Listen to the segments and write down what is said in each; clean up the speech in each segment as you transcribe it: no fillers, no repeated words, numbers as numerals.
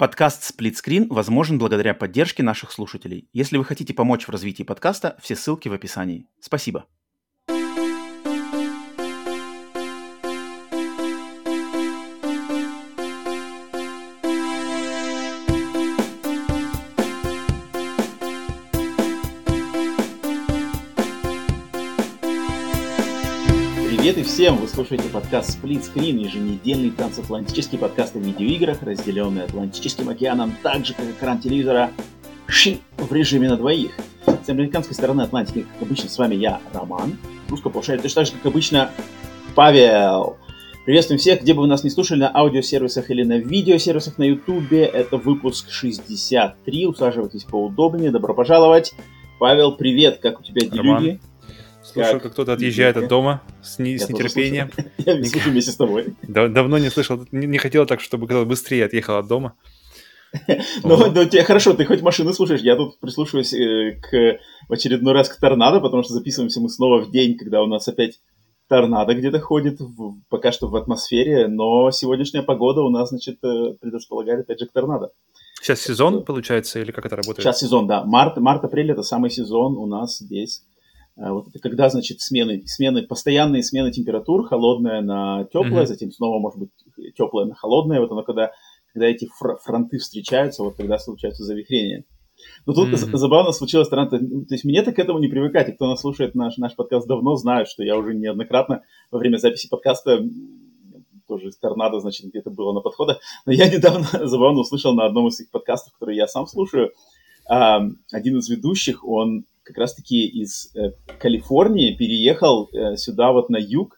Подкаст «Сплитскрин» возможен благодаря поддержке наших слушателей. Если вы хотите помочь в развитии подкаста, все ссылки в описании. Спасибо. Привет и всем! Вы слушаете подкаст «Сплитскрин», еженедельный трансатлантический подкаст о видеоиграх, разделенный Атлантическим океаном, так же, как экран телевизора, в режиме на двоих. С американской стороны Атлантики, как обычно, с вами я, Роман. Русского получает точно так же, как обычно, Павел. Приветствуем всех, где бы вы нас не слушали, на аудиосервисах или на видеосервисах на Ютубе. Это выпуск 63. Усаживайтесь поудобнее. Добро пожаловать. Павел, привет. Как у тебя делюги? Слушаю, как кто-то отъезжает от дома с нетерпением. Я слушаю вместе с тобой. Давно не слышал, не хотел так, чтобы кто-то быстрее отъехал от дома. Ну, тебе хорошо, ты хоть машины слушаешь. Я тут прислушиваюсь в очередной раз к торнадо, потому что записываемся мы снова в день, когда у нас опять торнадо где-то ходит, пока что в атмосфере, но сегодняшняя погода у нас, значит, предрасполагает опять же к торнадо. Сейчас сезон, получается, или как это работает? Сейчас сезон, да. Март-апрель — это самый сезон у нас здесь. Вот это когда, значит, постоянные смены температур, холодная на теплая, затем снова, может быть, теплая на холодная. Вот оно, когда эти фронты встречаются, вот тогда случаются завихрения. Но тут забавно случилось, то есть мне так к этому не привыкать. И кто нас слушает наш подкаст давно, знают, что я уже неоднократно во время записи подкаста, тоже из торнадо, значит, где-то было на подходах. Но я недавно забавно услышал на одном из их подкастов, который я сам слушаю, один из ведущих, он как раз-таки из Калифорнии переехал сюда вот на юг,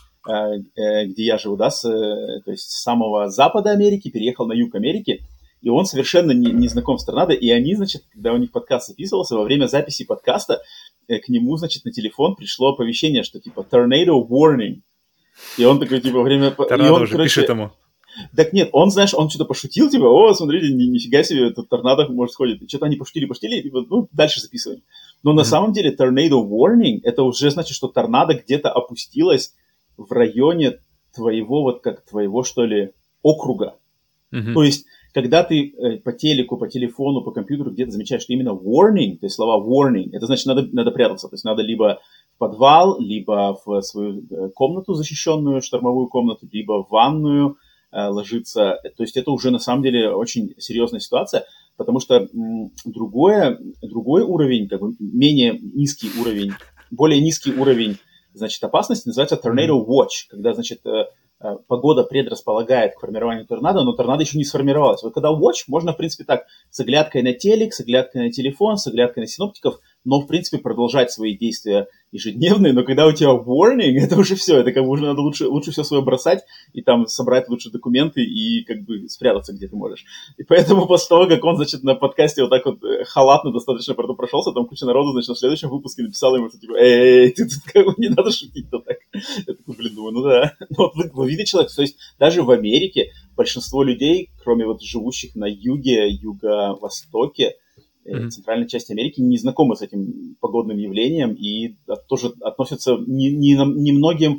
где я живу, да, то есть с самого запада Америки, переехал на юг Америки, и он совершенно не знаком с торнадо, и они, значит, когда у них подкаст записывался, во время записи подкаста к нему, значит, на телефон пришло оповещение, что типа «Tornado warning», и он такой, типа, время... Торнадо уже пишет ему. Так нет, он, знаешь, он что-то пошутил, типа, о, смотрите, нифига себе, этот торнадо может сходит. И что-то они пошутили, и, ну, дальше записываем. Но на самом деле tornado warning, это уже значит, что торнадо где-то опустилось в районе твоего, что ли, округа. То есть, когда ты по телеку, по телефону, по компьютеру где-то замечаешь, что именно warning, то есть слова warning, это значит, надо прятаться. То есть, надо либо в подвал, либо в свою комнату защищенную, штормовую комнату, либо в ванную, ложиться. То есть это уже на самом деле очень серьезная ситуация, потому что другой уровень, как бы менее низкий уровень, более низкий уровень, значит, опасности называется tornado watch, когда, значит, погода предрасполагает к формированию торнадо, но торнадо еще не сформировалось. Вот когда watch, можно, в принципе, так, с оглядкой на телек, с оглядкой на телефон, с оглядкой на синоптиков, но, в принципе, продолжать свои действия ежедневные, но когда у тебя warning, это уже все, это как бы уже надо лучше все свое бросать и там собрать лучше документы и как бы спрятаться где ты можешь. И поэтому после того, как он, значит, на подкасте вот так вот халатно достаточно прошелся, там куча народу, значит, в следующем выпуске написала ему, что типа, эй, ты тут как бы не надо шутить-то так. Я такой, блин, думаю, ну да. Но вот вы видите человек, то есть даже в Америке большинство людей, кроме вот живущих на юге, юго-востоке, центральной части Америки, не знакомы с этим погодным явлением и тоже относятся немногим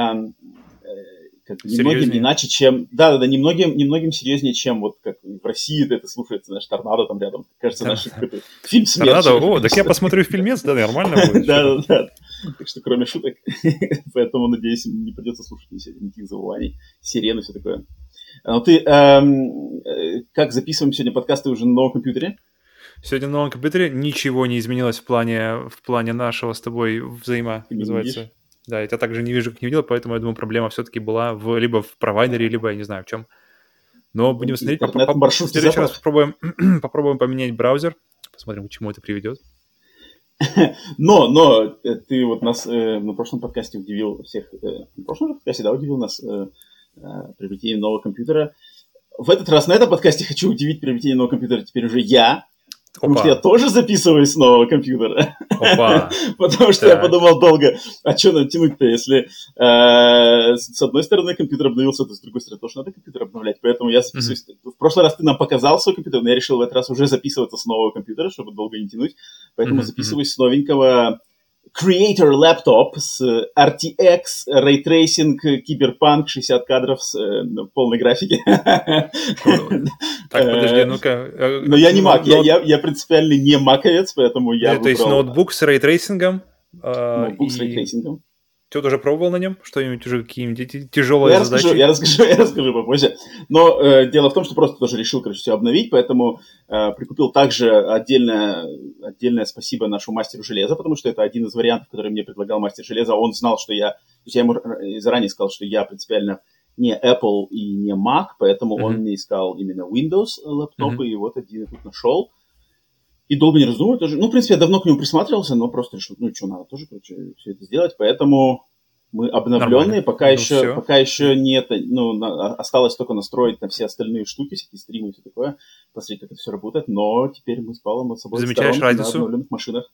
иначе, чем... Да, немногим серьезнее, чем вот как в России это слушается, знаешь, торнадо там рядом. Кажется, наш какой-то фильм смерти. Торнадо, так я посмотрю фильмец, да, нормально будет. Да. Так что кроме шуток, поэтому, надеюсь, не придется слушать никаких завываний, сирен и все такое. Но ты, как записываем сегодня подкасты уже на новом компьютере? Сегодня на новом компьютере ничего не изменилось в плане нашего с тобой называется. Да, я тебя также не вижу, как не видел, поэтому я думаю, проблема все-таки была либо в провайдере, либо я не знаю в чем. Но будем смотреть. В следующий раз попробуем поменять браузер. Посмотрим, к чему это приведет. Но ты вот нас на прошлом подкасте удивил всех. На прошлом подкасте, да, удивил нас приобретением нового компьютера. В этот раз на этом подкасте хочу удивить приобретением нового компьютера теперь уже я. Потому что я тоже записываюсь с нового компьютера. Потому что я подумал долго, а что нам тянуть-то, если с одной стороны компьютер обновился, то с другой стороны тоже надо компьютер обновлять. Поэтому я записываюсь. В прошлый раз ты нам показал свой компьютер, но я решил в этот раз уже записываться с нового компьютера, чтобы долго не тянуть. Поэтому записываюсь с новенького Creator Laptop с RTX, Ray Tracing, Cyberpunk, 60 кадров с полной графики. Так, подожди, ну-ка. Но я не Mac, я принципиально не маковец, поэтому я выбрал... То есть ноутбук с Ray Tracing. Ноутбук с Ray Tracing. Ты тоже пробовал на нем? Что-нибудь уже какие-нибудь тяжелые задачи? Я расскажу попозже. Но дело в том, что просто тоже решил, все обновить, поэтому прикупил также отдельное спасибо нашему мастеру железа, потому что это один из вариантов, который мне предлагал мастер железа. Он знал, что я ему заранее сказал, что я принципиально не Apple и не Mac, поэтому он мне искал именно Windows лэптопы, и вот один тут нашел. И долго не раздумывая тоже. Ну, в принципе, я давно к нему присматривался, но просто решил, что надо тоже, все это сделать. Поэтому мы обновленные, пока еще нет, осталось только настроить на все остальные штуки, всякие стримы и все такое, посмотреть, как это все работает. Но теперь мы с Павлом с собой замечаешь разницу на обновленных машинах.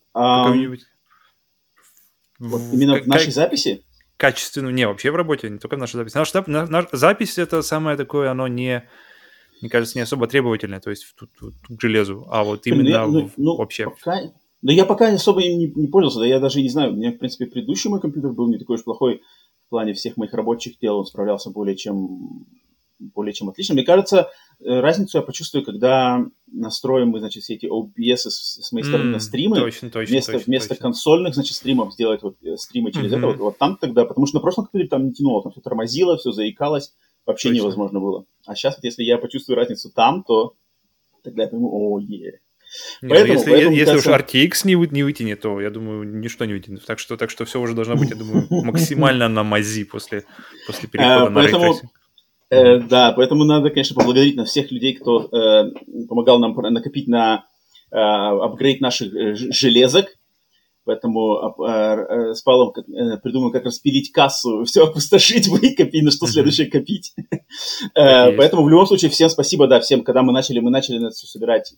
Именно в нашей записи? Качественную, не, вообще в работе, не только в нашей записи. Наша запись это самое такое, оно мне кажется, не особо требовательное, то есть тут к железу, а вот именно вообще. Я пока особо им не пользовался, да я даже не знаю, у меня, в принципе, предыдущий мой компьютер был не такой уж плохой в плане всех моих рабочих дел, он справлялся более чем отлично. Мне кажется, разницу я почувствую, когда настроим мы, значит, все эти OBS с моей стороны на стримы. Точно. Вместо консольных, значит, стримов сделать вот стримы через это, вот там тогда, потому что на прошлом компьютере там не тянуло, там все тормозило, все заикалось. Вообще невозможно было. А сейчас, вот, если я почувствую разницу там, то тогда я пойму, Поэтому, если уж RTX не вытянет, то, я думаю, ничто не вытянет. Так что все уже должно быть, я думаю, максимально на мази после перехода на Ray Tracing. Да, поэтому надо, конечно, поблагодарить на всех людей, кто помогал нам накопить на апгрейд наших железок. Поэтому с Павлом придумаем, как распилить кассу, все опустошить, выкопить, на что следующее копить. Поэтому в любом случае всем спасибо, да, всем, когда мы начали это все собирать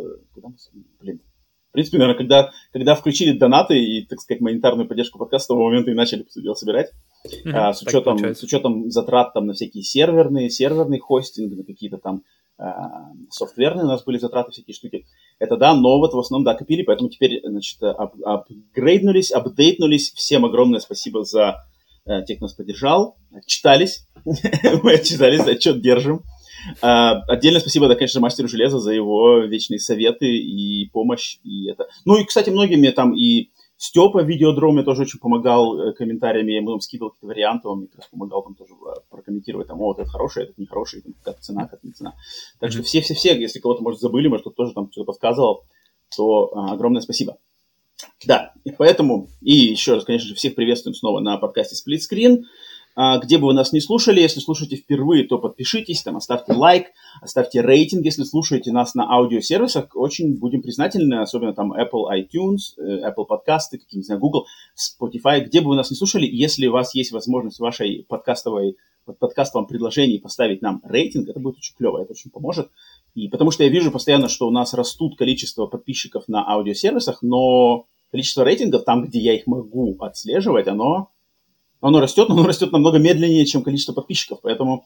в принципе, наверное, когда включили донаты и, так сказать, монетарную поддержку подкаста, с того момента и начали дело собирать. С учетом затрат там на всякие серверный хостинг, на какие-то там софтверные у нас были затраты, всякие штуки. Это да, но вот в основном, да, копили, поэтому теперь, значит, апгрейднулись, апдейтнулись. Всем огромное спасибо за тех, кто нас поддержал. Отчитались. Мы отчитались, отчет держим. Отдельное спасибо, да, конечно, мастеру железа за его вечные советы и помощь. И это. Ну и, кстати, многие мне там и Степа в Видеодроме тоже очень помогал комментариями, я ему там скидывал какие-то варианты, он мне как раз помогал там тоже прокомментировать, там, вот это хороший, это нехороший, как цена, как не цена. Так что все, если кого-то, может, забыли, может, кто-то тоже там что-то подсказывал, то огромное спасибо. Да, и поэтому, и еще раз, конечно же, всех приветствуем снова на подкасте Split Screen. Где бы вы нас не слушали, если слушаете впервые, то подпишитесь, там, оставьте лайк, оставьте рейтинг, если слушаете нас на аудиосервисах, очень будем признательны, особенно там Apple iTunes, Apple подкасты, какие, не знаю, Google, Spotify, где бы вы нас не слушали, если у вас есть возможность в вашей подкастовом предложении поставить нам рейтинг, это будет очень клево, это очень поможет. И потому что я вижу постоянно, что у нас растут количество подписчиков на аудиосервисах, но количество рейтингов, там, где я их могу отслеживать, оно растет, но оно растет намного медленнее, чем количество подписчиков, поэтому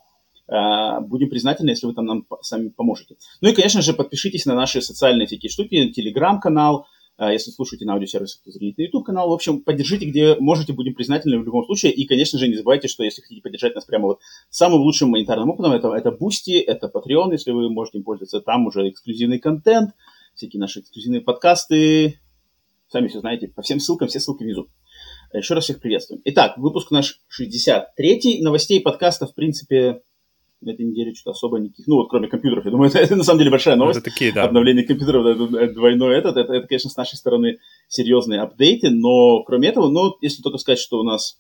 будем признательны, если вы там нам сами поможете. Ну и, конечно же, подпишитесь на наши социальные всякие штуки, Telegram-канал, если слушаете на аудиосервисах, то загляните на YouTube-канал. В общем, поддержите, где можете, будем признательны в любом случае. И, конечно же, не забывайте, что если хотите поддержать нас прямо вот самым лучшим монетарным опытом, это Boosty, это Patreon, если вы можете им пользоваться. Там уже эксклюзивный контент, всякие наши эксклюзивные подкасты. Сами все знаете, по всем ссылкам, все ссылки внизу. Еще раз всех приветствуем. Итак, выпуск наш 63-й. Новостей подкаста, в принципе, на этой неделе что-то особо никаких. Ну, вот кроме компьютеров. Я думаю, это на самом деле большая новость. Это такие, да. Обновление компьютеров, это двойной это, конечно, с нашей стороны серьезные апдейты. Но кроме этого, если только сказать, что у нас,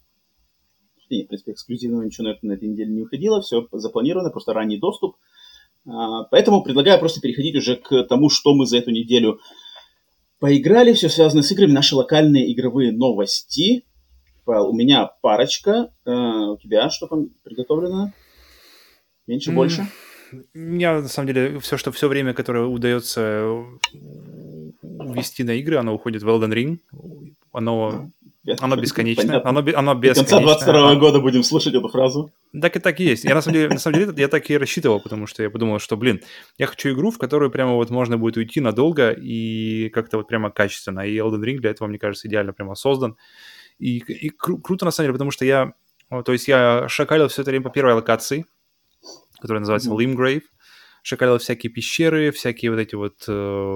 в принципе, эксклюзивного ничего на этой неделе не выходило. Все запланировано, просто ранний доступ. Поэтому предлагаю просто переходить уже к тому, что мы за эту неделю поиграли, все связано с играми, наши локальные игровые новости. Павел, у меня парочка. У тебя что там приготовлено? Меньше, больше? У меня, на самом деле, все время, которое удается увести на игры, оно уходит в Elden Ring. Оно Оно бесконечно. Понятно. Оно До конца бесконечно. 22 года будем слушать эту фразу. Так и так и есть. Я на самом деле я так и рассчитывал, потому что я подумал, что, я хочу игру, в которую прямо вот можно будет уйти надолго и как-то вот прямо качественно. И Elden Ring для этого, мне кажется, идеально прямо создан. И круто, на самом деле, потому что я шакалил все это время по первой локации, которая называется Limgrave. Шакалил всякие пещеры, всякие вот эти вот,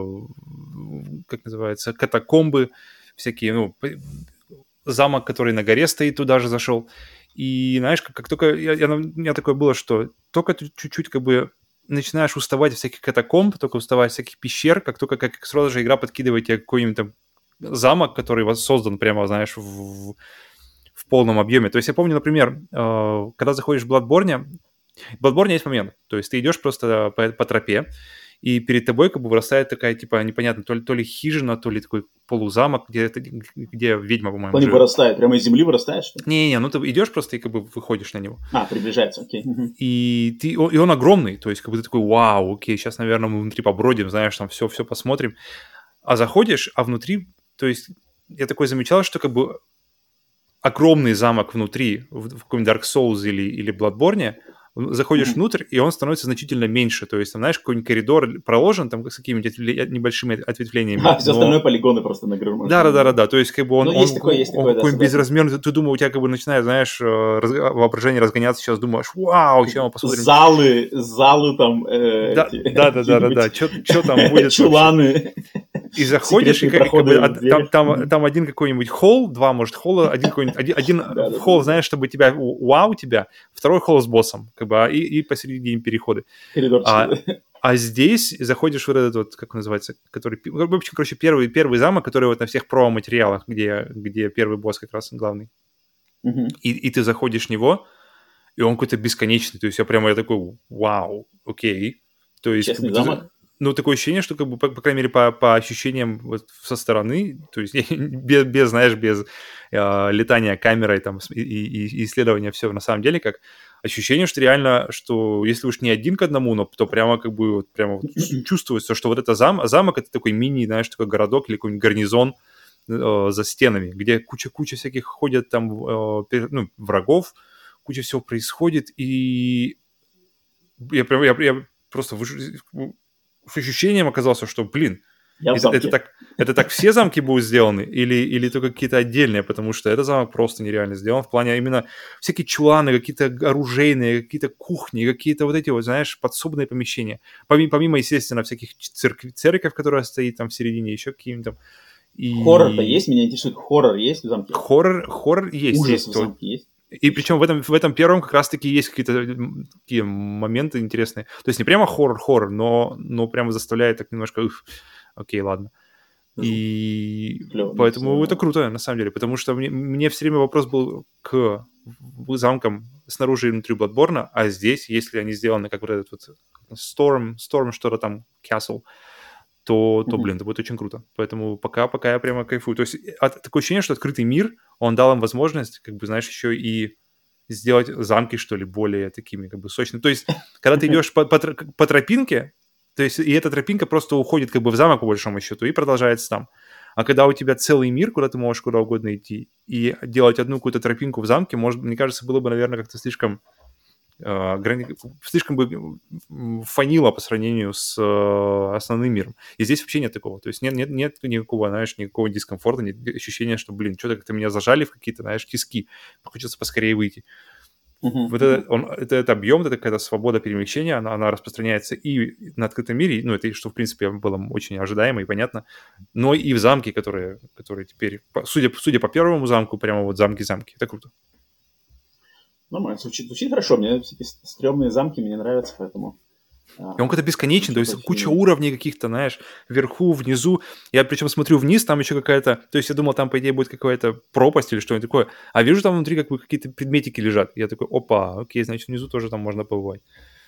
как называется, катакомбы, всякие, замок, который на горе стоит, туда же зашел. И знаешь, как только у меня такое было, что только ты чуть-чуть как бы начинаешь уставать от всяких катакомб, только уставать от всяких пещер, как сразу же игра подкидывает тебе какой-нибудь там замок, который создан прямо, знаешь, в полном объеме. То есть я помню, например, когда заходишь в Bloodborne есть момент, то есть ты идешь просто по тропе, и перед тобой как бы вырастает такая, типа, непонятно, то ли хижина, то ли такой полузамок, где ведьма, по-моему, живет. Он вырастает, прямо из земли вырастает, что ли? Не, ты идешь просто и как бы выходишь на него. Приближается, окей. И он огромный, то есть как бы ты такой, вау, окей, сейчас, наверное, мы внутри побродим, знаешь, там все посмотрим. А заходишь, а внутри, то есть я такой замечал, что как бы огромный замок внутри, в каком-нибудь Dark Souls или Bloodborne, заходишь внутрь, и он становится значительно меньше. То есть, там, знаешь, какой-нибудь коридор проложен там с какими-нибудь небольшими ответвлениями. Все остальное полигоны просто нагружены. Да. То есть, как бы он какой-нибудь да, безразмерный. Ты думаешь, у тебя как бы начинает, знаешь, воображение разгоняться. Сейчас думаешь, вау, сейчас мы посмотрим. Залы там. Да. Что там будет? Чуланы. И заходишь, и там один какой-нибудь холл, два, может, холла, один холл, знаешь, чтобы тебя, тебя, второй холл с боссом, как бы, и посередине переходы. А здесь заходишь в этот вот, как он называется, который, короче, первый замок, который вот на всех промо-материалах, где первый босс как раз главный. И ты заходишь в него, и он какой-то бесконечный, то есть я такой, вау, окей. То есть, честный замок? Такое ощущение, что, как бы, по крайней мере, по ощущениям вот со стороны, то есть без летания камерой там, и исследования всего, на самом деле, как ощущение, что реально, что если уж не один к одному, то прямо как бы чувствуется, что вот это замок, это такой мини, знаешь, такой городок или какой-нибудь гарнизон за стенами, где куча всяких ходят там врагов, куча всего происходит, и я просто с ощущением оказался, что, это так все замки будут сделаны или только какие-то отдельные, потому что этот замок просто нереально сделан в плане именно всякие чуланы, какие-то оружейные, какие-то кухни, какие-то вот эти вот, знаешь, подсобные помещения. Помимо, естественно, всяких церковь, которая стоит там в середине, еще какие-то там. Хоррор-то есть? Меня интересует, хоррор есть в замке? Хоррор есть. Ужас в замке есть? И причем в этом первом как раз-таки есть какие-то такие моменты интересные. То есть не прямо хоррор, но прямо заставляет так немножко, окей, ладно. И поэтому это круто, на самом деле, потому что мне все время вопрос был к замкам снаружи и внутри Bloodborne, а здесь, если они сделаны как вот этот вот Storm что-то там, Castle, то это будет очень круто. Поэтому пока я прямо кайфую. То есть такое ощущение, что открытый мир, он дал им возможность, как бы, знаешь, еще и сделать замки, что ли, более такими, как бы, сочными. То есть, когда ты идешь по тропинке, то есть, и эта тропинка просто уходит, как бы, в замок, по большому счету, и продолжается там. А когда у тебя целый мир, куда ты можешь куда угодно идти, и делать одну какую-то тропинку в замке, мне кажется, было бы, наверное, как-то слишком бы фанило по сравнению с основным миром. И здесь вообще нет такого. То есть нет никакого, знаешь, никакого дискомфорта, нет ощущения, что, что-то как-то меня зажали в какие-то, знаешь, тиски. Хочется поскорее выйти. Вот этот объем, это какая-то свобода перемещения, она распространяется и на открытом мире, это что, в принципе, было очень ожидаемо и понятно, но и в замке, которые теперь, судя по первому замку, прямо вот замки. Это круто. Нормально, звучит хорошо. Мне всякие стрёмные замки мне нравятся, поэтому... И он какой-то бесконечный, то есть куча уровней каких-то, знаешь, вверху, внизу. Я причем смотрю вниз, там еще какая-то... То есть я думал, там, по идее, будет какая-то пропасть или что-нибудь такое. А вижу, там внутри как бы какие-то предметики лежат. Я такой, опа, окей, значит, внизу тоже там можно побывать.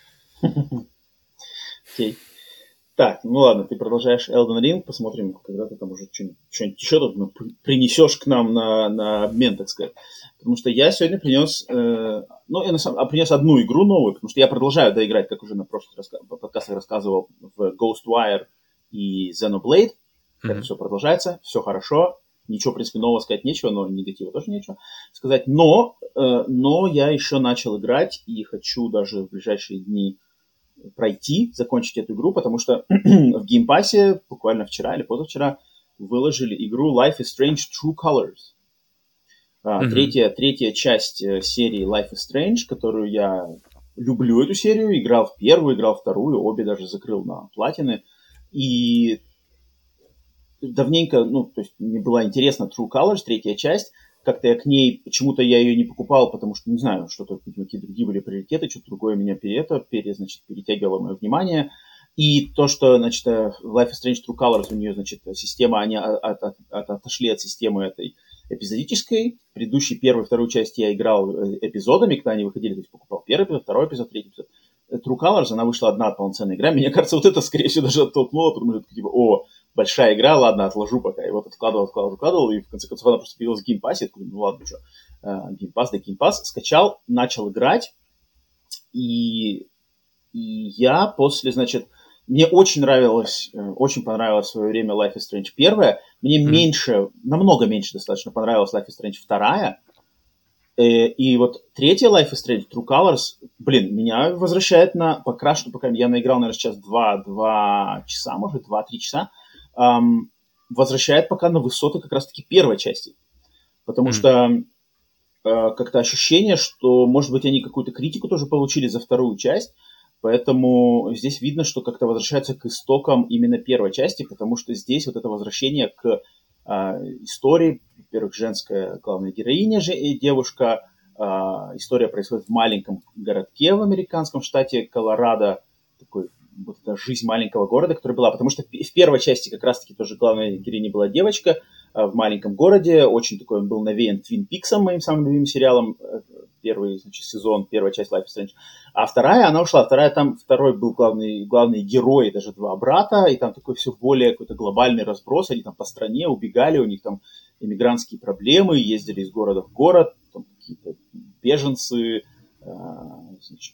Окей. Так, ну ладно, ты продолжаешь Elden Ring, посмотрим, когда ты там уже что-нибудь еще тут принесешь к нам на обмен, так сказать. Потому что я сегодня принес, принес одну игру новую, потому что я продолжаю доиграть, как уже на прошлых подкастах рассказывал, в Ghostwire и Xenoblade. Это все продолжается, все хорошо. ничего, в принципе, нового сказать нечего, но негатива тоже нечего сказать. Но я еще начал играть и хочу даже в ближайшие дни закончить эту игру, потому что в геймпассе буквально вчера или позавчера выложили игру Life is Strange True Colors. Третья часть серии Life is Strange, которую я люблю эту серию, играл в первую, играл в вторую, обе даже закрыл на платины. И давненько, то есть мне была интересна True Colors, третья часть. Как-то я к ней, почему-то я ее не покупал, потому что, не знаю, что-то, какие другие были приоритеты, что-то другое меня перетягивало мое внимание. И то, что, значит, в Life is Strange True Colors у нее, значит, система, они отошли от системы этой эпизодической. Предыдущие первую и вторую часть я играл эпизодами, когда они выходили, то есть покупал первый эпизод, второй эпизод, третий эпизод. True Colors, она вышла одна полноценная игра. Мне кажется, вот это, скорее всего, даже оттолкнуло, потому что, типа, большая игра, ладно, отложу пока. И вот откладывал, и в конце концов она просто появилась в геймпассе. Я такой, ладно, что, геймпасс, скачал, начал играть. И я после, значит, мне очень понравилось в свое время Life is Strange 1. Мне намного меньше достаточно понравилась Life is Strange 2. И вот третья Life is Strange True Colors, меня возвращает пока я наиграл, наверное, сейчас 2 часа, может, 2-3 часа, возвращает пока на высоты как раз-таки первой части. Потому что как-то ощущение, что, может быть, они какую-то критику тоже получили за вторую часть, поэтому здесь видно, что как-то возвращаются к истокам именно первой части, потому что здесь вот это возвращение к истории, во-первых, женская главная героиня, девушка, история происходит в маленьком городке в американском штате Колорадо, такой вот эта жизнь маленького города, которая была, потому что в первой части как раз-таки тоже главная героиня была девочка в маленьком городе, очень такой он был навеян Twin Peaks, моим самым любимым сериалом, первый, значит, сезон, первая часть Life is Strange. А вторая, она ушла. Второй был главный герой, даже 2 брата, и там такой все более какой-то глобальный разброс. Они там по стране убегали, у них там иммигрантские проблемы, ездили из города в город, там какие-то беженцы, значит,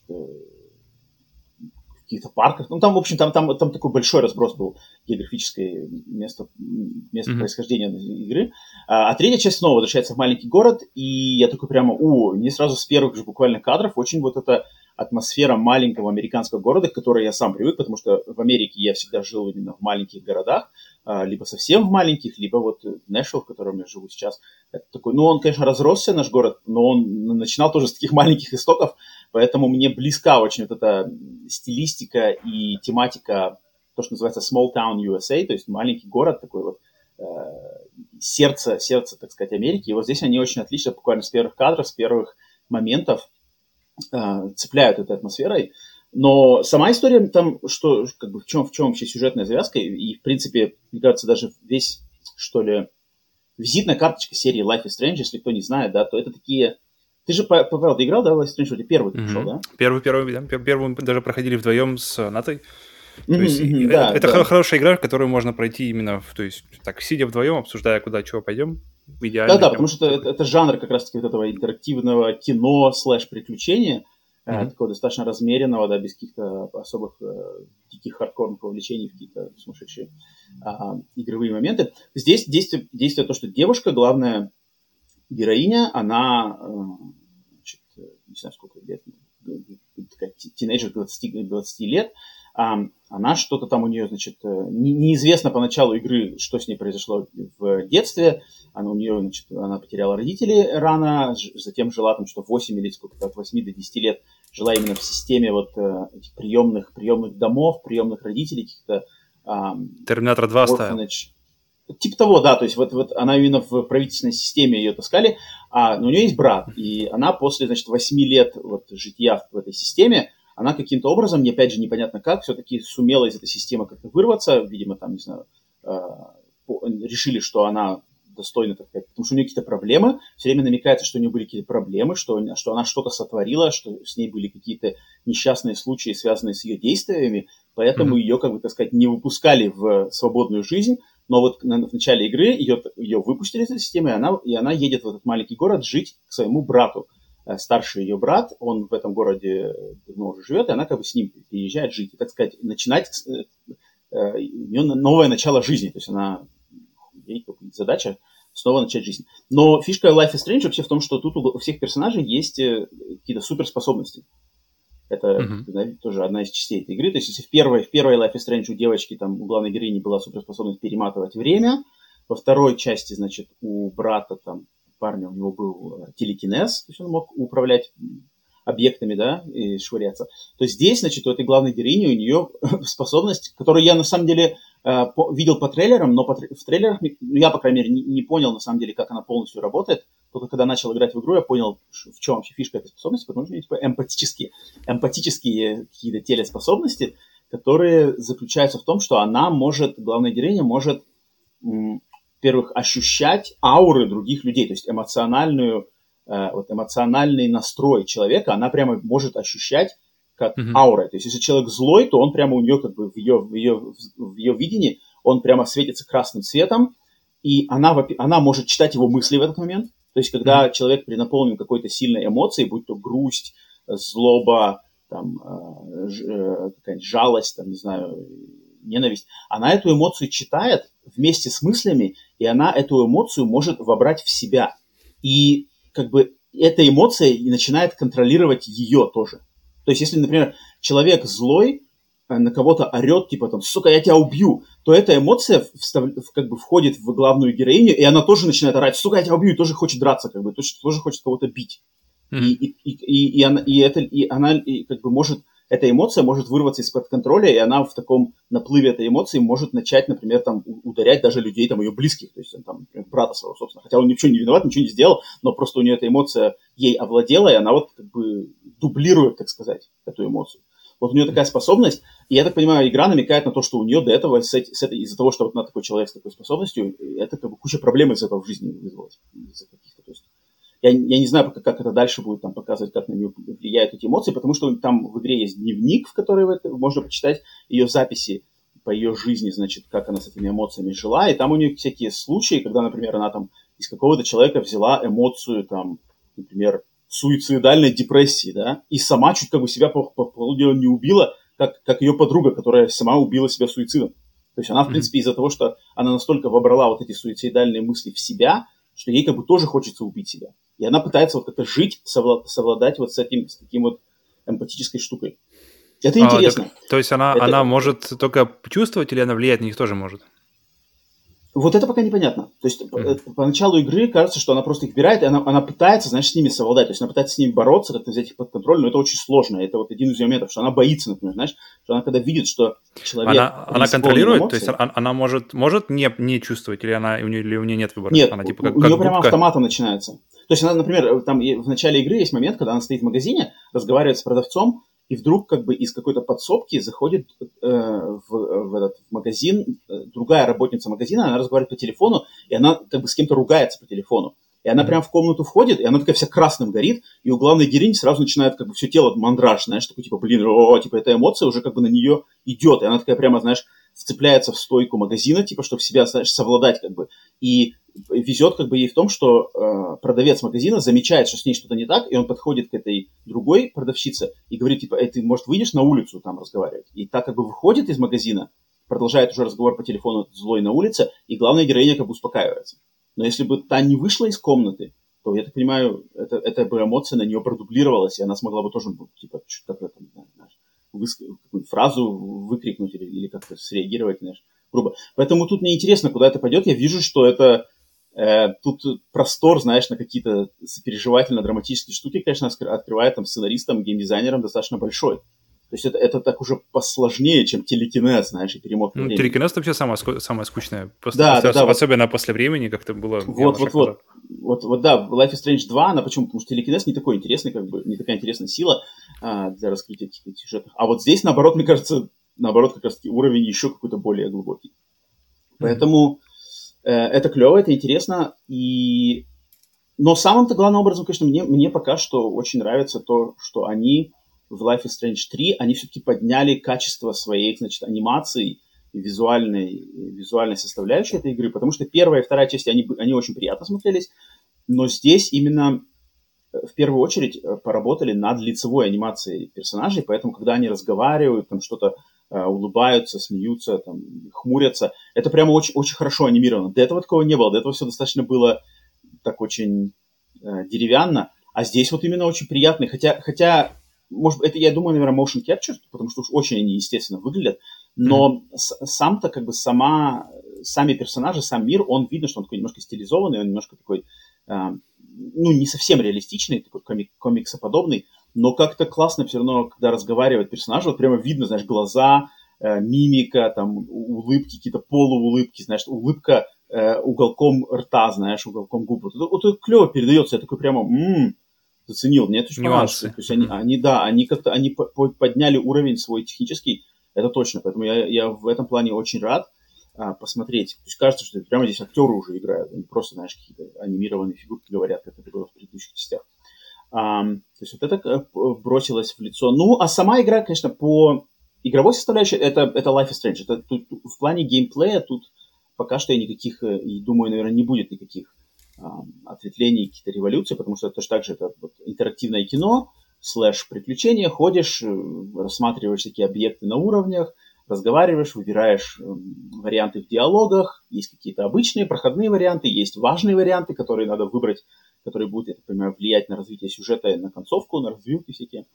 в каких-то парках. Там, в общем, там такой большой разброс был географическое место происхождения игры. А третья часть снова возвращается в маленький город, и я такой прямо, мне сразу с первых же буквально кадров очень вот эта атмосфера маленького американского города, к которой я сам привык, потому что в Америке я всегда жил именно в маленьких городах, либо совсем в маленьких, либо вот Нэшвилл, в котором я живу сейчас. Это такой, он, конечно, разросся, наш город, но он начинал тоже с таких маленьких истоков, поэтому мне близка очень вот эта стилистика и тематика, то, что называется Small Town USA, то есть маленький город, такой вот сердце, так сказать, Америки. И вот здесь они очень отлично, буквально с первых кадров, с первых моментов цепляют этой атмосферой. Но сама история там, что, как бы, в чем вообще сюжетная завязка, и, в принципе, мне кажется, даже весь, что ли, визитная карточка серии Life is Strange, если кто не знает, да, то это такие... Ты же, Павел, ты играл, да, Life is Strange? Вроде первый ты пришел, да? Первый мы даже проходили вдвоем с Натой. То есть это хорошая игра, которую можно пройти именно, то есть так, сидя вдвоем, обсуждая, куда чего пойдем. Да, потому что это жанр как раз-таки вот этого интерактивного кино /приключения, такого достаточно размеренного, да, без каких-то особых диких хардкорных вовлечений в какие-то сумасшедшие игровые моменты. Здесь действует то, что девушка, главная героиня, она, значит, не знаю, сколько лет, такая тинейджер 20 лет, она что-то там у нее, значит, неизвестно по началу игры, что с ней произошло в детстве. Она потеряла родителей рано, затем жила там что 8 или сколько-то, от 8 до 10 лет жила именно в системе вот этих приемных домов, приемных родителей, каких-то... Терминатор 2 оставил. Типа того, да, то есть вот она именно в правительственной системе ее таскали, но у нее есть брат, и она после, значит, 8 лет вот житья в этой системе, она каким-то образом, мне опять же непонятно как, все-таки сумела из этой системы как-то вырваться, видимо, там, не знаю, решили, что она достойна, так сказать, потому что у нее какие-то проблемы, все время намекается, что у нее были какие-то проблемы, что она что-то сотворила, что с ней были какие-то несчастные случаи, связанные с ее действиями, поэтому ее, как бы, так сказать, не выпускали в свободную жизнь, но вот в начале игры ее выпустили из этой системы, и она едет в этот маленький город жить к своему брату. Старший ее брат, он в этом городе давно уже живет, и она как бы с ним переезжает жить. И, так сказать, начинать у нее новое начало жизни. То есть ей задача снова начать жизнь. Но фишка Life is Strange вообще в том, что тут у всех персонажей есть какие-то суперспособности. Это, знаете, тоже одна из частей этой игры. То есть, если в первой Life is Strange у девочки, там, у главной героини была суперспособность перематывать время, во второй части, значит, у брата, там, парня, у него был телекинез, то есть он мог управлять объектами, да, и швыряться, то здесь, значит, у этой главной героини, у нее способность, которую я, на самом деле, видел по трейлерам, но в трейлерах, я, по крайней мере, не понял, на самом деле, как она полностью работает. Только когда начал играть в игру, я понял, в чем вообще фишка этой способности, потому что у нее типа эмпатические какие-то телеспособности, которые заключаются в том, что она может, главная героиня может, во-первых, ощущать ауры других людей, то есть эмоциональный настрой человека, она прямо может ощущать как аура. То есть, если человек злой, то он прямо у нее, как бы в ее видении, он прямо светится красным цветом, и она может читать его мысли в этот момент. То есть, когда человек перенаполнен какой-то сильной эмоцией, будь то грусть, злоба, там, какая-нибудь жалость, там, не знаю, ненависть, она эту эмоцию читает вместе с мыслями, и она эту эмоцию может вобрать в себя. И как бы эта эмоция и начинает контролировать ее тоже. То есть, если, например, человек злой, на кого-то орет, типа там, сука, я тебя убью, то эта эмоция как бы входит в главную героиню, и она тоже начинает орать, сука, я тебя убью, и тоже хочет драться, как бы, тоже хочет кого-то бить. И она как бы может, эта эмоция может вырваться из-под контроля, и она в таком наплыве этой эмоции может начать, например, там, ударять даже людей, там, ее близких, то есть, там, например, брата своего, собственно, хотя он ничего не виноват, ничего не сделал, но просто у нее эта эмоция ей овладела, и она вот как бы дублирует, так сказать, эту эмоцию. Вот у нее такая способность, и я так понимаю, игра намекает на то, что у нее до этого, из-за того, что вот она такой человек с такой способностью, это как бы куча проблем из этого в жизни вызвалось. То есть, я не знаю, как это дальше будет там показывать, как на нее влияют эти эмоции, потому что там в игре есть дневник, в который можно почитать ее записи по ее жизни, значит, как она с этими эмоциями жила, и там у нее всякие случаи, когда, например, она там из какого-то человека взяла эмоцию, там, например, суицидальной депрессии, да, и сама чуть как бы себя по полудела не убила, как ее подруга, которая сама убила себя суицидом. То есть она, в принципе, из-за того, что она настолько вобрала вот эти суицидальные мысли в себя, что ей как бы тоже хочется убить себя. И она пытается вот как-то жить, совладать вот с таким вот эмпатической штукой. Это интересно. То есть она может только чувствовать, или она влиять на них тоже может? Вот это пока непонятно. То есть по началу игры кажется, что она просто их выбирает, и она пытается, значит, с ними совладать. То есть она пытается с ними бороться, как-то взять их под контроль, но это очень сложно. Это вот один из ее моментов, что она боится, например, знаешь, что она когда видит, что человек... Она контролирует? Эмоций, то есть она может не чувствовать, или у нее нет выбора? Нет, она, типа, у нее прямо автоматом начинается. То есть она, например, там в начале игры есть момент, когда она стоит в магазине, разговаривает с продавцом, и вдруг как бы из какой-то подсобки заходит в магазин другая работница магазина, она разговаривает по телефону, и она как бы с кем-то ругается по телефону. И она прям в комнату входит, и она такая вся красным горит, и у главной героини сразу начинает как бы все тело мандраж, знаешь, такой типа, блин, типа эта эмоция уже как бы на нее идет, и она такая прямо, знаешь, вцепляется в стойку магазина, типа, чтобы себя, знаешь, совладать как бы. И везет как бы ей в том, что продавец магазина замечает, что с ней что-то не так, и он подходит к этой другой продавщице и говорит, типа, ты, может, выйдешь на улицу там разговаривать? И так как бы выходит из магазина, продолжает уже разговор по телефону злой на улице, и главная героиня как бы успокаивается. Но если бы та не вышла из комнаты, то, я так понимаю, эта бы эмоция на нее продублировалась, и она смогла бы тоже, типа, как-то, знаешь, какую-то фразу выкрикнуть или как-то среагировать, знаешь, грубо. Поэтому тут мне интересно, куда это пойдет. Я вижу, что это тут простор, знаешь, на какие-то сопереживательно-драматические штуки, конечно, открывает там сценаристам, геймдизайнерам достаточно большой. То есть это так уже посложнее, чем телекинез, знаешь, и перемотка времени. Телекинез вообще самое скучное. Да, особенно после времени как-то было. Вот, да, Life is Strange 2, она почему? Потому что телекинез не такой интересный, как бы, не такая интересная сила для раскрытия каких-то сюжетов. А вот здесь, наоборот, мне кажется, как раз-таки уровень еще какой-то более глубокий. Поэтому это клево, это интересно. Но самым-то главным образом, конечно, мне пока что очень нравится то, что они в Life is Strange 3, они все-таки подняли качество своей, значит, анимации и визуальной составляющей этой игры, потому что первая и вторая части, они очень приятно смотрелись, но здесь именно в первую очередь поработали над лицевой анимацией персонажей, поэтому, когда они разговаривают, там что-то улыбаются, смеются, там, хмурятся. Это прямо очень, очень хорошо анимировано. До этого такого не было. До этого все достаточно было так очень деревянно. А здесь вот именно очень приятный. Хотя может, это, я думаю, наверное, motion capture, потому что уж очень они естественно выглядят. Но сам-то как бы сами персонажи, сам мир, он видно, что он такой немножко стилизованный, он немножко такой, не совсем реалистичный, такой комиксоподобный, но как-то классно все равно, когда разговаривают персонажи, вот прямо видно, знаешь, глаза, мимика, там, улыбки, какие-то полуулыбки, знаешь, улыбка уголком рта, знаешь, уголком губ. Вот это клево передается, я такой прямо, заценил, мне это очень понравилось. То есть они как-то подняли уровень свой технический, это точно, поэтому я в этом плане очень рад посмотреть. То есть кажется, что прямо здесь актеры уже играют, они просто, знаешь, какие-то анимированные фигурки говорят, как это было в предыдущих частях. То есть вот это бросилось в лицо. Ну, а сама игра, конечно, по игровой составляющей, это Life is Strange. Это тут, в плане геймплея тут пока что я никаких, и думаю, наверное, не будет никаких ответвлений, каких-то революций, потому что это же также это вот интерактивное кино, /приключения, ходишь, рассматриваешь такие объекты на уровнях, разговариваешь, выбираешь варианты в диалогах, есть какие-то обычные проходные варианты, есть важные варианты, которые надо выбрать, которые будут, я так понимаю, влиять на развитие сюжета, на концовку, на развилки всякие.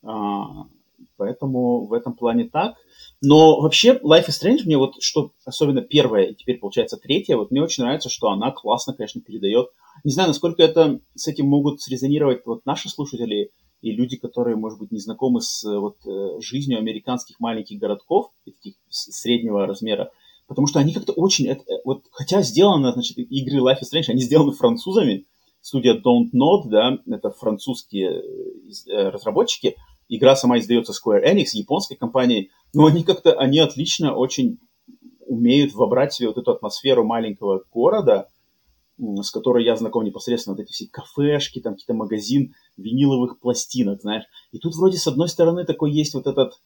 Поэтому в этом плане так. Но вообще Life is Strange мне вот, что особенно первая, и теперь получается третья, вот мне очень нравится, что она классно, конечно, передает. Не знаю, насколько это с этим могут срезонировать вот наши слушатели и люди, которые, может быть, не знакомы с вот, жизнью американских маленьких городков, таких среднего размера, потому что они как-то очень... вот, хотя сделаны, значит, игры Life is Strange, они сделаны французами, студия Don't Nod, да, это французские разработчики, игра сама издается Square Enix, японской компанией, но они отлично очень умеют вобрать в себе вот эту атмосферу маленького города, с которой я знаком непосредственно, вот эти все кафешки, там какие-то магазин виниловых пластинок, знаешь. И тут вроде с одной стороны такой есть вот этот,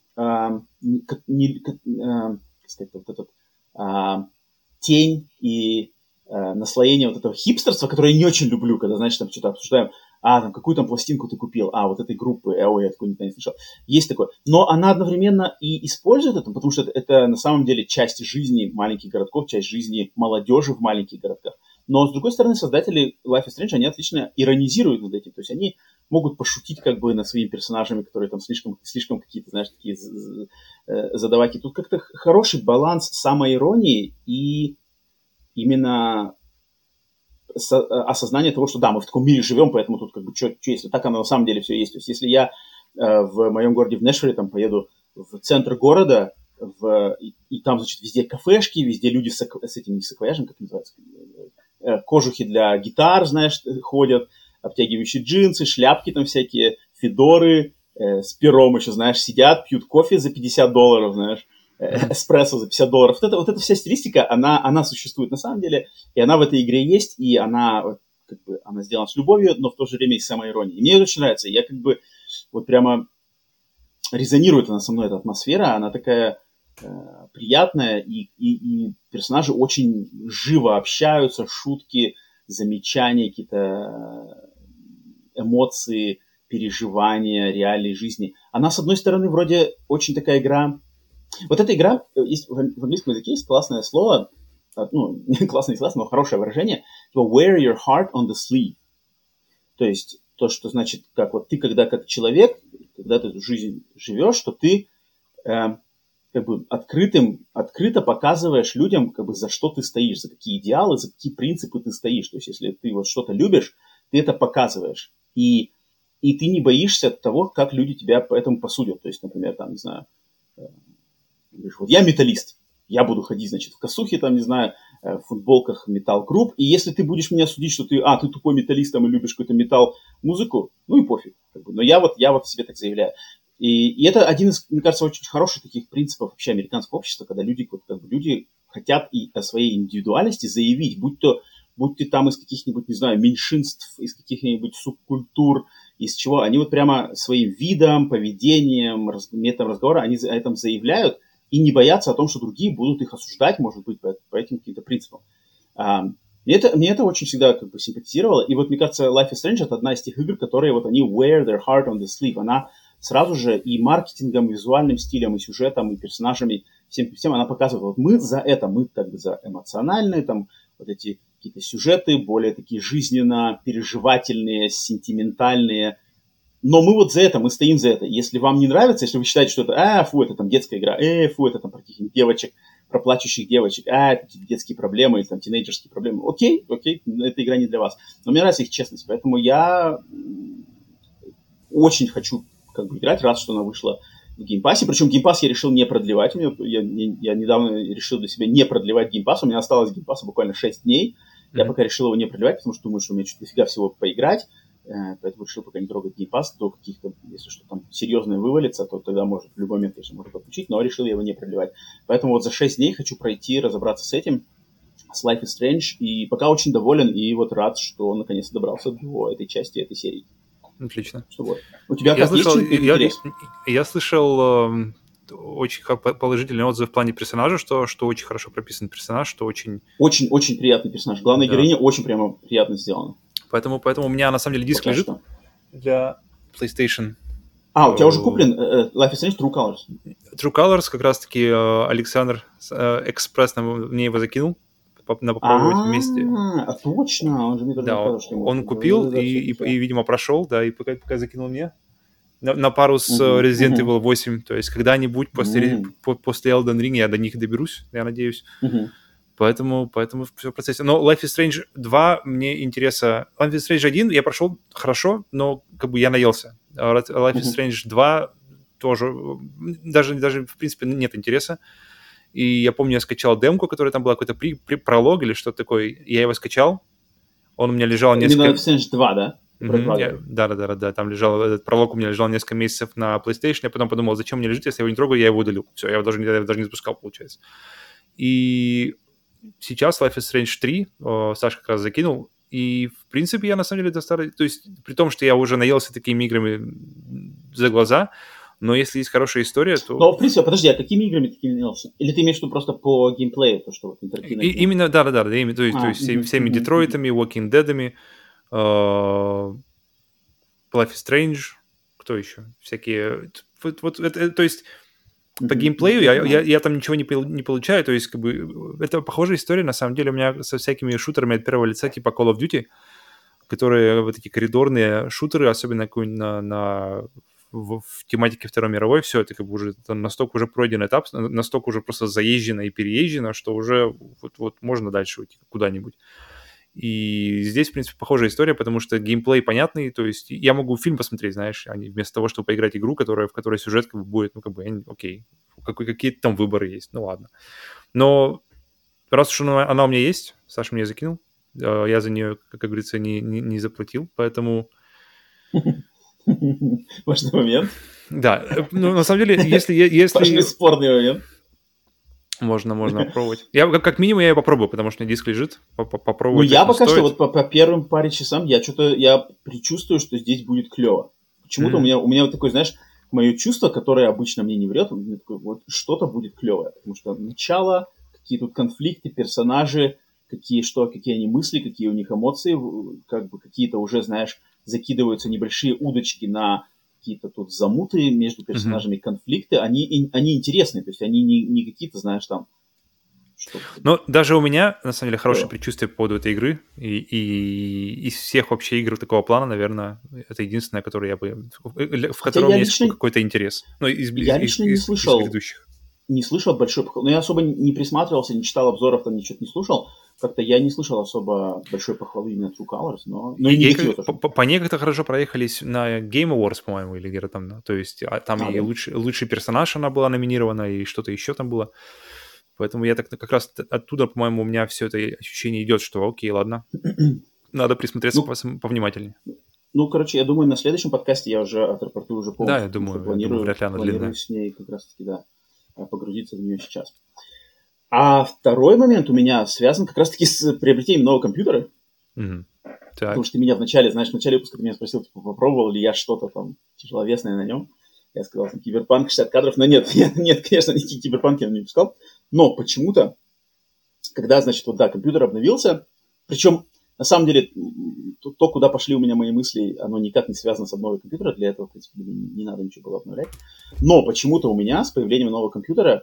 тень и наслоение вот этого хипстерства, которое я не очень люблю, когда, знаешь, там что-то обсуждаем, там, какую там пластинку ты купил, вот этой группы, ой, я такой никогда не слышал. Есть такое. Но она одновременно и использует это, потому что это на самом деле часть жизни маленьких городков, часть жизни молодежи в маленьких городках. Но, с другой стороны, создатели Life is Strange, они отлично иронизируют над этим. То есть они могут пошутить как бы над своими персонажами, которые там слишком какие-то, знаешь, такие задаваки. Тут как-то хороший баланс самоиронии и именно осознание того, что да, мы в таком мире живем, поэтому тут как бы что если так оно на самом деле все есть. То есть если я в моем городе в Нэшвилле там поеду в центр города, и там, значит, везде кафешки, везде люди с этим саквояжем, как называется, кожухи для гитар, знаешь, ходят, обтягивающие джинсы, шляпки там всякие, федоры, с пером еще, знаешь, сидят, пьют кофе за $50, знаешь, эспрессо за $50. Вот эта вся стилистика, она существует на самом деле, и она в этой игре есть, и она, как бы, она сделана с любовью, но в то же время и с самоиронией. И мне это очень нравится. Я как бы вот прямо резонирует она со мной, эта атмосфера, она такая приятная, и персонажи очень живо общаются, шутки, замечания, какие-то эмоции, переживания реалии жизни. Она, с одной стороны, вроде очень такая игра. Вот эта игра, есть, в английском языке есть классное слово, классное, но хорошее выражение, типа wear your heart on the sleeve. То есть то, что значит, как вот ты, когда как человек, когда ты эту жизнь живешь, что ты как бы открыто показываешь людям, как бы, за что ты стоишь, за какие идеалы, за какие принципы ты стоишь. То есть если ты вот что-то любишь, ты это показываешь. И ты не боишься того, как люди тебя по этому посудят. То есть, например, там, не знаю, говоришь, вот я металлист, я буду ходить, значит, в косухе, там, не знаю, в футболках Metal Group, и если ты будешь меня судить, что ты тупой металлист, там, и любишь какую-то метал-музыку, ну и пофиг. Как бы. Но я вот себе так заявляю. И это один из, мне кажется, очень хороших таких принципов вообще американского общества, когда люди, вот, как бы, люди хотят и о своей индивидуальности заявить, будь ты там из каких-нибудь, не знаю, меньшинств, из каких-нибудь субкультур, из чего, они вот прямо своим видом, поведением, методом разговора, они о этом заявляют и не боятся о том, что другие будут их осуждать, может быть, по этим каким-то принципам. Мне это очень всегда как бы симпатизировало. И вот, мне кажется, Life is Strange — это одна из тех игр, которые вот они wear their heart on the sleeve. Она сразу же и маркетингом, и визуальным стилем, и сюжетом, и персонажами, всем она показывает, вот мы за это, мы как бы за эмоциональные, там, вот эти какие-то сюжеты, более такие жизненно переживательные, сентиментальные. Но мы вот за это, мы стоим за это. Если вам не нравится, если вы считаете, что это, фу, это там детская игра, фу, это там про каких-нибудь девочек, про плачущих девочек, это какие-то детские проблемы, или там тинейджерские проблемы. Окей, эта игра не для вас. Но мне нравится их честность, поэтому я очень хочу как бы играть, рад, что она вышла в геймпассе. Причем геймпасс я решил не продлевать. Я недавно решил для себя не продлевать геймпасс. У меня осталось геймпасса буквально 6 дней. Я пока решил его не продлевать, потому что думаю, что у меня что-то дофига всего поиграть. Поэтому решил пока не трогать геймпасс до каких-то, если что там серьезное вывалится, то тогда может в любой момент, конечно, можно подключить, но решил я его не продлевать. Поэтому вот за 6 дней хочу пройти, разобраться с этим, с Life is Strange, и пока очень доволен, и вот рад, что наконец-то добрался до этой части, этой серии. Отлично. Что вот. У тебя я как слышал, есть интерес? Я слышал очень положительный отзыв в плане персонажа, что очень хорошо прописан персонаж, что очень... Очень приятный персонаж. Главная героиня очень прямо приятно сделана. Поэтому у меня на самом деле диск лежит для PlayStation. У тебя уже куплен Life is Strange True Colors? True Colors как раз-таки Александр экспресс мне его закинул на попробовать вместе. Точно, он же мне тоже рассказывал, что он купил и, видимо, прошел, да, и пока закинул мне. На пару с Resident Evil 8, то есть когда-нибудь после Elden Ring я до них доберусь, я надеюсь. Поэтому все в процессе. Но Life is Strange 2 мне интересно. Life is Strange 1 я прошел хорошо, но как бы я наелся. Life is Strange 2 тоже даже в принципе нет интереса. И я помню, я скачал демку, которая там была какой-то пролог или что-то такое. Я его скачал. Он у меня лежал несколько... Life is Strange 2, да? Да, там лежал, этот пролог у меня лежал несколько месяцев на PlayStation, я потом подумал, зачем мне лежит, если я его не трогаю, я его удалил. Все, я его даже не запускал, получается. И сейчас Life is Strange 3 Саша как раз закинул, и, в принципе, я на самом деле достаточно... То есть, при том, что я уже наелся такими играми за глаза, но если есть хорошая история, то... Но, в принципе, подожди, а какими играми такими наелся? Или ты имеешь в виду просто по геймплею, то, что вот интерактивное? Именно, да, то есть всеми Детройтами, Walking Dead'ами, Life is Strange, кто еще? Всякие... то есть по геймплею я там ничего не получаю, то есть как бы это похожая история на самом деле у меня со всякими шутерами от первого лица типа Call of Duty, которые вот эти коридорные шутеры, особенно в тематике Второй мировой, все это как бы уже настолько уже пройден этап, настолько уже просто заезжено и переезжено, что уже вот можно дальше уйти куда-нибудь. И здесь, в принципе, похожая история, потому что геймплей понятный, то есть я могу фильм посмотреть, знаешь, а не вместо того, чтобы поиграть игру, в которой сюжет как бы будет, окей, какие-то там выборы есть, ну ладно. Но раз уж она у меня есть, Саша мне закинул, я за нее, как говорится, не заплатил, поэтому... Важный момент. Да, ну на самом деле, если... Важный спорный момент. Можно попробовать. Я как минимум я ее попробую, потому что диск лежит. Попробовать. Ну, я пока что вот по первым паре часам я предчувствую, что здесь будет клево. Почему-то у меня вот такое, знаешь, мое чувство, которое обычно мне не врет, у меня такое, вот что-то будет клевое. Потому что начало, какие тут конфликты, персонажи, какие они мысли, какие у них эмоции, как бы какие-то уже, знаешь, закидываются небольшие удочки на какие-то тут замуты между персонажами, конфликты, они интересные, то есть они не какие-то, знаешь, там... Но даже у меня, на самом деле, хорошее предчувствие по поводу этой игры, и из всех вообще игр такого плана, наверное, это единственная, в которой у меня есть какой-то интерес. Ну, я лично не слышал предыдущих. Не слышал большой похвалы, но я особо не присматривался, не читал обзоров, там ничего не слушал. Как-то я не слышал особо большой похвалы именно True Colors, но и негатива тоже. По ней как-то хорошо проехались на Game Awards, по-моему, или где-то там. То есть там и лучший персонаж она была номинирована, и что-то еще там было. Поэтому я так как раз оттуда, по-моему, у меня все это ощущение идет, что окей, ладно, надо присмотреться повнимательнее. Ну, короче, я думаю, на следующем подкасте я уже отрапортую уже полностью. Да, я думаю, вряд ли она длинная. С ней как раз-таки, да, погрузиться в нее сейчас. А второй момент у меня связан как раз-таки с приобретением нового компьютера. Потому что ты меня в начале выпуска ты меня спросил, типа, попробовал ли я что-то там тяжеловесное на нем. Я сказал, там, Киберпанк 60 кадров, но нет, конечно, никакие Киберпанки я не пускал. Но почему-то, когда, значит, компьютер обновился, причем На самом деле, то, куда пошли у меня мои мысли, оно никак не связано с обновой компьютера. Для этого, в принципе, не надо ничего было обновлять. Но почему-то у меня с появлением нового компьютера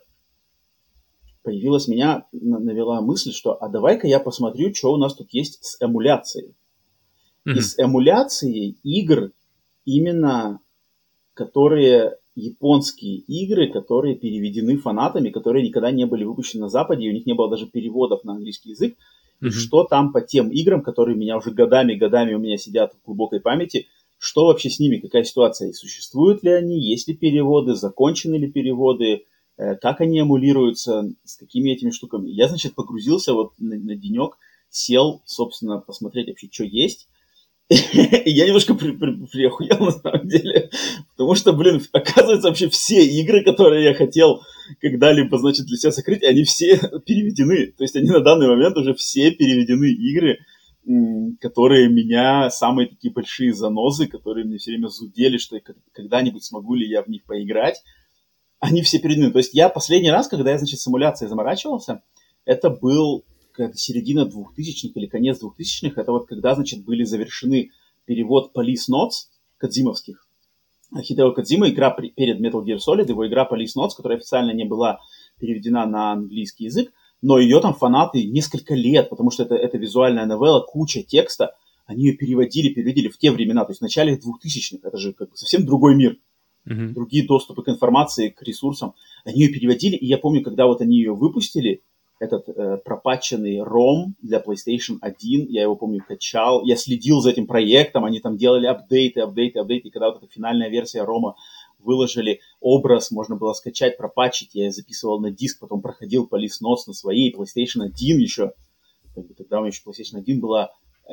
навела мысль, что а давай-ка я посмотрю, что у нас тут есть с эмуляцией. И с эмуляцией игр именно, которые японские игры, которые переведены фанатами, которые никогда не были выпущены на Западе, и у них не было даже переводов на английский язык. И что там по тем играм, которые меня уже годами у меня сидят в глубокой памяти, что вообще с ними, какая ситуация, и существуют ли они, есть ли переводы, закончены ли переводы, как они эмулируются, с какими этими штуками. Я, значит, погрузился вот на денек, сел, собственно, посмотреть вообще, что есть. И я немножко приохуел на самом деле, потому что, оказывается, вообще все игры, которые я хотел когда-либо, значит, для себя закрыть, они все переведены. То есть они на данный момент уже все переведены игры, которые меня, самые такие большие занозы, которые мне все время зудели, что когда-нибудь смогу ли я в них поиграть, они все переведены. То есть я последний раз, когда я, значит, с эмуляцией заморачивался, это был какая-то середина 2000-х или конец 2000-х, это вот когда, значит, были завершены перевод Police Notes кодзимовских. Хидео Кодзима, игра перед Metal Gear Solid, его игра Police Notes, которая официально не была переведена на английский язык, но ее там фанаты несколько лет, потому что это визуальная новелла, куча текста, они ее переводили в те времена, то есть в начале 2000-х, это же как бы совсем другой мир, другие доступы к информации, к ресурсам, они ее переводили, и я помню, когда вот они ее выпустили, этот пропатченный ROM для PlayStation 1, я его, помню, качал, я следил за этим проектом, они там делали апдейты, и когда вот эта финальная версия ROM выложили, образ можно было скачать, пропатчить, я записывал на диск, потом проходил Police Notes на своей PlayStation 1 еще, тогда у меня еще PlayStation 1 была,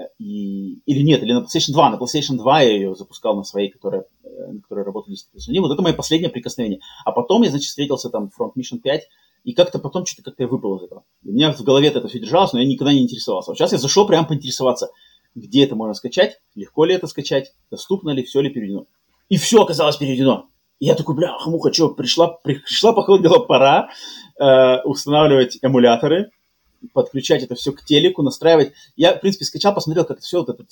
или на PlayStation 2, на PlayStation 2 я ее запускал на своей, на которой работали с PlayStation 1, вот это мое последнее прикосновение, а потом я, значит, встретился там в Front Mission 5, и как-то потом что-то как-то я выпал из этого. У меня в голове это все держалось, но я никогда не интересовался. Вот сейчас я зашел прям поинтересоваться, где это можно скачать, легко ли это скачать, доступно ли, все ли переведено. И все оказалось переведено. И я такой, бля-муха, что, пришла, по ходу дела, пора устанавливать эмуляторы, подключать это все к телеку, настраивать. Я, в принципе, скачал, посмотрел, как это все, вот этот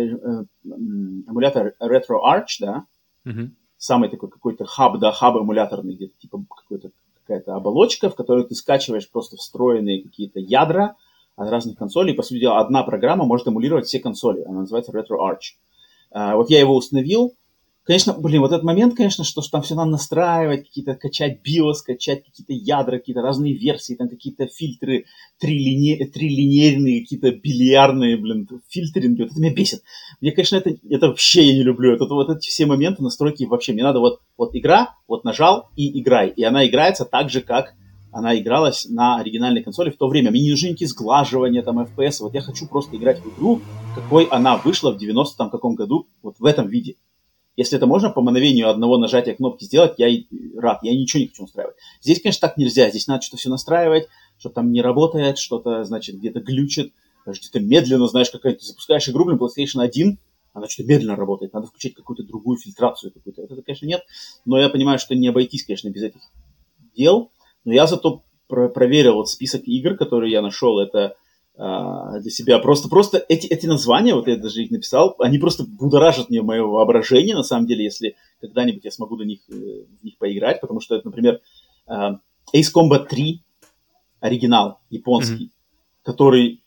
эмулятор RetroArch, да, самый такой какой-то хаб эмуляторный, где-то типа какая-то оболочка, в которую ты скачиваешь просто встроенные какие-то ядра от разных консолей. По сути дела, одна программа может эмулировать все консоли. Она называется RetroArch. Вот я его установил. Конечно, вот этот момент, конечно, что там все надо настраивать, какие-то качать BIOS, качать какие-то ядра, какие-то разные версии, там какие-то фильтры трилинейные, какие-то бильярдные, фильтринги. Вот это меня бесит. Мне, конечно, это вообще я не люблю. Это вот эти все моменты настройки вообще. Мне надо вот игра, вот нажал и играй. И она играется так же, как она игралась на оригинальной консоли в то время. Мне не нужны никакие сглаживания, там, FPS. Вот я хочу просто играть в игру, какой она вышла в 90-м каком году, вот в этом виде. Если это можно по мановению одного нажатия кнопки сделать, я рад, я ничего не хочу настраивать. Здесь, конечно, так нельзя, здесь надо что-то все настраивать, что-то там не работает, что-то, значит, где-то глючит, что-то медленно, знаешь, ты запускаешь игру, PlayStation 1, она что-то медленно работает, надо включить какую-то другую фильтрацию какую-то. Это, конечно, нет, но я понимаю, что не обойтись, конечно, без этих дел, но я зато проверил вот список игр, которые я нашел, это для себя. Просто эти названия, вот я даже их написал, они просто будоражат мне мое воображение, на самом деле, если когда-нибудь я смогу в них поиграть, потому что это, например, Ace Combat 3, оригинал, японский, который,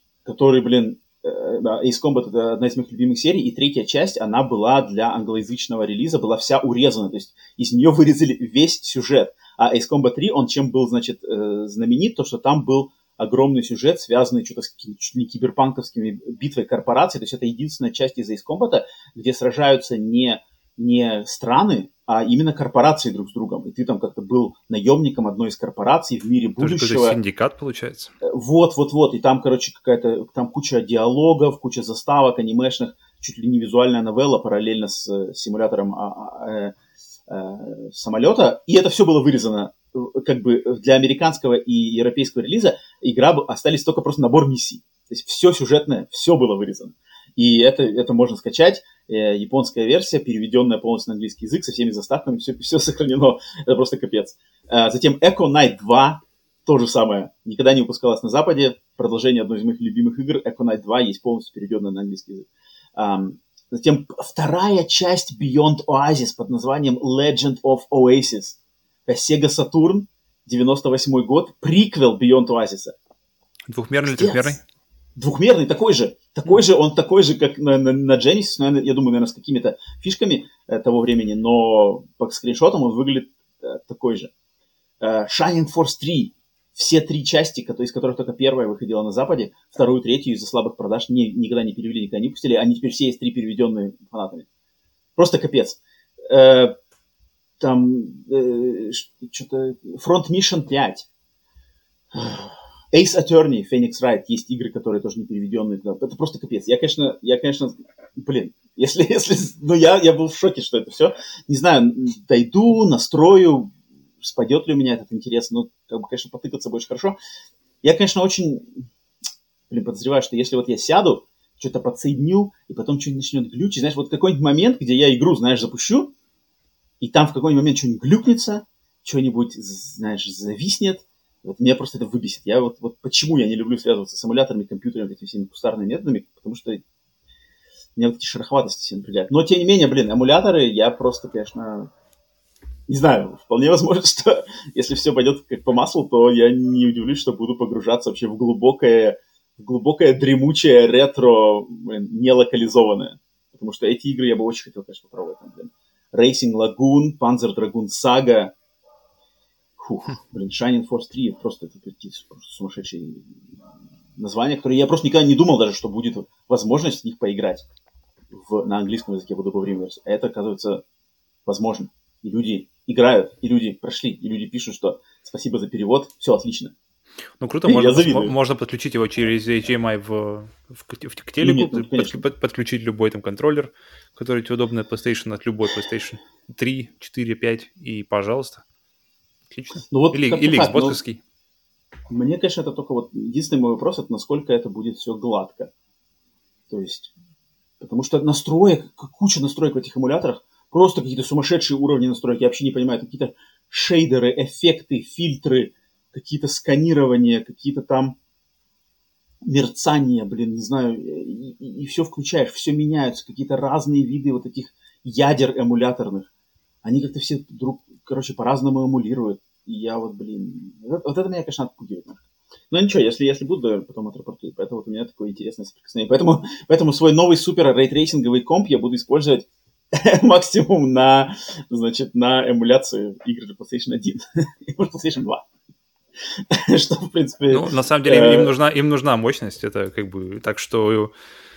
Ace Combat — это одна из моих любимых серий, и третья часть, она была для англоязычного релиза, была вся урезана, то есть из нее вырезали весь сюжет. А Ace Combat 3, он чем был, значит, знаменит, то, что там был огромный сюжет, связанный что-то с чуть ли не киберпанковскими битвой корпораций. То есть это единственная часть из Ace Combat, где сражаются не страны, а именно корпорации друг с другом. И ты там как-то был наемником одной из корпораций в мире будущего. Тоже синдикат, получается. Вот. И там, короче, там куча диалогов, куча заставок анимешных, чуть ли не визуальная новелла параллельно с симулятором самолета. И это все было вырезано. Как бы для американского и европейского релиза остались только просто набор миссий. То есть все сюжетное, все было вырезано. И это можно скачать. Японская версия, переведенная полностью на английский язык, со всеми заставками, все сохранено. Это просто капец. Затем Echo Knight 2, то же самое. Никогда не выпускалось на Западе. Продолжение одной из моих любимых игр, Echo Knight 2, есть полностью переведенная на английский язык. Затем вторая часть Beyond Oasis под названием Legend of Oasis. Sega Saturn, 98 год, приквел Beyond Oasis. Двухмерный или трехмерный? Двухмерный, такой же, он такой же, как на Genesis, наверное, я думаю, наверное, с какими-то фишками того времени, но по скриншотам он выглядит такой же. Shining Force 3, все 3 части, из которых только первая выходила на Западе, вторую, третью из-за слабых продаж никогда не перевели, никогда не пустили, они теперь все есть 3 переведенные фанатами. Просто капец. Там что-то Front Mission 5. Ace Attorney, Phoenix Wright, есть игры, которые тоже не переведенные. Это просто капец. Я, конечно, блин, я был в шоке, что это все. Не знаю, дойду, настрою, спадет ли у меня этот интерес. Ну, конечно, потыкаться больше хорошо. Я, конечно, очень, подозреваю, что если вот я сяду, что-то подсоединю, и потом что-нибудь начнет глючить, знаешь, вот какой-нибудь момент, где я игру, знаешь, запущу, и там в какой-нибудь момент что-нибудь глюкнется, что-нибудь, знаешь, зависнет, вот меня просто это выбесит. Я вот почему я не люблю связываться с эмуляторами, компьютерами, этими всеми кустарными методами, потому что меня вот эти шероховатости все напрягают. Но, тем не менее, эмуляторы, я просто, конечно, не знаю, вполне возможно, что если все пойдет как по маслу, то я не удивлюсь, что буду погружаться вообще в глубокое дремучее ретро, не локализованное. Потому что эти игры я бы очень хотел, конечно, попробовать. Racing Lagoon, Panzer Dragoon Saga, Shining Force 3, просто сумасшедшие названия, которые я просто никогда не думал даже, что будет возможность в них поиграть на английском языке в удобное время. А это, оказывается, возможно. И люди играют, и люди прошли, и люди пишут, что спасибо за перевод, все отлично. Ну, круто, можно подключить его через HDMI к телеку, подключить любой там контроллер, который тебе удобно от PlayStation, от любой PlayStation 3, 4, 5, и пожалуйста. Отлично. Или Xbox-овский. Мне, конечно, это только единственный мой вопрос, это насколько это будет все гладко. То есть, потому что куча настроек в этих эмуляторах, просто какие-то сумасшедшие уровни настроек, я вообще не понимаю, какие-то шейдеры, эффекты, фильтры, какие-то сканирования, какие-то там мерцания, не знаю, и все включаешь, все меняются, какие-то разные виды вот этих ядер эмуляторных. Они как-то все по-разному эмулируют. И я вот это меня, конечно, отпугивает. Но ничего, если буду, потом отрапортую. Поэтому у меня такое интересное соприкосновение. Поэтому свой новый супер рейтрейсинговый комп я буду использовать максимум на эмуляцию игр для PlayStation 1 и PlayStation 2. Что, в принципе... Ну, на самом деле, им нужна мощность. Это так что...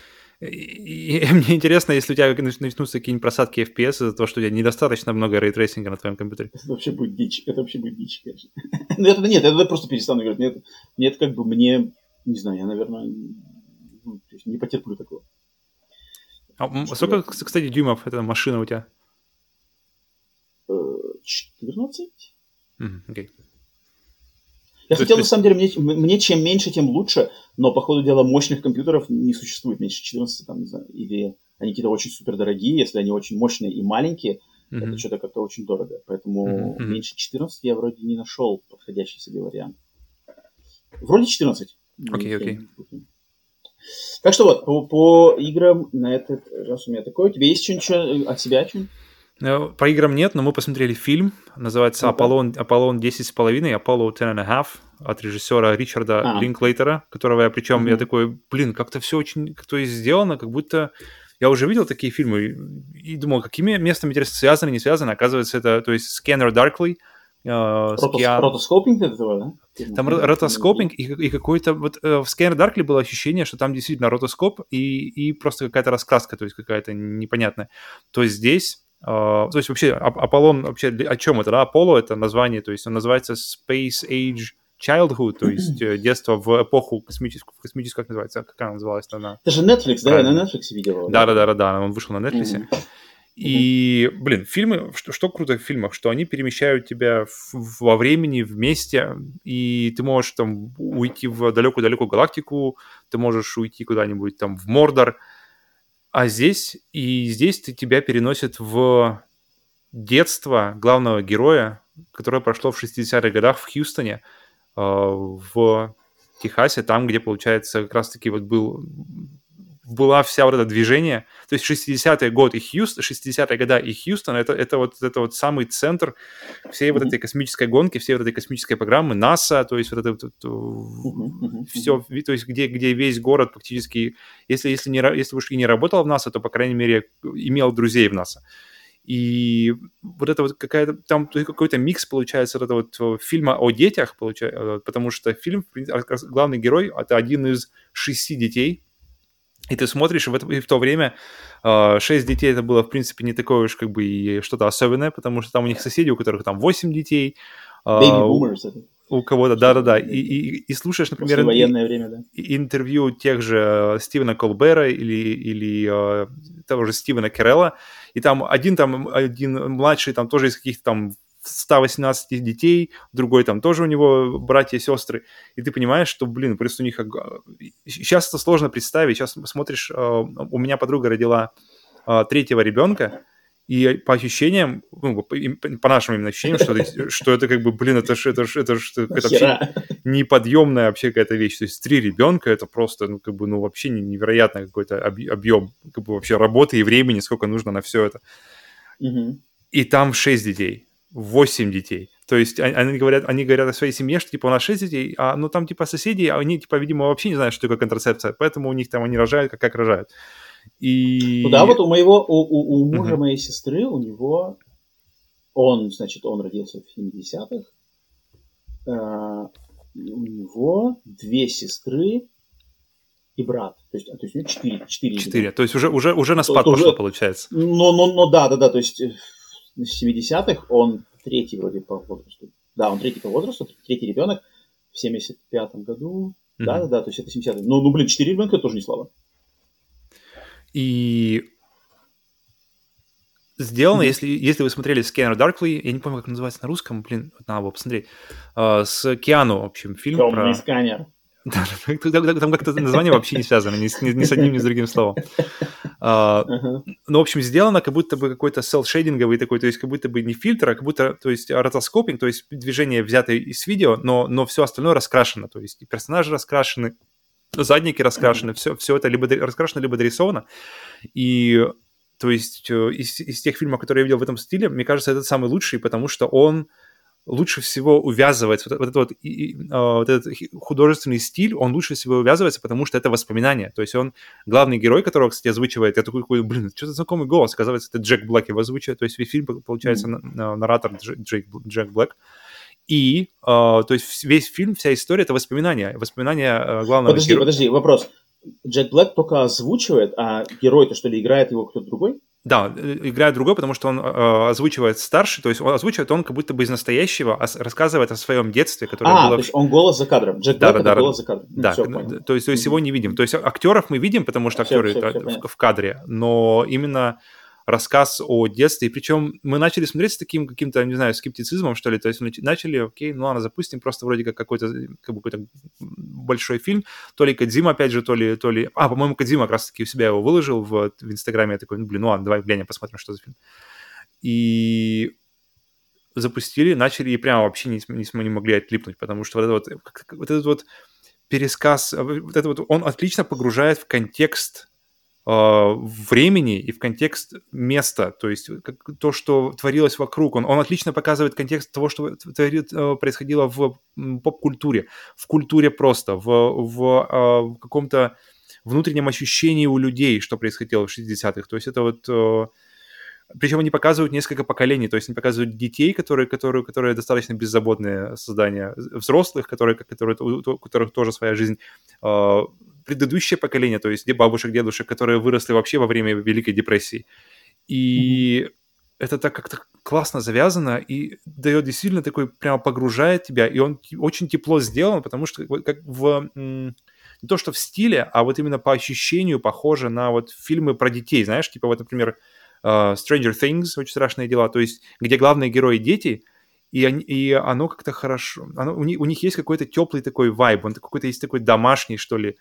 И мне интересно, если у тебя начнутся какие-нибудь просадки FPS из-за того, что у тебя недостаточно много рейтрейсинга на твоем компьютере. Это вообще будет дичь, конечно. Это просто перестану играть. Мне это не знаю, я, наверное, не потерплю такого. А сколько, кстати, дюймов эта машина у тебя? 14. Окей. Я хотел, на самом деле, мне чем меньше, тем лучше, но, по ходу дела, мощных компьютеров не существует меньше 14, там, не знаю, или они какие-то очень супердорогие, если они очень мощные и маленькие, это что-то как-то очень дорого. Поэтому меньше 14 я вроде не нашел подходящий себе вариант. Вроде 14. Окей. Так что вот, по играм на этот раз у меня такое. У тебя есть что-нибудь от себя? По играм нет, но мы посмотрели фильм, называется «Аполлон 10,5», «Apollo 10.5», от режиссера Ричарда Линклейтера, которого я такой, как-то все очень сделано, как будто я уже видел такие фильмы и думал, какими местами, интересно, связаны, не связаны. Оказывается, это, то есть, Scanner Darkly. Ротоскопинг это было, да? Там ротоскопинг и какой-то... Вот в Scanner Darkly было ощущение, что там действительно ротоскоп и просто какая-то раскраска, то есть какая-то непонятная. То есть здесь... То есть вообще Аполлон, вообще о чем это, да? Аполло — это название, то есть он называется Space Age Childhood, то есть детство в эпоху космическую, как называется, как она называлась? Это же Netflix, да? Я на Netflix видел его. Да, он вышел на Netflix. И, фильмы, что круто в фильмах, что они перемещают тебя во времени, вместе, и ты можешь там уйти в далекую-далекую галактику, ты можешь уйти куда-нибудь там в Мордор, а здесь тебя переносят в детство главного героя, которое прошло в 60-х годах в Хьюстоне, в Техасе, там, где, получается, как раз-таки вот была вся вот это движение, то есть 60-й год и Хьюстон, 60-е года и Хьюстон, это вот самый центр всей вот этой космической гонки, всей вот этой космической программы, НАСА, то есть вот это все, то есть где весь город практически, если уж и не работал в НАСА, то, по крайней мере, имел друзей в НАСА. И вот это вот там какой-то микс получается вот этого вот фильма о детях, потому что фильм, главный герой, это один из 6 детей. И ты смотришь, и в то время 6 детей это было, в принципе, не такое уж как бы и что-то особенное, потому что там у них соседи, у которых там 8 детей. Baby boomers. У кого-то, да-да-да. И слушаешь, например, военное время, да. интервью тех же Стивена Колбера или того же Стивена Керрелла, и там один младший, там тоже из каких-то там 118 детей, другой там тоже у него братья и сестры, и ты понимаешь, что, просто у них... Сейчас это сложно представить, сейчас смотришь, у меня подруга родила 3-го ребенка, и по ощущениям, по нашим именно ощущениям, что это как бы, это вообще неподъемная вообще какая-то вещь. То есть 3 ребенка, это просто, вообще невероятно какой-то объем вообще работы и времени, сколько нужно на все это. И там 6 детей. 8 детей. То есть они говорят о своей семье, что у нас 6 детей, там соседи, они видимо, вообще не знают, что такое контрацепция, поэтому у них там они рожают, как рожают. И... Да, вот у мужа моей сестры, у него, он родился в 70-х, у него 2 сестры и брат. То есть у него 4. 4. То есть уже на спад пошло, получается. Да. То есть в 70-х он 3-й вроде по возрасту. Да, он 3-й по возрасту, 3-й ребенок в 75-м году. Да, то есть это 70-й. 4 ребенка тоже не слабо. И сделано, если вы смотрели Scanner Darkly, я не помню, как он называется на русском, надо было посмотреть, с Киану, в общем, фильм «Темный сканер». Там как-то название вообще не связано ни с одним, ни с другим словом. В общем, сделано как будто бы какой-то селл-шейдинговый такой, то есть как будто бы не фильтр, а как будто, то есть ротоскопинг, то есть движение взятое из видео, но все остальное раскрашено, то есть и персонажи раскрашены, задники раскрашены, все это либо раскрашено, либо дорисовано. И то есть из тех фильмов, которые я видел в этом стиле, мне кажется, это самый лучший, потому что он лучше всего увязывается, вот этот художественный стиль, он лучше всего увязывается, потому что это воспоминания. То есть он, главный герой, которого, кстати, озвучивает, я такой, что-то знакомый голос, оказывается, это Джек Блэк его озвучивает, то есть весь фильм, получается, нарратор Джек Блэк. И, то есть весь фильм, вся история — это воспоминания главного героя. Подожди, вопрос. Джек Блэк только озвучивает, а герой-то, что ли, играет его кто-то другой? Да, играет другой, потому что он озвучивает старший, то есть он озвучивает, он как будто бы из настоящего рассказывает о своем детстве, которое было... то есть он голос за кадром. Джек Блэк — это голос за кадром. Да, Все, то есть его не видим. То есть актеров мы видим, потому что актеры в кадре, но именно рассказ о детстве. И причем мы начали смотреть с таким каким-то, не знаю, скептицизмом, что ли. То есть начали, окей, ладно, запустим просто вроде как какой-то большой фильм. То ли Кодзима, опять же, то ли... по-моему, Кодзима как раз-таки у себя его выложил в Инстаграме. Я такой, ладно, давай глянем, посмотрим, что за фильм. И запустили, начали, и прямо вообще не могли отлипнуть, потому что вот этот вот пересказ, он отлично погружает в контекст времени и в контекст места, то есть то, что творилось вокруг. Он отлично показывает контекст того, что происходило в поп-культуре, в культуре просто, в каком-то внутреннем ощущении у людей, что происходило в 60-х. То есть это вот... Причем они показывают несколько поколений, то есть они показывают детей, которые достаточно беззаботные создания, взрослых, у которых тоже своя жизнь, предыдущее поколение, то есть бабушек, дедушек, которые выросли вообще во время Великой депрессии. И это так как-то классно завязано и дает действительно такой, прямо погружает тебя, и он очень тепло сделан, потому что как не то что в стиле, а вот именно по ощущению похоже на вот фильмы про детей, знаешь, типа вот, например, Stranger Things, очень страшные дела, то есть где главные герои дети, и оно как-то хорошо, у них есть какой-то теплый такой вайб, он какой-то есть такой домашний, что ли,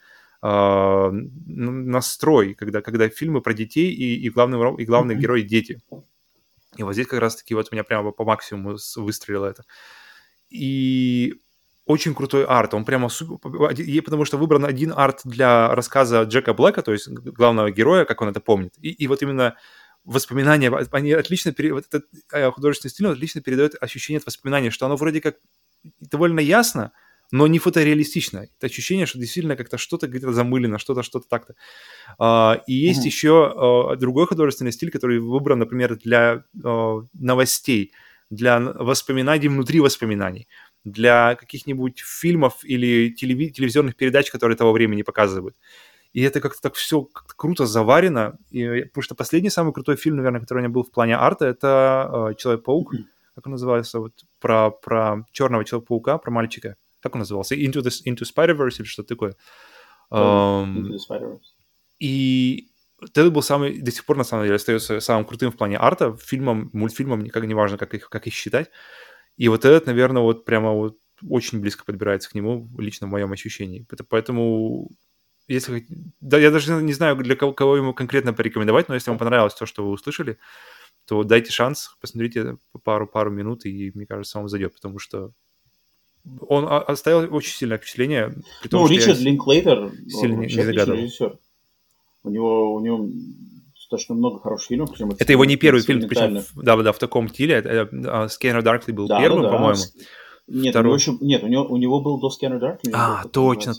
настрой, когда фильмы про детей и главные герои дети. И вот здесь как раз-таки вот у меня прямо по максимуму выстрелило это. И очень крутой арт. Он прямо потому что выбран один арт для рассказа Джека Блэка, то есть главного героя, как он это помнит. И вот именно воспоминания, они отлично, вот этот художественный стиль отлично передает ощущение от воспоминаний, что оно вроде как довольно ясно, но не фотореалистично. Это ощущение, что действительно как-то что-то где-то замылено, что-то так-то. И есть еще другой художественный стиль, который выбран, например, для новостей, для воспоминаний внутри воспоминаний, для каких-нибудь фильмов или телевизионных передач, которые того времени показывают. И это как-то так все как-то круто заварено. Потому что последний самый крутой фильм, наверное, который у меня был в плане арта, это «Человек-паук». Как он называется? Вот про черного Человека-паука, про мальчика. Как он назывался? Into Spider-Verse или что-то такое. Into the Spider-Verse. И это был до сих пор, на самом деле, остается самым крутым в плане арта, мультфильмом, никак не важно, как их считать. И вот этот, наверное, вот прямо вот очень близко подбирается к нему, лично в моем ощущении. Поэтому, если... Да, я даже не знаю, для кого ему конкретно порекомендовать, но если вам понравилось то, что вы услышали, то дайте шанс, посмотрите пару минут, и, мне кажется, вам зайдет, потому что он оставил очень сильное впечатление. При том, Ричард Линклейтер сильно вообще отличный режиссер. У него достаточно много хороших фильмов. Это его не первый фильм, причем в таком стиле. Scanner Darkly был первым, по-моему. Нет, у него был до Scanner Darkly. Точно.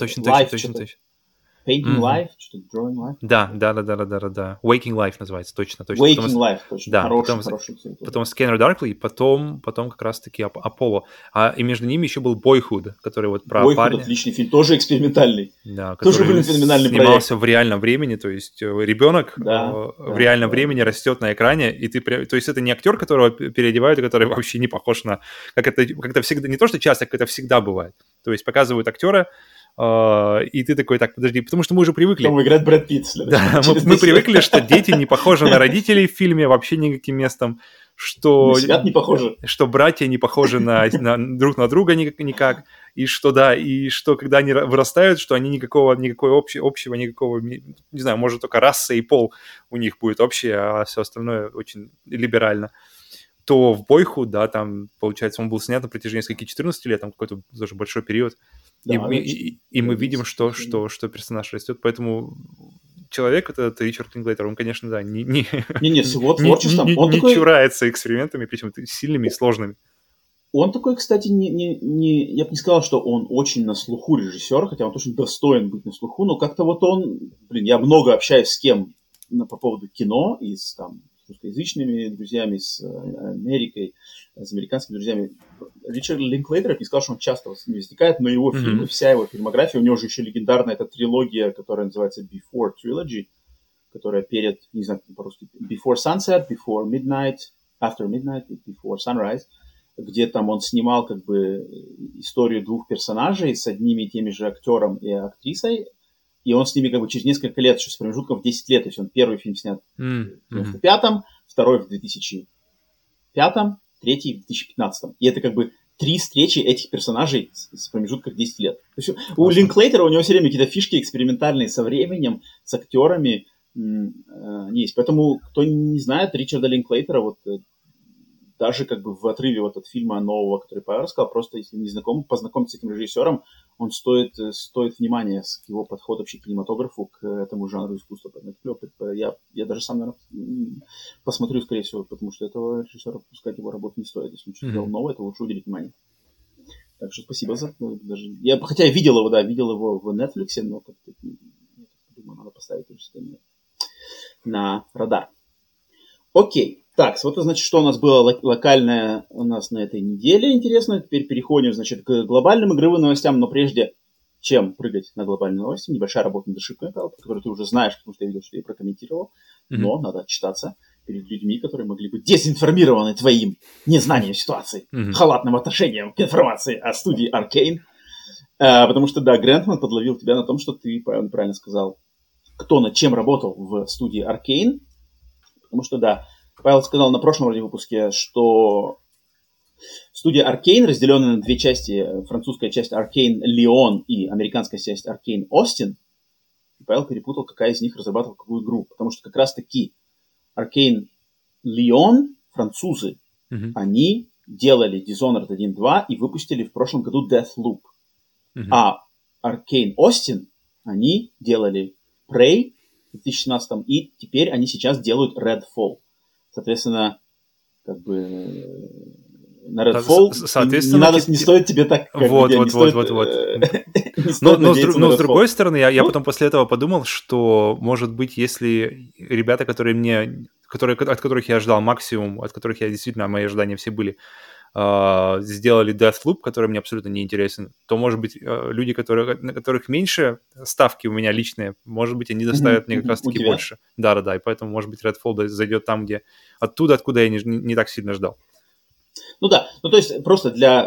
Painting Life, что-то Drawing Life. Да. Waking Life называется, точно. Waking Life, точно. Да, хороший. Потом Scanner Darkly, и потом как раз-таки Apollo. И между ними еще был Boyhood, который вот про Boyhood парня. Отличный фильм, тоже экспериментальный. Да, тоже был феноменальный проект. Снимался в реальном времени, то есть ребенок в реальном времени растет на экране, и то есть это не актер, которого переодевают, и который вообще не похож на... Как это всегда... Не то, что часто, как это всегда бывает. То есть показывают актера, и ты такой, так, подожди, потому что мы уже привыкли. Там играет Брэд Питт. Да, мы привыкли, что дети не похожи на родителей в фильме вообще никаким местом, что не похожи. Что братья не похожи друг на друга никак, и что когда они вырастают, что они никакого общего, не знаю, может только раса и пол у них будет общее, а все остальное очень либерально. То в Boyhood, да, там, получается, он был снят на протяжении нескольких 14 лет, там какой-то даже большой период. Да, и мы видим, что персонаж растет, поэтому человек, этот Ричард Линклейтер, он, конечно, да, не с его творчеством. Он не чурается экспериментами, причем сильными и сложными. Он такой, кстати, я бы не сказал, что он очень на слуху режиссер, хотя он очень достоин быть на слуху, но как-то вот я много общаюсь с кем по поводу кино, и с русскоязычными друзьями, с Америкой, с американскими друзьями. Ричард Линклейтер, я не сказал, что он часто возникает, но его фильмы, вся его фильмография, у него же еще легендарная эта трилогия, которая называется Before Trilogy, которая перед, не знаю, по-русски, Before Sunset, Before Midnight, After Midnight, Before Sunrise, где там он снимал как бы историю двух персонажей с одними и теми же актером и актрисой, и он с ними как бы через несколько лет, еще с промежутком в 10 лет, то есть он первый фильм снят в 95-м, второй в 2005-м, третий в 2015-м. И это как бы 3 встречи этих персонажей с промежутком в 10 лет. То есть у Линклейтера, у него все время какие-то фишки экспериментальные со временем, с актерами есть. Поэтому, кто не знает Ричарда Линклейтера, вот даже как бы в отрыве вот от фильма нового, который Павел рассказал, просто если не знаком, познакомиться с этим режиссером, он стоит внимания к его подходу вообще к кинематографу, к этому жанру искусства. Я даже сам, наверное, посмотрю, скорее всего, потому что этого режиссера пускать его работу не стоит. Если он что-то делал новое, то лучше уделить внимание. Так что спасибо за... Хотя я видел его в Netflix, но как-то, думаю, надо поставить уже на радар. Окей. Так, вот это значит, что у нас было локальное у нас на этой неделе, интересно. Теперь переходим, значит, к глобальным игровым новостям, но прежде чем прыгать на глобальные новости, небольшая работа над ошибкой, которую ты уже знаешь, потому что я видел, что я прокомментировал, но надо отчитаться перед людьми, которые могли быть дезинформированы твоим незнанием ситуации, халатным отношением к информации о студии Arkane. Потому что, да, Грэнтман подловил тебя на том, что ты правильно сказал, кто над чем работал в студии Arkane. Потому что, да, Павел сказал на прошлом радиовыпуске, что студия Arkane, разделенная на две части, французская часть Arkane Lyon и американская часть Arkane Austin, Павел перепутал, какая из них разрабатывала какую игру. Потому что как раз-таки Arkane Lyon, французы, они делали Dishonored 1.2 и выпустили в прошлом году Deathloop. А Arcane Austin, они делали Prey в 2017, и теперь они сейчас делают Redfall. Соответственно, как бы на Redfall не стоит тебе так... Вот. Но с другой стороны, я потом после этого подумал, что, может быть, если ребята, от которых я ждал максимум, от которых я действительно, мои ожидания все были, сделали Deathloop, который мне абсолютно не интересен, то, может быть, люди, на которых меньше ставки у меня личные, может быть, они доставят мне как раз-таки больше. Да, и поэтому, может быть, Redfall зайдет там, где оттуда, откуда я не так сильно ждал. Ну да, ну то есть просто для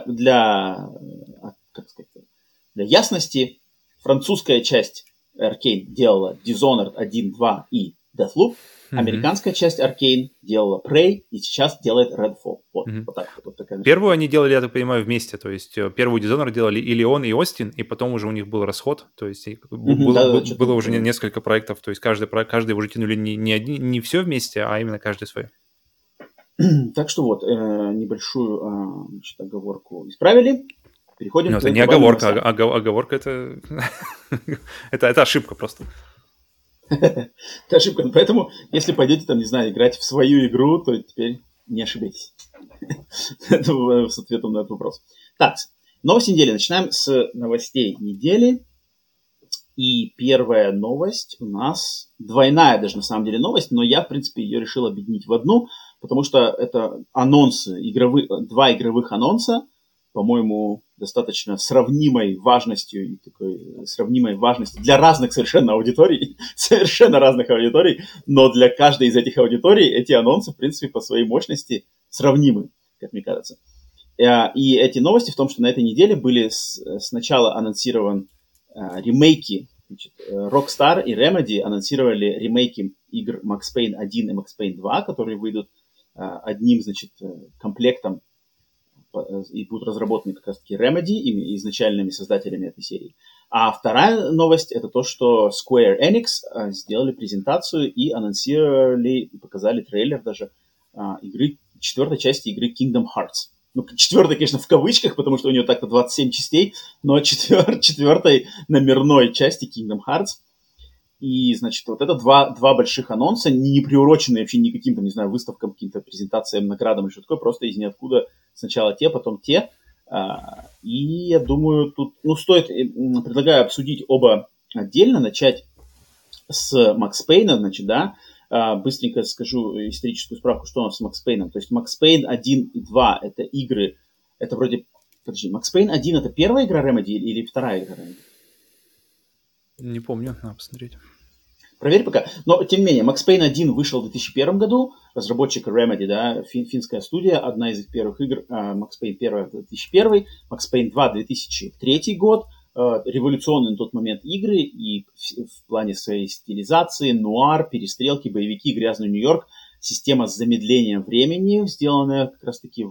ясности, французская часть Arcane делала Dishonored 1, 2 и Deathloop, американская часть Arcane делала Prey и сейчас делает Redfall. Вот так вот такая. Первую они делали, я так понимаю, вместе, то есть первую Dishonored делали и Леон, и Остин, и потом уже у них был расход, то есть было уже несколько проектов, то есть каждый уже тянули не все вместе, а именно каждый свое. Так что вот, небольшую оговорку исправили. Переходим к... Это не оговорка, оговорка это ошибка просто. Это ошибка. Поэтому, если пойдете, там, не знаю, играть в свою игру, то теперь не ошибайтесь. Это с ответом на этот вопрос. Так, новости недели. Начинаем с новостей недели. И первая новость у нас двойная даже на самом деле новость, но я, в принципе, ее решил объединить в одну, потому что это анонсы, два игровых анонса, по-моему, достаточно сравнимой важностью и такой сравнимой важностью для разных совершенно аудиторий, но для каждой из этих аудиторий эти анонсы, в принципе, по своей мощности сравнимы, как мне кажется. И эти новости в том, что на этой неделе были сначала анонсирован ремейки. Значит, Rockstar и Remedy анонсировали ремейки игр Max Payne 1 и Max Payne 2, которые выйдут одним, значит, комплектом и будут разработаны как раз-таки Remedy, изначальными создателями этой серии. А вторая новость — это то, что Square Enix сделали презентацию и анонсировали, и показали трейлер даже четвертой части игры Kingdom Hearts. Ну, четвертая, конечно, в кавычках, потому что у нее так-то 27 частей, но четвертой номерной части Kingdom Hearts. И, значит, вот это два больших анонса, не приуроченные вообще никаким, там, не знаю, выставкам, каким-то презентациям, наградам и что такое, просто из ниоткуда сначала те, потом те. И я думаю, тут, предлагаю обсудить оба отдельно, начать с Max Payne, значит, да. Быстренько скажу историческую справку, что у нас с Max Payne. То есть Max Payne 1 и 2 это игры, это вроде... Подожди, Max Payne 1 это первая игра Remedy или вторая игра Remedy? Не помню, надо посмотреть. Проверь пока. Но, тем не менее, Max Payne 1 вышел в 2001 году, разработчик Remedy, да, финская студия, одна из их первых игр, Max Payne 1 2001, Max Payne 2 2003 год, революционные на тот момент игры и в плане своей стилизации, нуар, перестрелки, боевики, грязный Нью-Йорк, система с замедлением времени, сделанная как раз-таки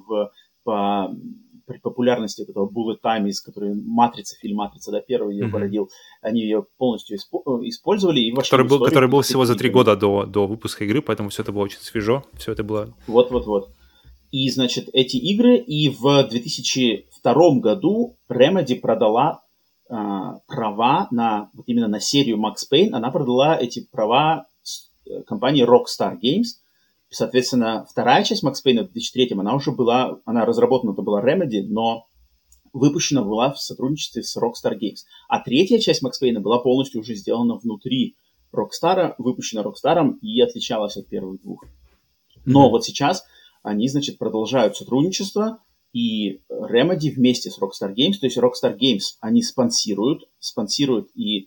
при популярности вот этого Bullet Time, из которой фильм «Матрица», да, первый ее породил, они ее полностью использовали. И который был всего за 3 года до выпуска игры, поэтому все это было очень свежо, все это было... Вот. И, значит, эти игры, и в 2002 году Remedy продала права именно на серию Max Payne, она продала эти права компании Rockstar Games. Соответственно, вторая часть Max Payne в 2003 она разработана-то была Remedy, но выпущена была в сотрудничестве с Rockstar Games. А третья часть Max Payne была полностью уже сделана внутри Rockstar, выпущена Rockstar и отличалась от первых двух. Но вот сейчас они, значит, продолжают сотрудничество, и Remedy вместе с Rockstar Games, то есть Rockstar Games, они спонсируют и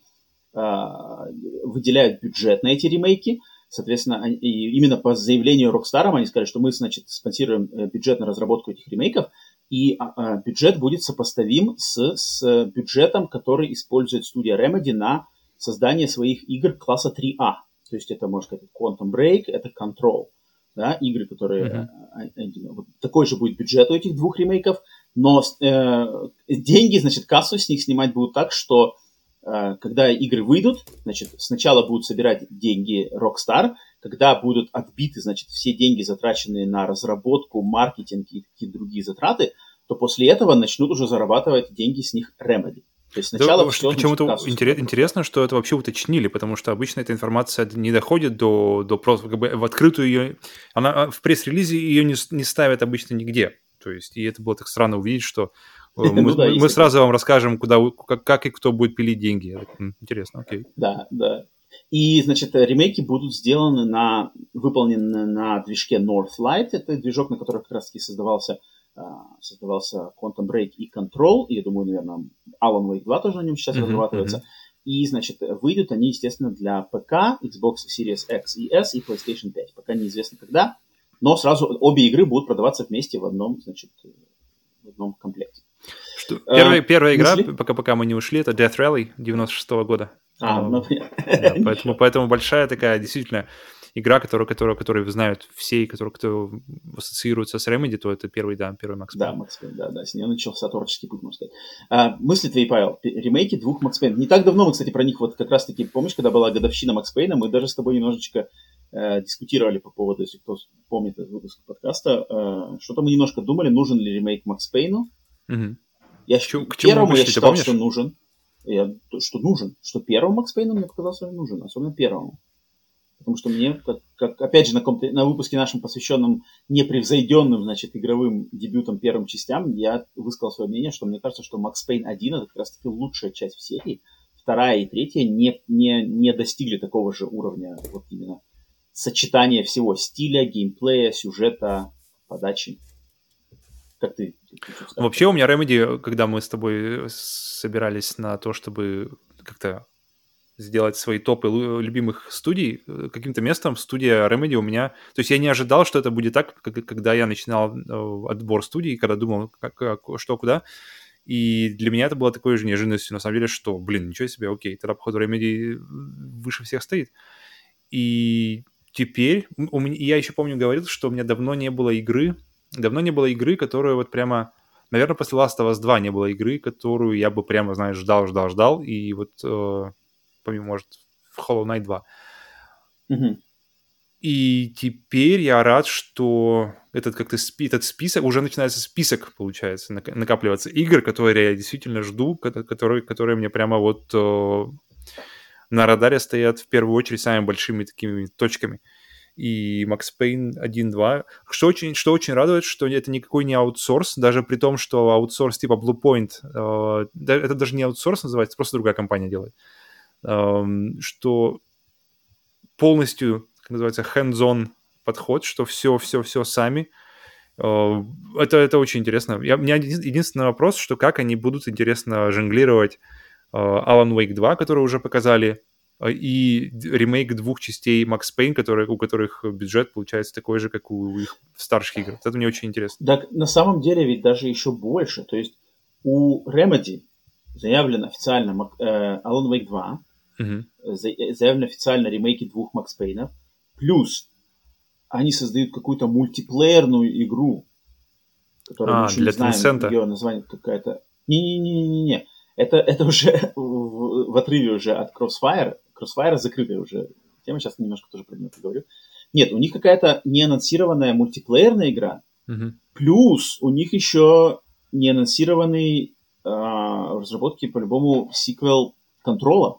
выделяют бюджет на эти ремейки. Соответственно, именно по заявлению Rockstar они сказали, что мы, значит, спонсируем бюджет на разработку этих ремейков, и бюджет будет сопоставим с бюджетом, который использует студия Remedy на создание своих игр класса 3А. То есть это, можно сказать, Quantum Break, это Control. Да, игры, которые... Такой же будет бюджет у этих двух ремейков, но деньги, значит, кассу с них снимать будут так, что когда игры выйдут, значит, сначала будут собирать деньги Rockstar, когда будут отбиты, значит, все деньги, затраченные на разработку, маркетинг и какие-то другие затраты, то после этого начнут уже зарабатывать деньги с них Remedy. То есть сначала да, все, почему-то интересно, что это вообще уточнили, потому что обычно эта информация не доходит до просто как бы в открытую ее... Она в пресс-релизе ее не ставят обычно нигде. То есть, и это было так странно увидеть, что мы сразу вам расскажем, как и кто будет пилить деньги. Интересно, окей. Да, да. И, значит, ремейки будут выполнены на движке Northlight. Это движок, на котором как раз-таки создавался Quantum Break и Control. И, я думаю, наверное, Alan Wake 2 тоже на нем сейчас разрабатывается. И, значит, выйдут они, естественно, для ПК, Xbox Series X и S и PlayStation 5. Пока неизвестно когда. Но сразу обе игры будут продаваться вместе в одном комплекте. Первая игра, пока мы не ушли, это Death Rally 96-го года. Поэтому большая такая, действительно, игра, которую знают все, и кто ассоциируется с Remedy, то это первый Max Payne. Да, Max Payne, да. С нее начался творческий путь, можно сказать. Мысли твои, Павел, ремейки 2 Max Payne. Не так давно мы, кстати, про них вот как раз-таки, помнишь, когда была годовщина Max Payne, мы даже с тобой немножечко дискутировали по поводу, если кто помнит этот выпуск подкаста, что-то мы немножко думали, нужен ли ремейк Max Payne. К первому я считал, что нужен. Что первому Max Payne мне показалось, что нужен, особенно первому. Потому что мне, как опять же, на выпуске нашем, посвященном непревзойденным, значит, игровым дебютам первым частям, я высказал свое мнение, что мне кажется, что Max Payne 1 это как раз-таки лучшая часть в серии. Вторая и третья не достигли такого же уровня вот именно сочетания всего стиля, геймплея, сюжета, подачи. Как ты вообще у меня Remedy, когда мы с тобой собирались на то, чтобы как-то сделать свои топы любимых студий, каким-то местом студия Remedy у меня... То есть я не ожидал, что это будет так, когда я начинал отбор студий, когда думал, что, куда. И для меня это было такой же неожиданностью, на самом деле, что, ничего себе, окей, тогда, походу, Remedy выше всех стоит. И теперь... Я еще помню, говорил, что у меня давно не было игры, которая вот прямо... Наверное, после Last of Us 2 не было игры, которую я бы прямо, знаешь, ждал. И вот, помимо, может, в Hollow Knight 2. Mm-hmm. И теперь я рад, что этот список... Уже начинается список, получается, накапливаться игр, которые я действительно жду, которые мне прямо вот на радаре стоят в первую очередь самыми большими такими точками. И Max Payne 1-2. Что очень радует, что это никакой не аутсорс, даже при том, что аутсорс типа Bluepoint, это даже не аутсорс называется, просто другая компания делает, что полностью, как называется, hands-on подход, что все сами. Это очень интересно. У меня единственный вопрос, что как они будут, интересно, жонглировать Alan Wake 2, который уже показали, и ремейк 2 частей Max Payne, у которых бюджет получается такой же, как у их старших игр. Это мне очень интересно. Так, на самом деле ведь даже еще больше. То есть у Remedy заявлено официально Alan Wake 2, заявлено официально ремейки 2 Max Payne, плюс они создают какую-то мультиплеерную игру, которую мы еще не знаем, ее название какая-то... Не-не-не-не-не. Это уже в отрыве уже от Crossfire. Crossfire закрытая уже тема, сейчас немножко тоже про нее поговорю. Нет, у них какая-то неанонсированная мультиплеерная игра, плюс у них еще неанонсированный в разработке по-любому сиквел Контрола,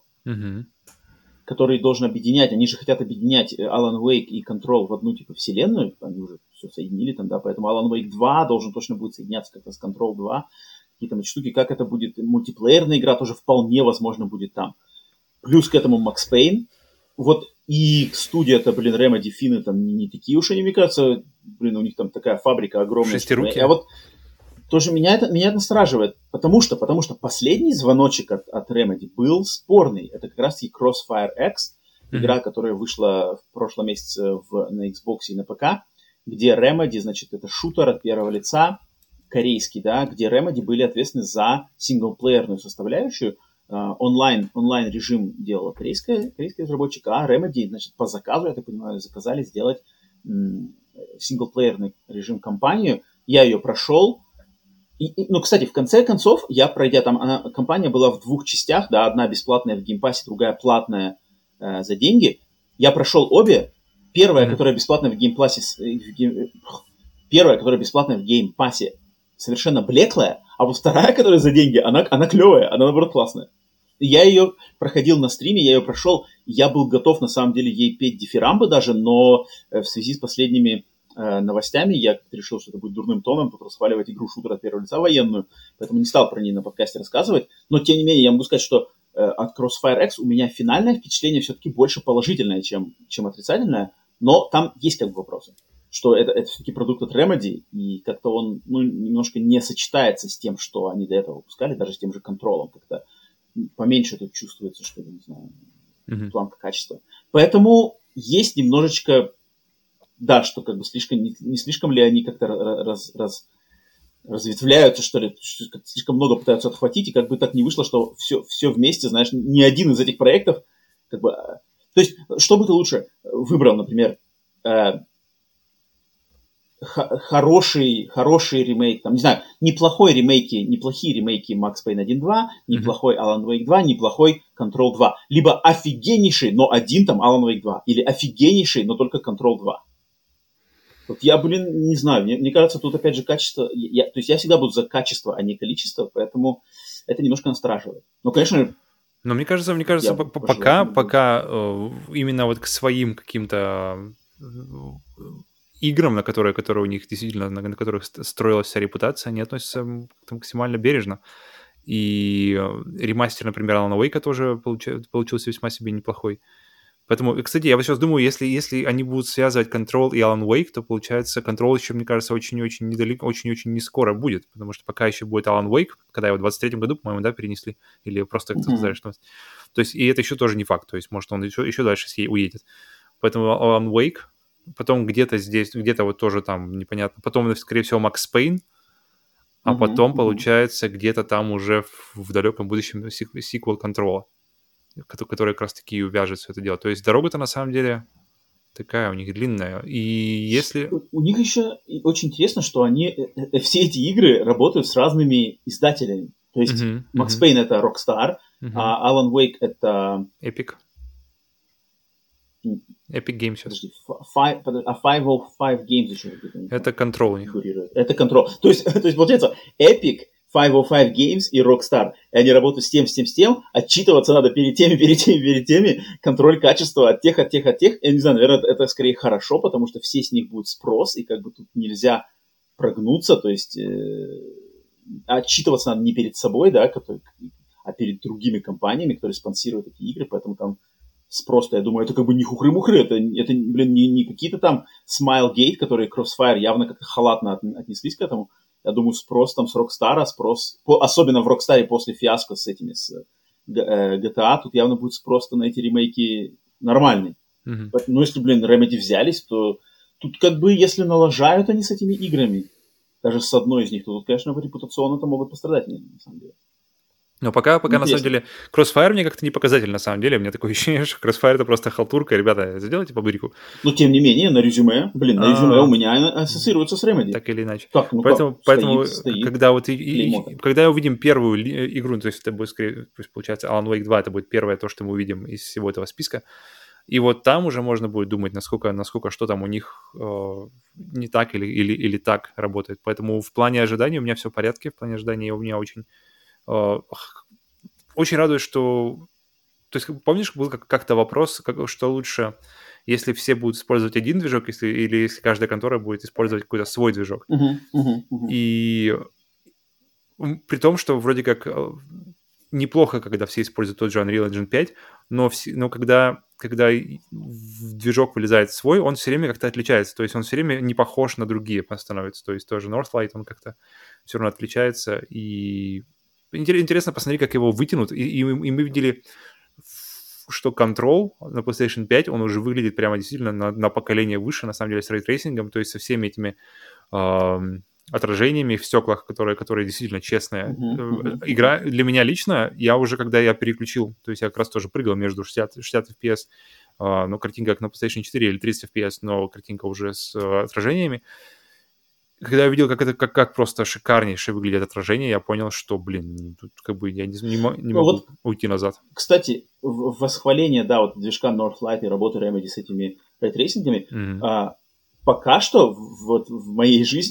который должен объединять, они же хотят объединять Alan Wake и Control в одну типа вселенную, они уже все соединили там, да, поэтому Alan Wake 2 должен точно будет соединяться как-то с Control 2, какие-то штуки, как это будет, мультиплеерная игра тоже вполне возможно будет там. Плюс к этому Max Payne, вот, и студия-то, Remedy, финны там не такие уж они, мне кажется, у них там такая фабрика огромная. Шестируки. А вот тоже меня это настораживает, потому что последний звоночек от Remedy был спорный. Это как раз и Crossfire X, игра, которая вышла в прошлом месяце на Xbox и на ПК, где Remedy, значит, это шутер от первого лица, корейский, да, где Remedy были ответственны за синглплеерную составляющую. Онлайн режим делала корейский разработчик, а Remedy, значит, по заказу, я так понимаю, заказали сделать синглплеерный режим кампанию. Я ее прошел. Ну, кстати, в конце концов, я пройдя там, кампания была в 2 частях, да, одна бесплатная в геймпассе, другая платная за деньги. Я прошел обе. Первая, которая бесплатная в геймпассе, совершенно блеклая, а вот вторая, которая за деньги, она клевая, она, наоборот, классная. Я ее проходил на стриме, я ее прошел, я был готов, на самом деле, ей петь дифирамбы даже, но в связи с последними новостями я решил, что это будет дурным тоном, тут расхваливать игру шутер от первого лица военную, поэтому не стал про нее на подкасте рассказывать. Но, тем не менее, я могу сказать, что от Crossfire X у меня финальное впечатление все-таки больше положительное, чем отрицательное, но там есть как бы вопросы. Что это все-таки продукт от Remedy, и как-то он немножко не сочетается с тем, что они до этого выпускали, даже с тем же контролом. Как-то поменьше тут чувствуется, что ли, не знаю, планка качества. Поэтому есть немножечко, да, что как бы не слишком ли они как-то разветвляются, что ли, слишком много пытаются отхватить, и как бы так не вышло, что все вместе, знаешь, ни один из этих проектов, как бы... То есть, что бы ты лучше выбрал, например, хороший ремейк, там, не знаю, неплохие ремейки Max Payne 1.2, неплохой Alan Wake 2, неплохой Control 2. Либо офигеннейший, но один там Alan Wake 2. Или офигеннейший, но только Control 2. Вот я, не знаю, мне кажется, тут опять же качество, то есть я всегда буду за качество, а не количество, поэтому это немножко настораживает. Но, конечно... Но мне кажется, пока именно вот к своим каким-то играм, на которые у них действительно, на которых строилась вся репутация, они относятся максимально бережно. И ремастер, например, Alan Wake тоже получился весьма себе неплохой. Поэтому, кстати, я вот сейчас думаю, если они будут связывать Control и Alan Wake, то, получается, Control еще, мне кажется, очень-очень недалеко, очень-очень не скоро будет, потому что пока еще будет Alan Wake, когда его в 23-м году, по-моему, да, перенесли, или просто кто-то сказали, что... То есть, и это еще тоже не факт, то есть, может, он еще дальше уедет. Поэтому Alan Wake, потом где-то здесь, где-то вот тоже там непонятно, потом, скорее всего, Max Payne, а потом, получается, где-то там уже в далеком будущем сиквел Control, который как раз-таки увяжет все это дело. То есть дорога-то на самом деле такая у них длинная. И если... У них еще очень интересно, что они все эти игры работают с разными издателями. То есть Max Payne это Rockstar, а Alan Wake это... Epic Games. Подожди, 505 Games еще. Это Control у них. Это Control. То есть получается, Epic, 505 Games и Rockstar. И они работают с тем. Отчитываться надо перед теми. Контроль качества от тех. Я не знаю, наверное, это скорее хорошо, потому что все с них будет спрос, и как бы тут нельзя прогнуться. То есть отчитываться надо не перед собой, да, а перед другими компаниями, которые спонсируют эти игры. Поэтому там спрос-то, я думаю, это как бы не хухры-мухры. Это не какие-то там Smilegate, которые Crossfire явно как-то халатно отнеслись к этому. Я думаю, спрос там с Rockstar, особенно в Rockstar после фиаско с GTA, тут явно будет спрос на эти ремейки нормальный. Но если, Remedy взялись, то тут как бы, если налажают они с этими играми, даже с одной из них, то тут, конечно, репутационно-то могут пострадать, на самом деле. Но пока на самом деле, Crossfire мне как-то не показатель, на самом деле. У меня такое ощущение, что Crossfire это просто халтурка. Ребята, сделайте по бырику. Но, тем не менее, на резюме, у меня ассоциируется с Remedy. Так или иначе. Так, поэтому стоит. когда увидим первую игру, то есть это будет, скорее, получается, Alan Wake 2, это будет первое то, что мы увидим из всего этого списка. И вот там уже можно будет думать, насколько что там у них не так или так работает. Поэтому в плане ожидания у меня все в порядке. В плане ожидания у меня очень радует, что... То есть, помнишь, был как-то вопрос, что лучше, если все будут использовать один движок, или если каждая контора будет использовать какой-то свой движок. И при том, что вроде как неплохо, когда все используют тот же Unreal Engine 5, но когда движок вылезает свой, он все время как-то отличается. То есть он все время не похож на другие становится. То есть тоже Northlight, он как-то все равно отличается. И интересно посмотреть, как его вытянут. И мы видели, что Control на PlayStation 5, он уже выглядит прямо действительно на поколение выше, на самом деле, с рейтрейсингом, то есть со всеми этими отражениями в стеклах, которые действительно честные. Игра для меня лично, когда я переключил, то есть я как раз тоже прыгал между 60 FPS, но картинка как на PlayStation 4, или 30 FPS, но картинка уже с отражениями. Когда я увидел, как просто шикарнейшее выглядит отражение, я понял, что, тут как бы я не могу уйти назад. Кстати, восхваление, вот движка Northlight и работы Remedy с этими рейтрейсингами, пока что в моей жизни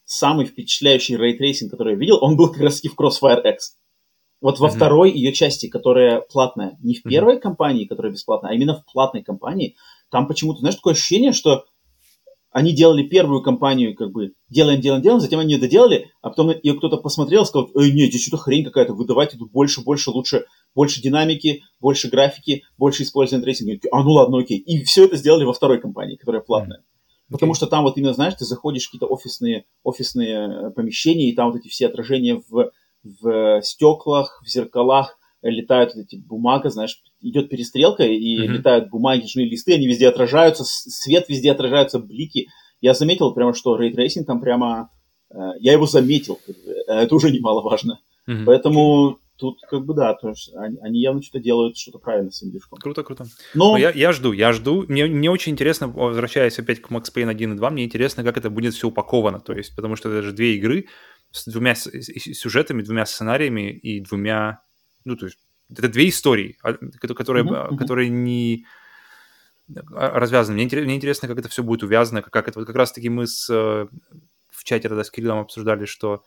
самый впечатляющий рейтрейсинг, который я видел, он был как раз-таки в Crossfire X. Вот во второй ее части, которая платная, не в первой компании, которая бесплатная, а именно в платной компании, там почему-то, знаешь, такое ощущение, что они делали первую кампанию, как бы, делаем, затем они ее доделали, а потом ее кто-то посмотрел и сказал, нет, здесь что-то хрень какая-то, вы давайте тут больше, лучше, больше динамики, больше графики, больше использования трейсинга. Ну ладно, окей. И все это сделали во второй компании, которая платная. Потому что там вот именно, знаешь, ты заходишь в какие-то офисные помещения, и там вот эти все отражения в стеклах, в зеркалах, летают вот эти бумага, знаешь, идет перестрелка, и летают бумажные листы, они везде отражаются, свет везде отражаются, блики. Я заметил прямо, что рейтрейсинг там прямо... я его заметил, это уже немаловажно. Поэтому тут как бы да, то есть они явно что-то делают, что-то правильно с этим движком. Круто. Но я жду. Мне очень интересно, возвращаясь опять к Max Payne 1 и 2, мне интересно, как это будет все упаковано. То есть, потому что это же две игры с двумя сюжетами, двумя сценариями и двумя... Ну, то есть, это две истории, которые не развязаны. Мне интересно, как это все будет увязано, как это... Вот как раз-таки мы в чате тогда с Кириллом обсуждали, что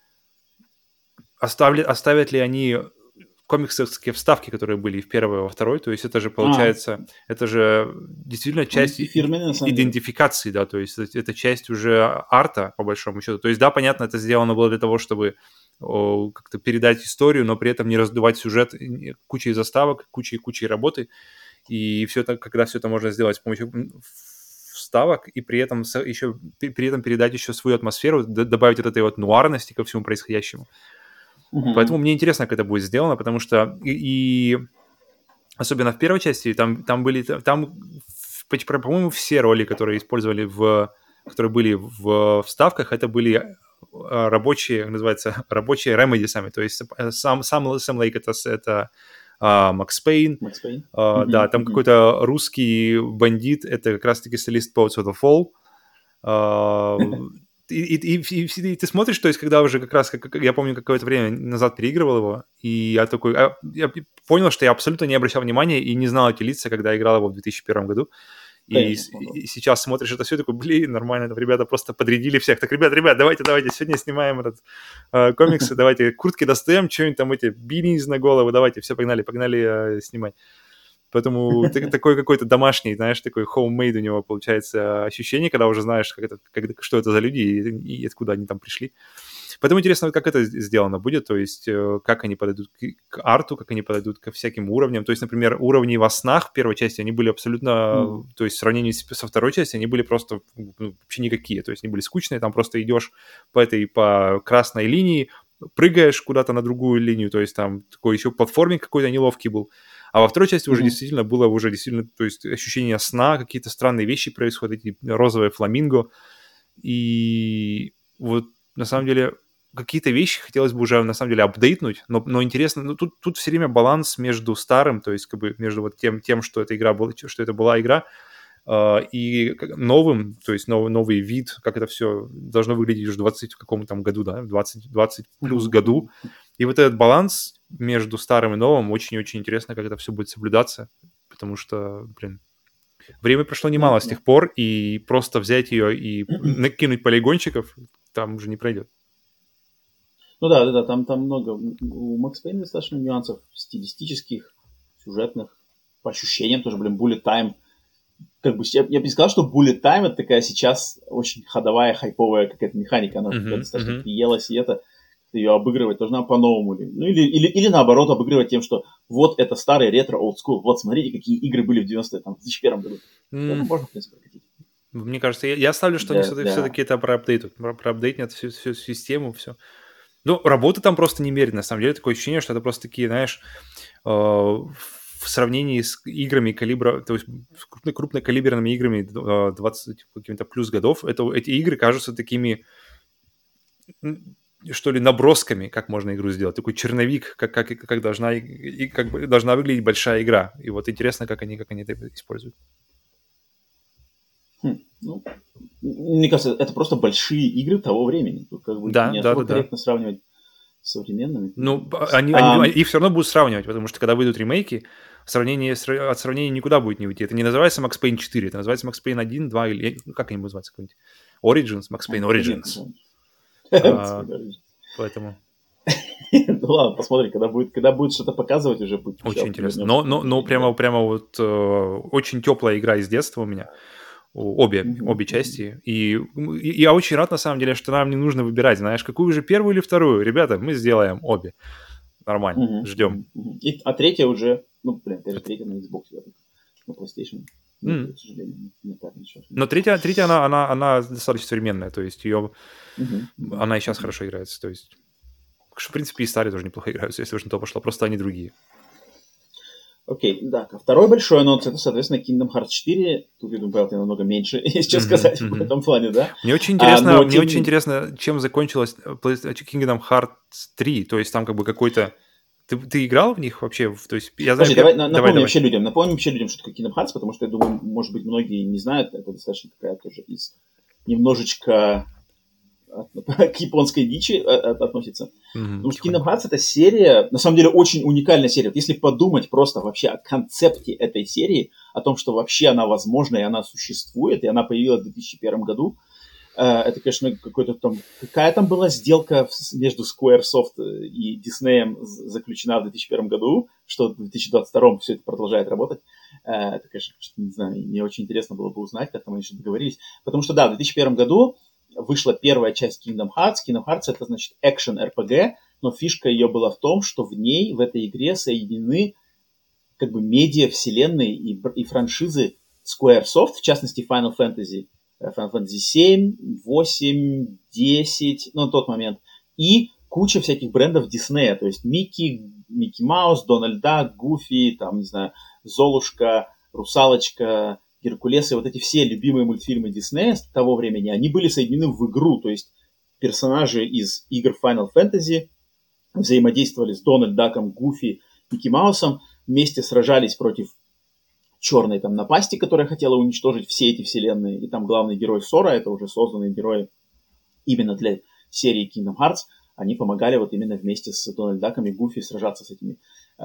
оставят ли они комиксовские вставки, которые были и в первой, и во второй, то есть это же получается, это же действительно часть идентификации, да, то есть это часть уже арта, по большому счету. То есть, да, понятно, это сделано было для того, чтобы как-то передать историю, но при этом не раздувать сюжет кучей заставок, кучей работы, и все это, когда все это можно сделать с помощью вставок, и при этом передать еще свою атмосферу, добавить вот этой вот нуарности ко всему происходящему. Поэтому мне интересно, как это будет сделано, потому что и особенно в первой части там были, по-моему, все роли, которые которые были в вставках, это были рабочие, называется, рабочие Remedy сами, то есть сам Сэм Лейк это Макс Пейн, да, там какой-то русский бандит, это как раз-таки солист Poets of the Fall. И ты смотришь, то есть, когда уже как раз, я помню, какое-то время назад переигрывал его, и я такой, я понял, что я абсолютно не обращал внимания и не знал эти лица, когда играл его в 2001 году. И сейчас смотришь это все, такой, блин, нормально, там ребята просто подрядили всех. Так, ребят, давайте, сегодня снимаем комиксы, давайте куртки достаем, что-нибудь там эти бинис на голову, давайте, все, погнали снимать. Поэтому такой какой-то домашний, знаешь, такой homemade у него получается ощущение, когда уже знаешь, что это за люди и откуда они там пришли. Поэтому интересно, как это сделано будет, то есть как они подойдут к арту, как они подойдут ко всяким уровням. То есть, например, уровни во снах в первой части, они были абсолютно, то есть в сравнении со второй частью, они были просто вообще никакие. То есть они были скучные, там просто идешь по красной линии, прыгаешь куда-то на другую линию, то есть там такой еще платформинг какой-то неловкий был. А во второй части уже действительно было то есть ощущение сна, какие-то странные вещи происходят, эти розовые фламинго. И вот на самом деле какие-то вещи хотелось бы уже на самом деле апдейтнуть, но интересно, тут все время баланс между старым, то есть как бы между вот тем, что эта игра была, что это была игра, и новым, то есть новый вид, как это все должно выглядеть уже в 20 каком там году, да, в 20 плюс году. И вот этот баланс между старым и новым очень-очень интересно, как это все будет соблюдаться, потому что, блин, время прошло немало с тех пор, и просто взять ее и накинуть полигончиков там уже не пройдет. Ну да, там много. У Max Payne достаточно нюансов стилистических, сюжетных, по ощущениям тоже, Bullet Time. Как бы я бы не сказал, что Bullet Time это такая сейчас очень ходовая, хайповая какая-то механика, она достаточно приелась, и это ее обыгрывать должна по-новому. Ну, или наоборот, обыгрывать тем, что вот это старый ретро, old school, вот смотрите, какие игры были в 2001 году. Это можно, в принципе, прокатить. Мне кажется, я ставлю, что они все-таки это проапдейтнут всю систему, все. Ну, работы там просто немерено, на самом деле, такое ощущение, что это просто такие, знаешь, в сравнении с играми калибра, то есть крупнокалиберными играми 20 какими-то плюс годов, эти игры кажутся такими, что ли, набросками, как можно игру сделать, такой черновик, как должна выглядеть большая игра. И вот интересно, как они это используют. Ну, мне кажется, это просто большие игры того времени. Тут как бы не особо корректно сравнивать с современными. Ну, их все равно будут сравнивать, потому что когда выйдут ремейки, от сравнения никуда будет не уйти. Это не называется Max Payne 4, это называется Max Payne 1, 2 или... Как они будут называться? Origins? Max Payne Origins. Поэтому... Ну ладно, посмотрим, когда будет что-то показывать, уже будет. Очень интересно. Но прямо вот очень теплая игра из детства у меня. Обе части. И я очень рад, на самом деле, что нам не нужно выбирать, знаешь, какую же, первую или вторую. Ребята, мы сделаем обе. Нормально, ждем. А третья уже, опять же, третья на Xbox, на PlayStation. Нет, к сожалению, не так ничего. Но третья она достаточно современная, то есть ее... Она и сейчас хорошо играется, то есть... В принципе, и старые тоже неплохо играются, если уж на то пошло, просто они другие. Окей, да. Второй большой анонс, это, соответственно, Kingdom Hearts 4. Тут, я думаю, правда, намного меньше, если что сказать в этом плане, да. Мне очень интересно, чем закончилась Kingdom Hearts 3. То есть там как бы какой-то... Ты играл в них вообще? То есть, я знаю, давай напомним вообще людям, что такое Kingdom Hearts, потому что, я думаю, может быть, многие не знают, это достаточно такая тоже из немножечко к японской дичи относится. Потому что Kingdom Hearts — это серия, на самом деле, очень уникальная серия. Вот если подумать просто вообще о концепте этой серии, о том, что вообще она возможна, и она существует, и она появилась в 2001 году, это, конечно, какая там была сделка между Squaresoft и Disney заключена в 2001 году, что в 2022 все это продолжает работать. Это, конечно, не знаю, мне очень интересно было бы узнать, как там они что-то договорились. Потому что, да, в 2001 году вышла первая часть Kingdom Hearts. Kingdom Hearts — это, значит, экшен-РПГ, но фишка ее была в том, что в ней, в этой игре соединены как бы медиа-вселенные и франшизы Squaresoft, в частности, Final Fantasy 7, 8, 10, на тот момент, и куча всяких брендов Диснея, то есть Микки Маус, Дональд Дак, Гуфи, там, не знаю, Золушка, Русалочка, Геркулес, и вот эти все любимые мультфильмы Диснея с того времени, они были соединены в игру, то есть персонажи из игр Final Fantasy взаимодействовали с Дональд Даком, Гуфи, Микки Маусом, вместе сражались против черной там напасти, которая хотела уничтожить все эти вселенные, и там главный герой Сора, это уже созданные герои именно для серии Kingdom Hearts, они помогали вот именно вместе с Дональд Даком и Гуфи сражаться с этими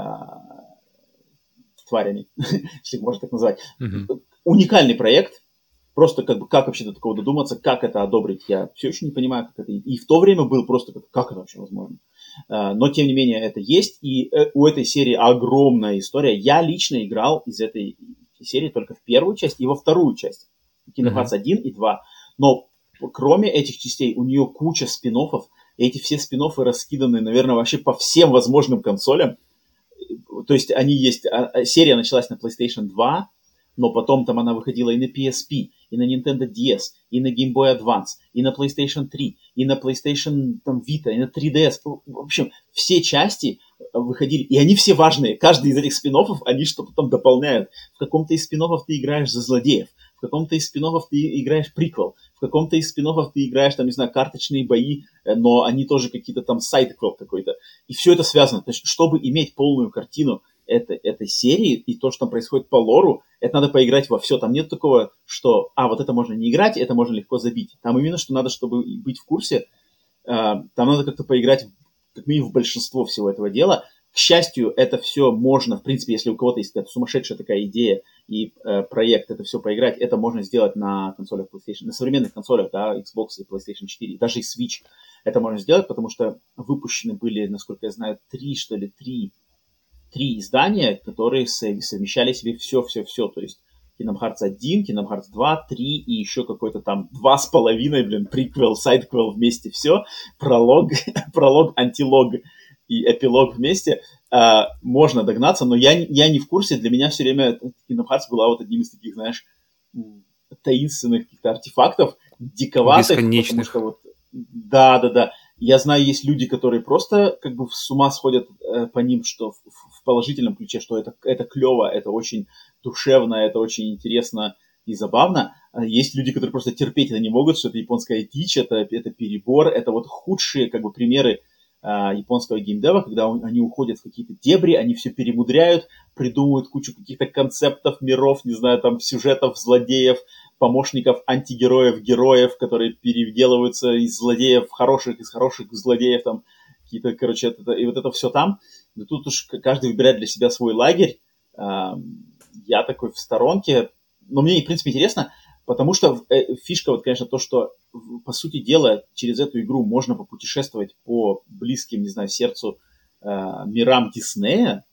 тварями, если можно так назвать. Уникальный проект. Просто как вообще до такого додуматься, как это одобрить, я все еще не понимаю, как это. И в то время был просто, как это вообще возможно. Но, тем не менее, это есть. И у этой серии огромная история. Я лично играл из этой серии только в первую часть и во вторую часть. Kingdom Hearts 1 и 2. Но кроме этих частей у нее куча спин-оффов. И эти все спин-оффы раскиданы, наверное, вообще по всем возможным консолям. То есть они есть... Серия началась на PlayStation 2, но потом там она выходила и на PSP, и на Nintendo DS, и на Game Boy Advance, и на PlayStation 3, и на PlayStation там, Vita, и на 3DS. В общем, все части выходили, и они все важные. Каждый из этих спин-оффов, они что-то там дополняют. В каком-то из спин-оффов ты играешь за злодеев, в каком-то из спин-оффов ты играешь приквел, в каком-то из спин-оффов ты играешь, там, не знаю, карточные бои, но они тоже какие-то там сайдквел какой-то. И все это связано. То есть, чтобы иметь полную картину этой серии и то, что там происходит по лору, это надо поиграть во все. Там нет такого, что, вот это можно не играть, это можно легко забить. Там именно, что надо, чтобы быть в курсе, там надо как-то поиграть, как минимум, в большинство всего этого дела. К счастью, это все можно, в принципе, если у кого-то есть какая-то сумасшедшая такая идея и проект, это все поиграть, это можно сделать на консолях PlayStation, на современных консолях, да, Xbox и PlayStation 4, даже и Switch. Это можно сделать, потому что выпущены были, насколько я знаю, три издания, которые совмещали в себе все. То есть Kingdom Hearts 1, Kingdom Hearts 2, 3 и еще какой-то там 2,5, приквел, сайдквел вместе все, пролог, антилог и эпилог вместе. Можно догнаться, но я не в курсе. Для меня все время Kingdom Hearts была вот одним из таких, знаешь, таинственных каких-то артефактов, диковатых. Бесконечных. Потому что да. Я знаю, есть люди, которые просто как бы с ума сходят по ним, что в положительном ключе, что это клево, это очень душевно, это очень интересно и забавно. Есть люди, которые просто терпеть это не могут, что это японская дичь, это перебор, это вот худшие как бы примеры японского геймдева, когда они уходят в какие-то дебри, они все перемудряют, придумывают кучу каких-то концептов, миров, не знаю, там, сюжетов, злодеев, помощников, антигероев, героев, которые переделываются из злодеев хороших, из хороших злодеев, там, какие-то, короче, и вот это все там. Но тут уж каждый выбирает для себя свой лагерь. Я такой в сторонке. Но мне, в принципе, интересно. Потому что фишка, вот, конечно, то, что, по сути дела, через эту игру можно попутешествовать по близким, не знаю, сердцу мирам Диснея.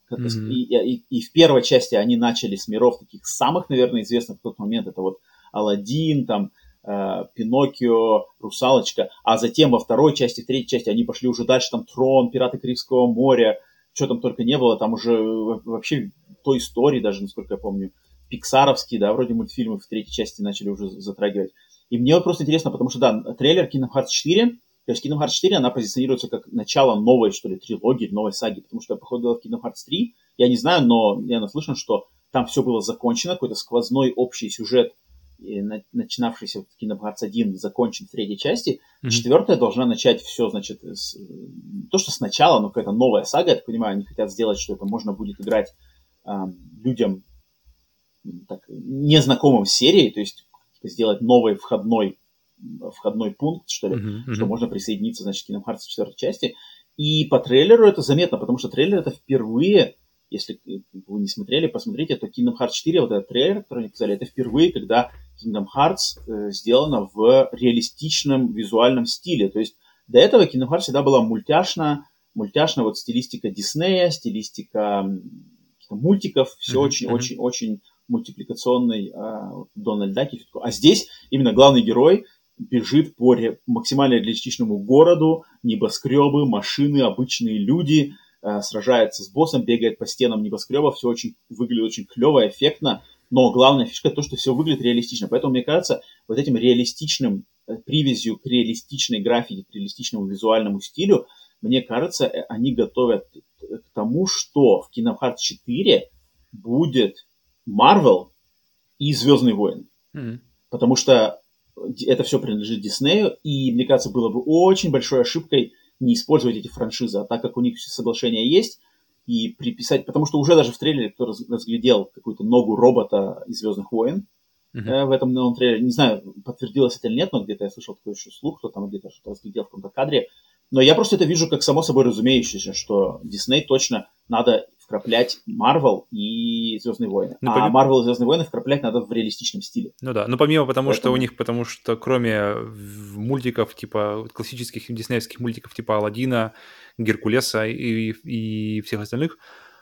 И в первой части они начали с миров таких самых, наверное, известных в тот момент. Это вот Аладдин, там, Пиноккио, Русалочка. А затем во второй части, в третьей части они пошли уже дальше. Там Трон, Пираты Карибского моря. Что там только не было. Там уже вообще Той Story даже, насколько я помню. Пиксаровские, да, вроде мультфильмы в третьей части начали уже затрагивать. И мне вот просто интересно, потому что, да, трейлер Kingdom Hearts 4, то есть Kingdom Hearts 4, она позиционируется как начало новой, что ли, трилогии, новой саги, потому что, походу, в Kingdom Hearts 3, я не знаю, но я наслышан, что там все было закончено, какой-то сквозной общий сюжет, начинавшийся в Kingdom Hearts 1, закончен в третьей части. Четвертая должна начать все, значит, то, что сначала, но какая-то новая сага, я так понимаю, они хотят сделать, что это можно будет играть людям, так, незнакомым с серией, то есть сделать новый входной пункт, что ли, что можно присоединиться, значит, к Kingdom Hearts 4 части. И по трейлеру это заметно, потому что трейлер это впервые, если вы не смотрели, посмотрите, то Kingdom Hearts 4, вот этот трейлер, который они показали, это впервые, когда Kingdom Hearts сделано в реалистичном визуальном стиле. То есть до этого Kingdom Hearts всегда была мультяшная вот стилистика Диснея, стилистика мультиков, все очень-очень-очень мультипликационный Дональд Дак. А здесь именно главный герой бежит по максимально реалистичному городу, небоскребы, машины, обычные люди, сражается с боссом, бегает по стенам небоскреба, все выглядит очень клево, эффектно, но главная фишка то, что все выглядит реалистично. Поэтому, мне кажется, вот этим реалистичным привязью к реалистичной графике, к реалистичному визуальному стилю, мне кажется, они готовят к тому, что в Kingdom Hearts 4 будет Marvel и Звездные войны. Потому что это все принадлежит Диснею, и, мне кажется, было бы очень большой ошибкой не использовать эти франшизы, а так как у них все соглашения есть, и приписать, потому что уже даже в трейлере кто разглядел какую-то ногу робота из «Звездных войн», в этом новом трейлере, не знаю, подтвердилось это или нет, но где-то я слышал такой еще слух, кто там где-то что-то разглядел в каком-то кадре, но я просто это вижу как само собой разумеющееся, что Дисней точно надо вкраплять Marvel и Звездные войны. Marvel и Звездные войны вкраплять надо в реалистичном стиле. Ну да, но помимо потому что кроме мультиков, типа классических диснеевских мультиков, типа Аладдина, Геркулеса и всех остальных,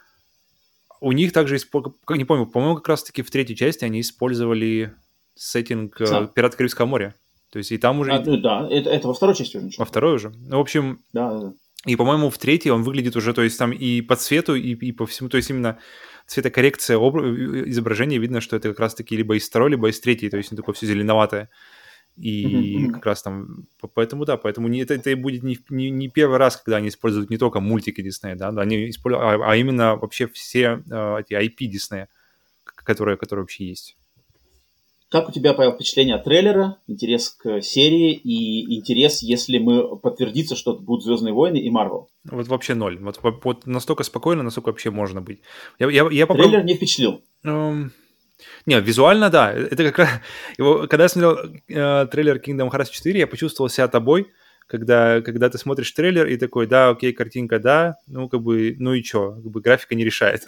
у них также, не помню, по-моему, как раз-таки в третьей части они использовали сеттинг «Пираты Карибского моря». То есть и там уже... да, это во второй части уже начало. Во второй уже? Ну, в общем... Да. И, по-моему, в третьей он выглядит уже, то есть там и по цвету, и по всему, то есть именно цветокоррекция изображения, видно, что это как раз-таки либо из второй, либо из третьей, то есть такое все зеленоватое. И как раз там... Поэтому, да, это будет не первый раз, когда они используют не только мультики Диснея, да, они используют, а именно вообще все эти IP Диснея, которые вообще есть. Как у тебя, Павел, впечатление от трейлера, интерес к серии и интерес, если мы подтвердится, что будут «Звездные войны» и Marvel? Вот вообще ноль. Вот настолько спокойно, насколько вообще можно быть. Трейлер не впечатлил? Не, визуально, да. Это как раз... Когда я смотрел трейлер Kingdom Hearts 4, я почувствовал себя тобой, когда ты смотришь трейлер и такой, да, окей, картинка, да, ну, как бы, ну и чё, как бы графика не решает.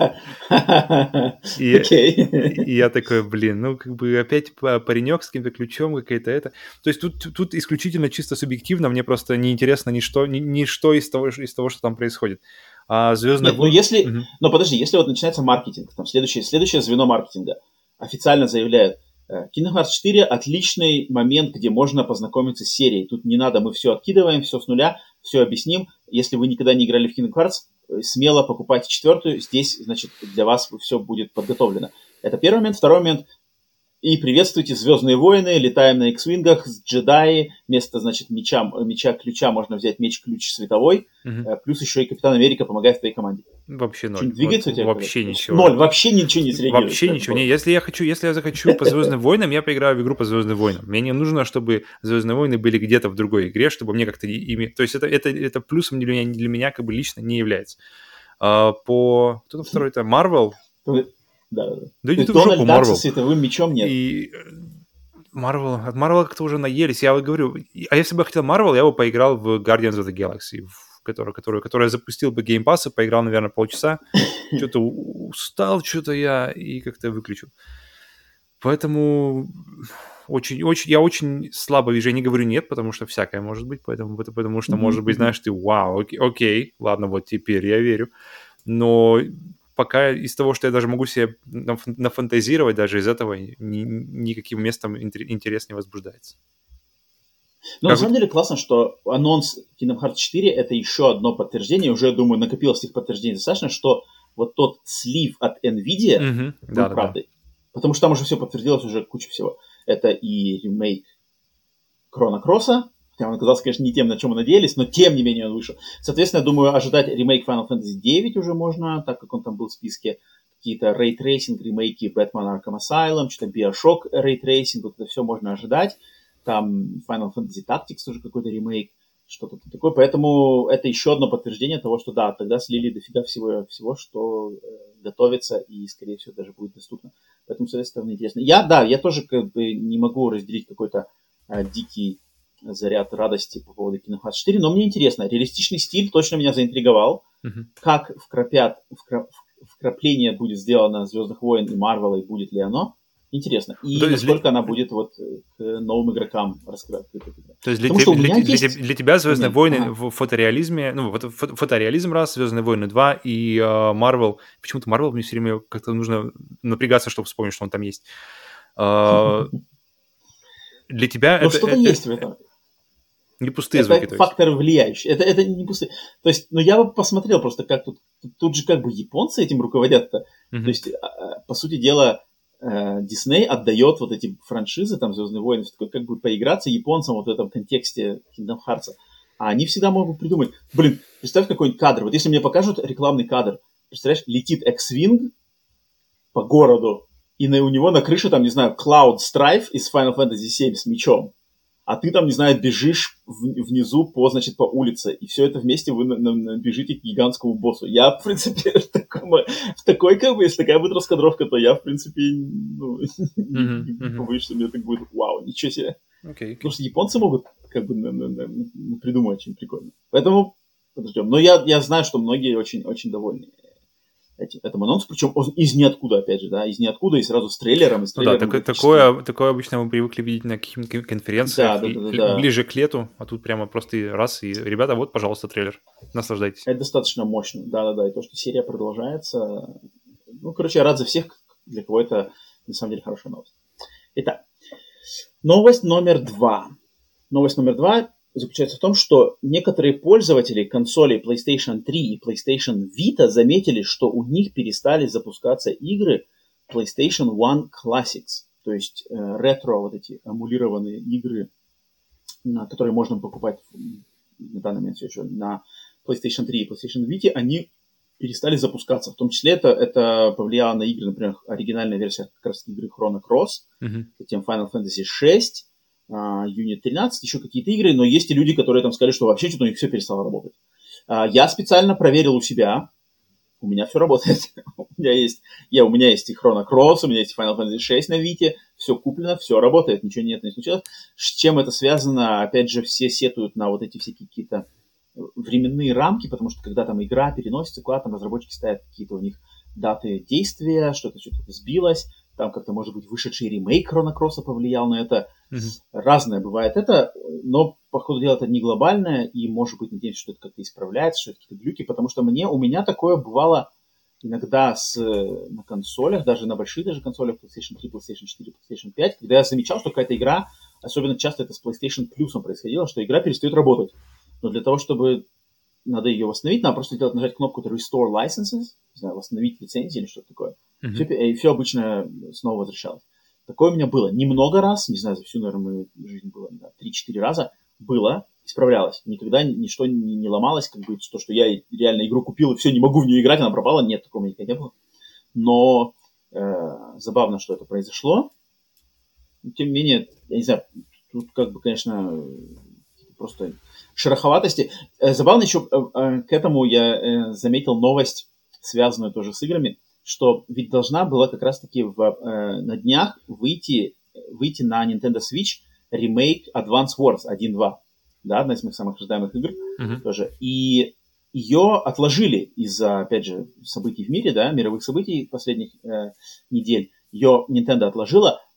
И я такой, блин, ну, как бы опять паренек с каким-то ключом, какая-то это. То есть тут исключительно чисто субъективно, мне просто неинтересно ничто из того, что там происходит. А «Звездные войны»... Но подожди, если вот начинается маркетинг, там следующее звено маркетинга официально заявляет, Kingdom Hearts 4 отличный момент, где можно познакомиться с серией. Тут не надо, мы все откидываем, все с нуля, все объясним. Если вы никогда не играли в Kingdom Hearts, смело покупайте четвертую, здесь, значит, для вас все будет подготовлено. Это первый момент. Второй момент. И приветствуйте «Звездные войны», летаем на X-вингах, джедаи, вместо, значит, меча-ключа можно взять меч-ключ световой, плюс еще и Капитан Америка помогает в твоей команде. Вообще ноль. Что-нибудь двигается у тебя? Вообще ничего. Ноль, вообще ничего не среагирует. Вообще ничего. Не, если я захочу по «Звездным войнам», я поиграю в игру по «Звездным войнам». Мне не нужно, чтобы «Звездные войны» были где-то в другой игре, чтобы мне как-то ими... То есть это плюсом для меня как бы лично не является. Кто там второй-то? Marvel? Да. Да иди ты в жопу, Дональд со световым мечом нет. И от Marvel как-то уже наелись. Я говорю, а если бы я хотел Marvel, я бы поиграл в Guardians of the Galaxy, которую я запустил бы Game Pass и поиграл, наверное, полчаса. Что-то устал, что-то я и как-то выключил. Поэтому я очень слабо вижу, я не говорю нет, потому что всякое может быть, потому что, может быть, знаешь, ты, вау, окей, ладно, вот теперь я верю. Но пока из того, что я даже могу себе нафантазировать, даже из этого никаким местом интерес не возбуждается. Ну, на самом деле классно, что анонс Kingdom Hearts 4 это еще одно подтверждение, уже, думаю, накопилось этих подтверждений достаточно, что вот тот слив от NVIDIA был правдой. Потому что там уже все подтвердилось, уже куча всего. Это и ремейк Chrono Cross'а, хотя он оказался, конечно, не тем, на чем мы надеялись, но тем не менее он вышел. Соответственно, я думаю, ожидать ремейк Final Fantasy 9 уже можно, так как он там был в списке. Какие-то Ray Tracing, ремейки Batman Arkham Asylum, что-то Bioshock Ray Tracing, вот это все можно ожидать. Там Final Fantasy Tactics тоже какой-то ремейк, что-то такое. Поэтому это еще одно подтверждение того, что да, тогда слили дофига всего, что готовится и, скорее всего, даже будет доступно. Поэтому, соответственно, интересно. Я тоже как бы не могу разделить какой-то дикий заряд радости по поводу Kingdom Hearts 4, но мне интересно. Реалистичный стиль точно меня заинтриговал. Как вкрапление будет сделано Звездных войн и Марвела, и будет ли оно. Интересно. И насколько она будет вот к новым игрокам раскрывать. То есть для тебя Звездные войны в фотореализме, ну, фотореализм раз, Звездные войны 2 и Марвел. Почему-то Марвел мне все время как-то нужно напрягаться, чтобы вспомнить, что он там есть. Для тебя это... что-то есть в этом. Не пустые звуки. Это факторы влияющие. Это не пустые. То есть, ну, я бы посмотрел просто, как тут же как бы японцы этим руководят-то. То есть, по сути дела, Дисней отдает вот эти франшизы, там, Звездные войны, как бы поиграться японцам вот в этом контексте Kingdom Hearts. А они всегда могут придумать. Блин, представь какой-нибудь кадр. Вот если мне покажут рекламный кадр, представляешь, летит X-Wing по городу, и у него на крыше, там, не знаю, Cloud Strife из Final Fantasy 7 с мечом. А ты там, не знаю, бежишь внизу по улице, и все это вместе вы бежите к гигантскому боссу. Я, в принципе, в такой, как бы, если такая будет раскадровка, то я, в принципе, не побоюсь, что мне так будет, вау, ничего себе. Потому что японцы могут, как бы, придумать очень прикольно. Поэтому подождем. Но я знаю, что многие очень довольны этому анонсу, причем из ниоткуда, опять же, да, из ниоткуда и сразу с трейлером. Такое обычно мы привыкли видеть на каких-нибудь конференциях да. Ближе к лету, а тут прямо просто раз, и, ребята, вот, пожалуйста, трейлер, наслаждайтесь. Это достаточно мощно, да, и то, что серия продолжается. Ну, короче, я рад за всех, для кого это, на самом деле, хорошая новость. Итак, новость номер 2. Новость номер 2 заключается в том, что некоторые пользователи консолей PlayStation 3 и PlayStation Vita заметили, что у них перестали запускаться игры PlayStation One Classics, то есть ретро, вот эти эмулированные игры, которые можно покупать на данный момент все еще на PlayStation 3 и PlayStation Vita, они перестали запускаться. В том числе это повлияло на игры, например, оригинальная версия как раз игры Chrono Cross, затем Final Fantasy 6, Unit 13, еще какие-то игры, но есть и люди, которые там сказали, что вообще что-то у них все перестало работать. Я специально проверил у себя, у меня все работает. у меня есть и Chrono Cross, у меня есть Final Fantasy 6 на Vita, все куплено, все работает, ничего не случилось. С чем это связано? Опять же, все сетуют на вот эти всякие какие-то временные рамки, потому что когда там игра переносится куда-то, там разработчики ставят какие-то у них даты действия, что-то сбилось, там как-то, может быть, вышедший ремейк Chrono Cross'а повлиял на это. Разное бывает это, но, по ходу дела, это не глобальное, и, может быть, надеемся, что это как-то исправляется, что это какие-то глюки, потому что у меня такое бывало иногда на консолях, даже на больших даже консолях PlayStation 3, PlayStation 4, PlayStation 5, когда я замечал, что какая-то игра, особенно часто это с PlayStation Plus происходило, что игра перестает работать. Но для того, чтобы надо ее восстановить, надо просто нажать кнопку Restore Licenses, не знаю, восстановить лицензии или что-то такое. И все обычно снова возвращалось. Такое у меня было немного раз, не знаю, за всю, наверное, мою жизнь было 3-4 раза, было, исправлялось. Никогда ничто не ломалось, как бы, что я реально игру купил и все, не могу в нее играть, она пропала. Нет, такого никогда не было. Но забавно, что это произошло. Но, тем не менее, я не знаю, тут как бы, конечно, просто шероховатости. Забавно еще к этому я заметил новость, связанную тоже с играми, что ведь должна была как раз-таки на днях выйти на Nintendo Switch ремейк Advance Wars 1.2. Да, одна из моих самых ожидаемых игр тоже. И ее отложили из-за, опять же, событий в мире, да, мировых событий последних недель. Ее Nintendo отложила,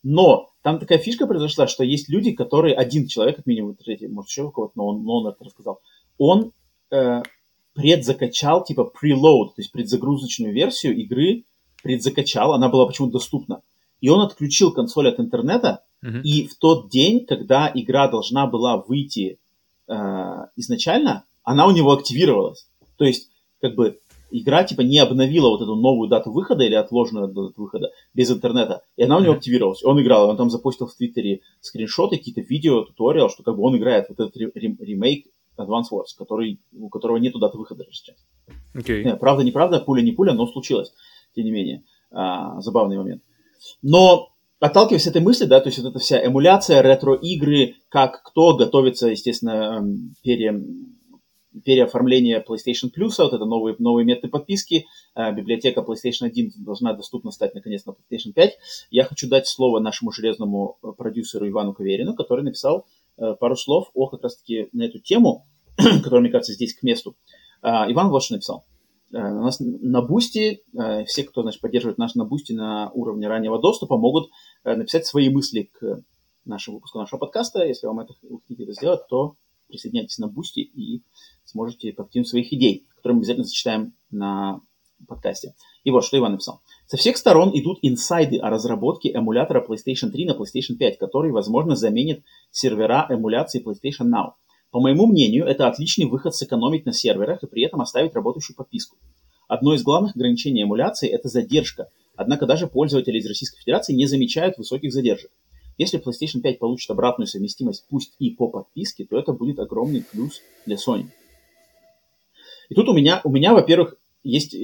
Но там такая фишка произошла, что есть люди, которые, один человек, как минимум, может, еще у кого-то, но он это рассказал, он предзакачал, типа preload, то есть предзагрузочную версию игры, предзакачал, она была почему-то доступна. И он отключил консоль от интернета, и в тот день, когда игра должна была выйти изначально, она у него активировалась. То есть, как бы, игра, типа, не обновила вот эту новую дату выхода или отложенную дату выхода без интернета, и она у него активировалась. Он играл, он там запостил в Твиттере скриншоты, какие-то видео, туториал, что как бы он играет вот этот ремейк Advance Wars, у которого нету даты выхода сейчас. Okay. Правда, неправда, пуля не пуля, но случилось, тем не менее. Забавный момент. Но отталкиваясь от этой мысли, да, то есть вот эта вся эмуляция, ретро-игры, как кто готовится, естественно, переоформление PlayStation Plus, вот это новые методы подписки, библиотека PlayStation 1 должна доступна стать наконец на PlayStation 5. Я хочу дать слово нашему железному продюсеру Ивану Каверину, который написал пару слов как раз-таки на эту тему, которая, мне кажется, здесь к месту. Иван вот что написал. У нас на Boosty, все, кто, значит, поддерживает наш на Boosty на уровне раннего доступа, могут написать свои мысли к нашему выпуску нашего подкаста. Если вам вы хотите это сделать, то присоединяйтесь на Boosty и сможете подкинуть своих идей, которые мы обязательно зачитаем на подкасте. И вот, что Иван написал. Со всех сторон идут инсайды о разработке эмулятора PlayStation 3 на PlayStation 5, который, возможно, заменит сервера эмуляции PlayStation Now. По моему мнению, это отличный выход сэкономить на серверах и при этом оставить работающую подписку. Одно из главных ограничений эмуляции – это задержка. Однако даже пользователи из Российской Федерации не замечают высоких задержек. Если PlayStation 5 получит обратную совместимость, пусть и по подписке, то это будет огромный плюс для Sony. И тут у меня во-первых, есть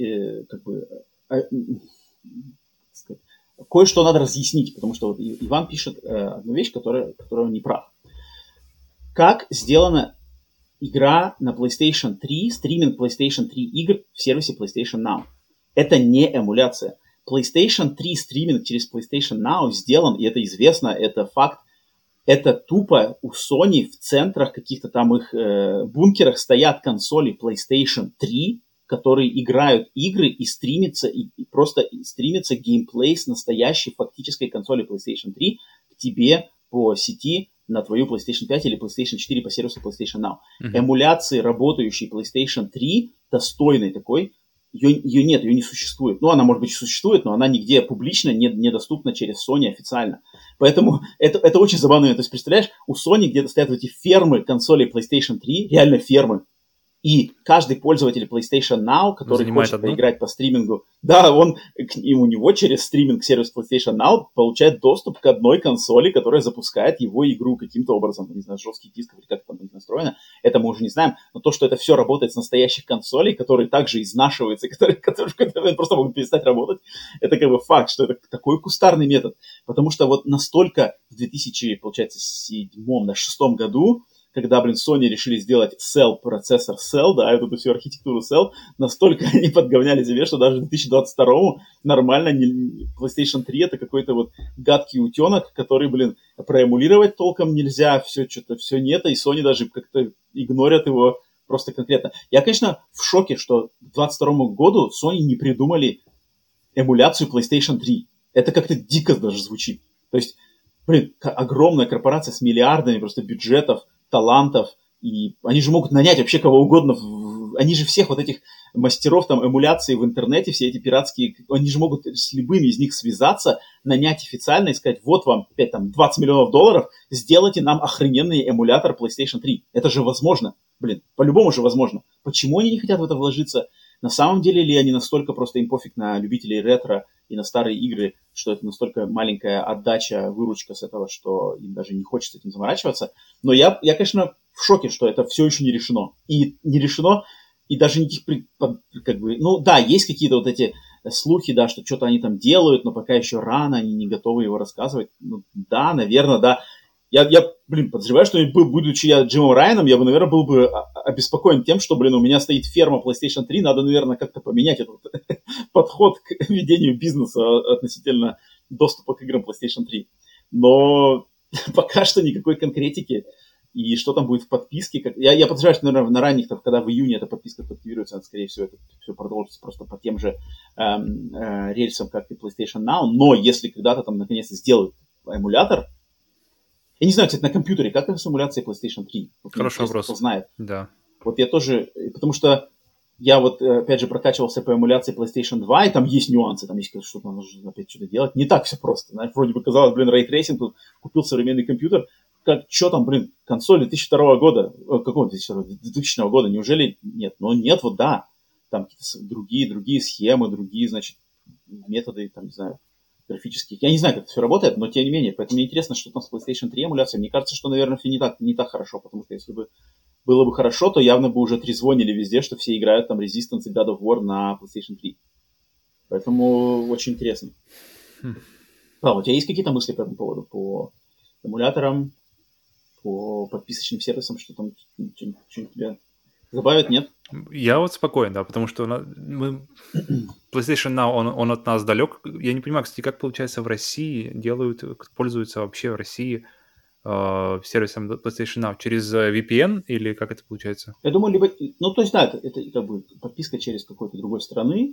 кое-что надо разъяснить, потому что вот Иван пишет одну вещь, которая он не прав. Как сделана игра на PlayStation 3, стриминг PlayStation 3 игр в сервисе PlayStation Now? Это не эмуляция. PlayStation 3 стриминг через PlayStation Now сделан, и это известно, это факт. Это тупо у Sony в центрах, каких-то там их бункерах стоят консоли PlayStation 3, которые играют игры и стримится геймплей с настоящей фактической консоли PlayStation 3 к тебе по сети на твою PlayStation 5 или PlayStation 4 по сервису PlayStation Now. Эмуляции работающей PlayStation 3, достойной такой, ее нет, ее не существует. Ну, она, может быть, существует, но она нигде публично не доступна через Sony официально. Поэтому это очень забавно. То есть, представляешь, у Sony где-то стоят эти фермы консолей PlayStation 3, реально фермы. И каждый пользователь PlayStation Now, который хочет поиграть по стримингу, да, у него через стриминг-сервис PlayStation Now получает доступ к одной консоли, которая запускает его игру каким-то образом. Не знаю, жесткий диск или как это там настроено, это мы уже не знаем. Но то, что это все работает с настоящих консолей, которые также изнашиваются, которые просто могут перестать работать, это как бы факт, что это такой кустарный метод. Потому что вот настолько в 2007-2006 году, когда, Sony решили сделать процессор Cell, да, эту всю архитектуру Cell, настолько они подговняли себе, что даже в 2022 нормально PlayStation 3 это какой-то вот гадкий утенок, который, проэмулировать толком нельзя, все нет, и Sony даже как-то игнорят его просто конкретно. Я, конечно, в шоке, что к 2022 году Sony не придумали эмуляцию PlayStation 3. Это как-то дико даже звучит. То есть, огромная корпорация с миллиардами просто бюджетов, талантов, и они же могут нанять вообще кого угодно. Они же всех вот этих мастеров там эмуляции в интернете, все эти пиратские, они же могут с любыми из них связаться, нанять официально и сказать, вот вам опять там $20 миллионов, сделайте нам охрененный эмулятор PlayStation 3. Это же возможно. По-любому же возможно. Почему они не хотят в это вложиться? На самом деле ли они настолько просто им пофиг на любителей ретро и на старые игры, что это настолько маленькая отдача, выручка с этого, что им даже не хочется этим заморачиваться. Но я, конечно, в шоке, что это все еще не решено. И не решено, и даже никаких, есть какие-то вот эти слухи, да, что что-то они там делают, но пока еще рано, они не готовы его рассказывать. Да, наверное, да. Я подозреваю, что будучи я Джимом Райаном, я бы, наверное, был бы обеспокоен тем, что, у меня стоит ферма PlayStation 3, надо, наверное, как-то поменять этот подход к ведению бизнеса относительно доступа к играм PlayStation 3. Но пока что никакой конкретики. И что там будет в подписке. Я подозреваю, что, наверное, на ранних, когда в июне эта подписка активируется, она, скорее всего, это все продолжится просто по тем же рельсам, как и PlayStation Now. Но если когда-то там наконец-то сделают эмулятор. Я не знаю, кстати, на компьютере, как это с эмуляцией PlayStation 3? Вот Хороший вопрос. Кто знает. Да. Вот я тоже, потому что я вот, опять же, прокачивался по эмуляции PlayStation 2, и там есть нюансы, там есть что-то, нужно опять что-то делать. Не так все просто, знаешь, вроде бы казалось, рейтрейсинг, тут купил современный компьютер, что там, консоль 2002 года, какого 2000 года, неужели нет? Но нет, вот да, там какие-то другие схемы, другие, значит, методы, там, не знаю, графические. Я не знаю, как это все работает, но тем не менее, поэтому мне интересно, что там с PlayStation 3 эмуляцией. Мне кажется, что, наверное, все не так хорошо, потому что если бы было бы хорошо, то явно бы уже трезвонили везде, что все играют там Resistance и God of War на PlayStation 3. Поэтому очень интересно. У тебя есть какие-то мысли по этому поводу? По эмуляторам, по подписочным сервисам, что там что-нибудь тебя забавит, нет? Я вот спокоен, да, потому что PlayStation Now, он от нас далек. Я не понимаю, кстати, как получается в России пользуются вообще в России сервисом PlayStation Now? Через VPN или как это получается? Я думаю, либо... Ну, то есть, да, это как бы подписка через какой-то другой страны.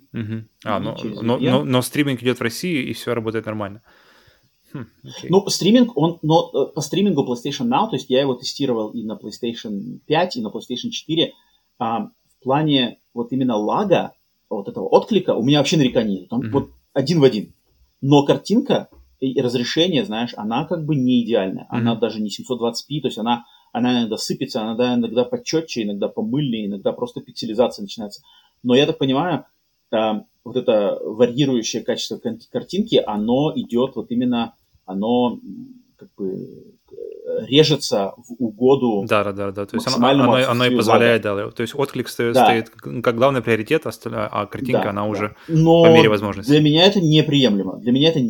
Но стриминг идет в России, и все работает нормально. Okay. Ну, стриминг, по стримингу PlayStation Now, то есть я его тестировал и на PlayStation 5, и на PlayStation 4, в плане вот именно лага, вот этого отклика, у меня вообще нареканий нет. Там вот один в один. Но картинка и разрешение, знаешь, она как бы не идеальная. Она даже не 720p, то есть она иногда сыпется, она иногда почетче, иногда помыльнее, иногда просто пикселизация начинается. Но я так понимаю, вот это варьирующее качество картинки, оно идет вот именно, оно как бы режется в угоду то есть оно и позволяет, да. То есть отклик стоит как главный приоритет, а картинка, она уже по мере возможности. Для меня это неприемлемо.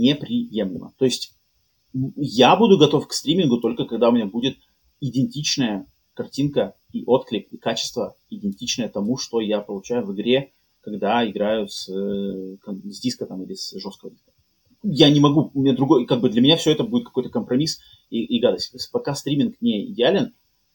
То есть я буду готов к стримингу только когда у меня будет идентичная картинка и отклик, и качество идентичное тому, что я получаю в игре, когда играю с диска там, или с жесткого диска. Я не могу, у меня другой, как бы для меня все это будет какой-то компромисс и гадость. Пока стриминг не идеален,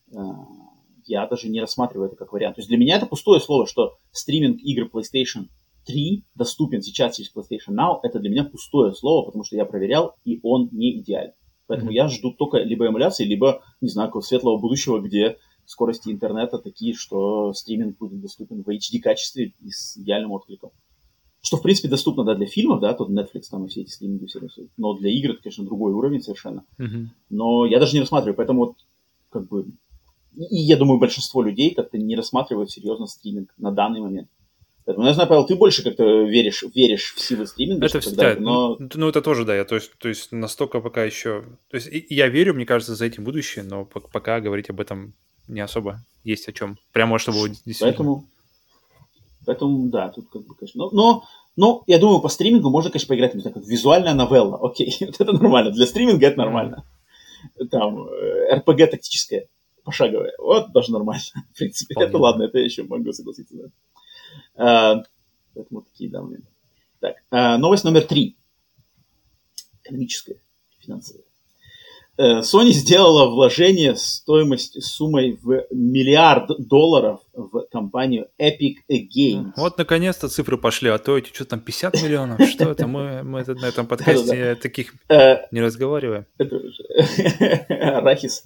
я даже не рассматриваю это как вариант. То есть для меня это пустое слово, что стриминг игр PlayStation 3 доступен сейчас через PlayStation Now. Это для меня пустое слово, потому что я проверял, и он не идеален. Поэтому я жду только либо эмуляции, либо, не знаю, какого светлого будущего, где скорости интернета такие, что стриминг будет доступен в HD качестве и с идеальным откликом. Что, в принципе, доступно, да, для фильмов, да, тут Netflix там и все эти стриминги сервисы. Но для игр это, конечно, другой уровень совершенно. Но я даже не рассматриваю, поэтому вот, как бы... И я думаю, большинство людей как-то не рассматривают серьезно стриминг на данный момент. Поэтому, я знаю, Павел, ты больше как-то веришь в силу стриминга. Это всегда, но... Ну, это тоже, да, то есть настолько пока еще... То есть я верю, мне кажется, за этим будущее, но пока говорить об этом не особо есть о чем. Прямо, чтобы действительно... Поэтому, да, тут как бы, конечно... Но я думаю, по стримингу можно, конечно, поиграть, не знаю, как визуальная новелла. Окей, это нормально. Для стриминга это нормально. Там, РПГ тактическая, пошаговая. Вот даже нормально. В принципе, это ладно, это я еще могу согласиться, да. Поэтому такие, да, моменты. Так, новость номер 3. Экономическая, финансовая. Sony сделала вложение суммой в $1 миллиард в компанию Epic Games. Вот, наконец-то цифры пошли, а то эти, что там, 50 миллионов? Что это? Мы на этом подкасте таких не разговариваем. Это уже арахис.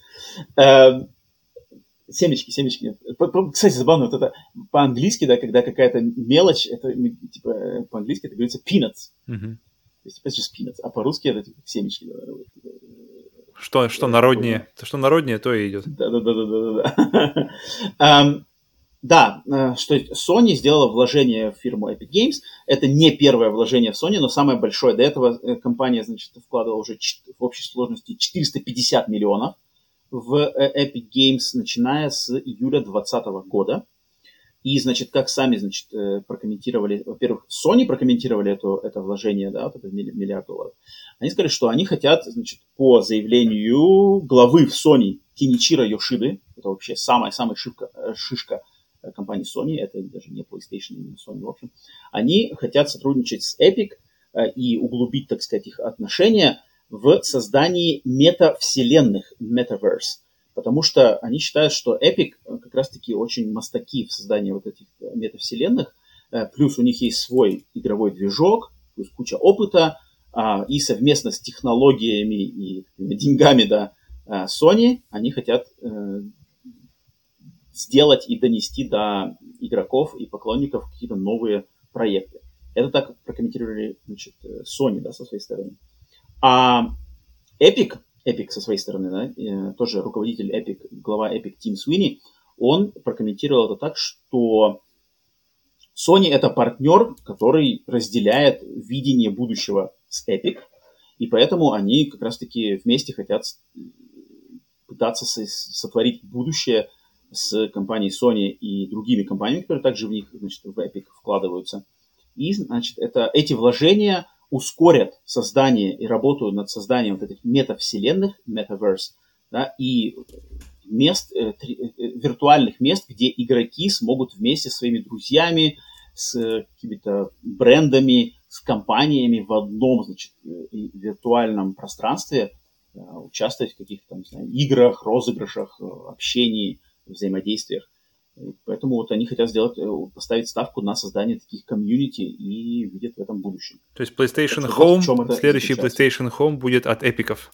Семечки. Кстати, забавно, вот это по-английски, да, когда какая-то мелочь, это типа по-английски это говорится peanuts. То есть это just peanuts, а по-русски это типа семечки. Что народнее, то и идет. Да, что Sony сделала вложение в фирму Epic Games. Это не первое вложение в Sony, но самое большое. До этого компания, значит, вкладывала уже в общей сложности 450 миллионов в Epic Games, начиная с июля 2020 года. И, значит, как сами, значит, прокомментировали, во-первых, Sony прокомментировали это вложение, да, вот это $1 миллиард. Они сказали, что они хотят, значит, по заявлению главы в Sony Киничиро Йошиды, это вообще самая шишка компании Sony, это даже не PlayStation, не Sony, в общем, они хотят сотрудничать с Epic и углубить, так сказать, их отношения в создании метавселенных, Metaverse. Потому что они считают, что Epic как раз-таки очень мастаки в создании вот этих метавселенных. Плюс у них есть свой игровой движок, плюс куча опыта. и совместно с технологиями и деньгами, да, Sony, они хотят сделать и донести до игроков и поклонников какие-то новые проекты. Это так прокомментировали, значит, Sony, да, со своей стороны. А Epic со своей стороны, да, тоже руководитель Epic, глава Epic Тим Суини, он прокомментировал это так, что Sony это партнер, который разделяет видение будущего с Epic, и поэтому они как раз-таки вместе хотят пытаться сотворить будущее с компанией Sony и другими компаниями, которые также в них, значит, в Epic вкладываются. И, значит, эти вложения ускорят создание и работу над созданием вот этих метавселенных, Metaverse, да, и виртуальных мест, где игроки смогут вместе со своими друзьями, с какими-то брендами, с компаниями в одном, значит, виртуальном пространстве участвовать в каких-то там, не знаю, играх, розыгрышах, общении, взаимодействиях. Поэтому вот они хотят поставить ставку на создание таких комьюнити и видят в этом будущее. То есть PlayStation Home, следующий PlayStation Home будет от эпиков.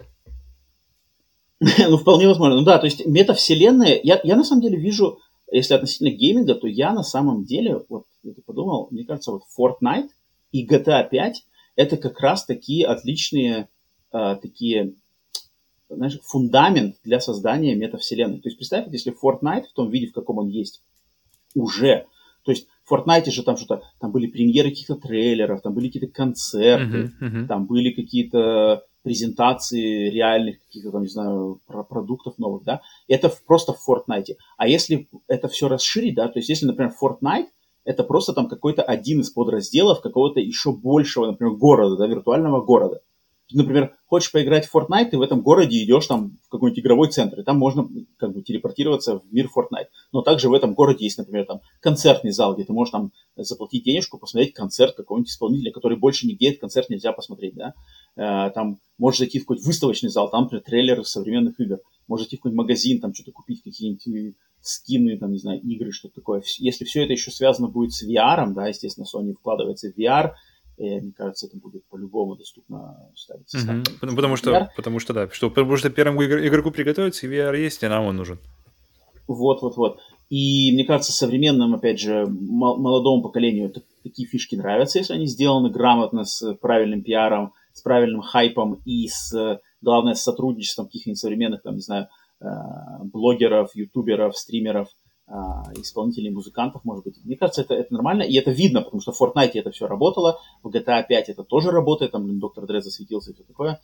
Ну, вполне возможно. Ну да, то есть метавселенная, я на самом деле вижу, если относительно гейминга, то я на самом деле, вот я подумал, мне кажется, вот Fortnite и GTA 5 это как раз такие отличные, такие, знаешь, фундамент для создания метавселенной. То есть представь, если Fortnite в том виде, в каком он есть, уже, то есть в Fortnite же там что-то, там были премьеры каких-то трейлеров, там были какие-то концерты, там были какие-то презентации реальных каких-то там, не знаю, продуктов новых, да, это просто в Fortnite. А если это все расширить, да, то есть если, например, Fortnite это просто там какой-то один из подразделов какого-то еще большего, например, города, да, виртуального города. Например, хочешь поиграть в Fortnite, ты в этом городе идешь там в какой-нибудь игровой центр, и там можно как бы телепортироваться в мир Fortnite. Но также в этом городе есть, например, там концертный зал, где ты можешь там заплатить денежку, посмотреть концерт какого-нибудь исполнителя, который больше нигде этот концерт нельзя посмотреть, да. Там можешь зайти в какой-то выставочный зал, там, например, трейлеры современных игр. Можешь зайти в какой-нибудь магазин, там что-то купить, какие-нибудь скины, там, не знаю, игры, что-то такое. Если все это еще связано будет с VR, да, естественно, Sony вкладывается в VR, мне кажется, это будет по-любому доступно ставиться. Потому что первому игроку приготовиться, и VR есть, и нам он нужен. Вот. И мне кажется, современному, опять же, молодому поколению такие фишки нравятся, если они сделаны грамотно, с правильным пиаром, с правильным хайпом и главное, с сотрудничеством каких-нибудь современных, там, не знаю, блогеров, ютуберов, стримеров, исполнителей, музыкантов, может быть. Мне кажется, это нормально, и это видно, потому что в Fortnite это все работало, в GTA 5 это тоже работает, там, Доктор Дре засветился и все такое.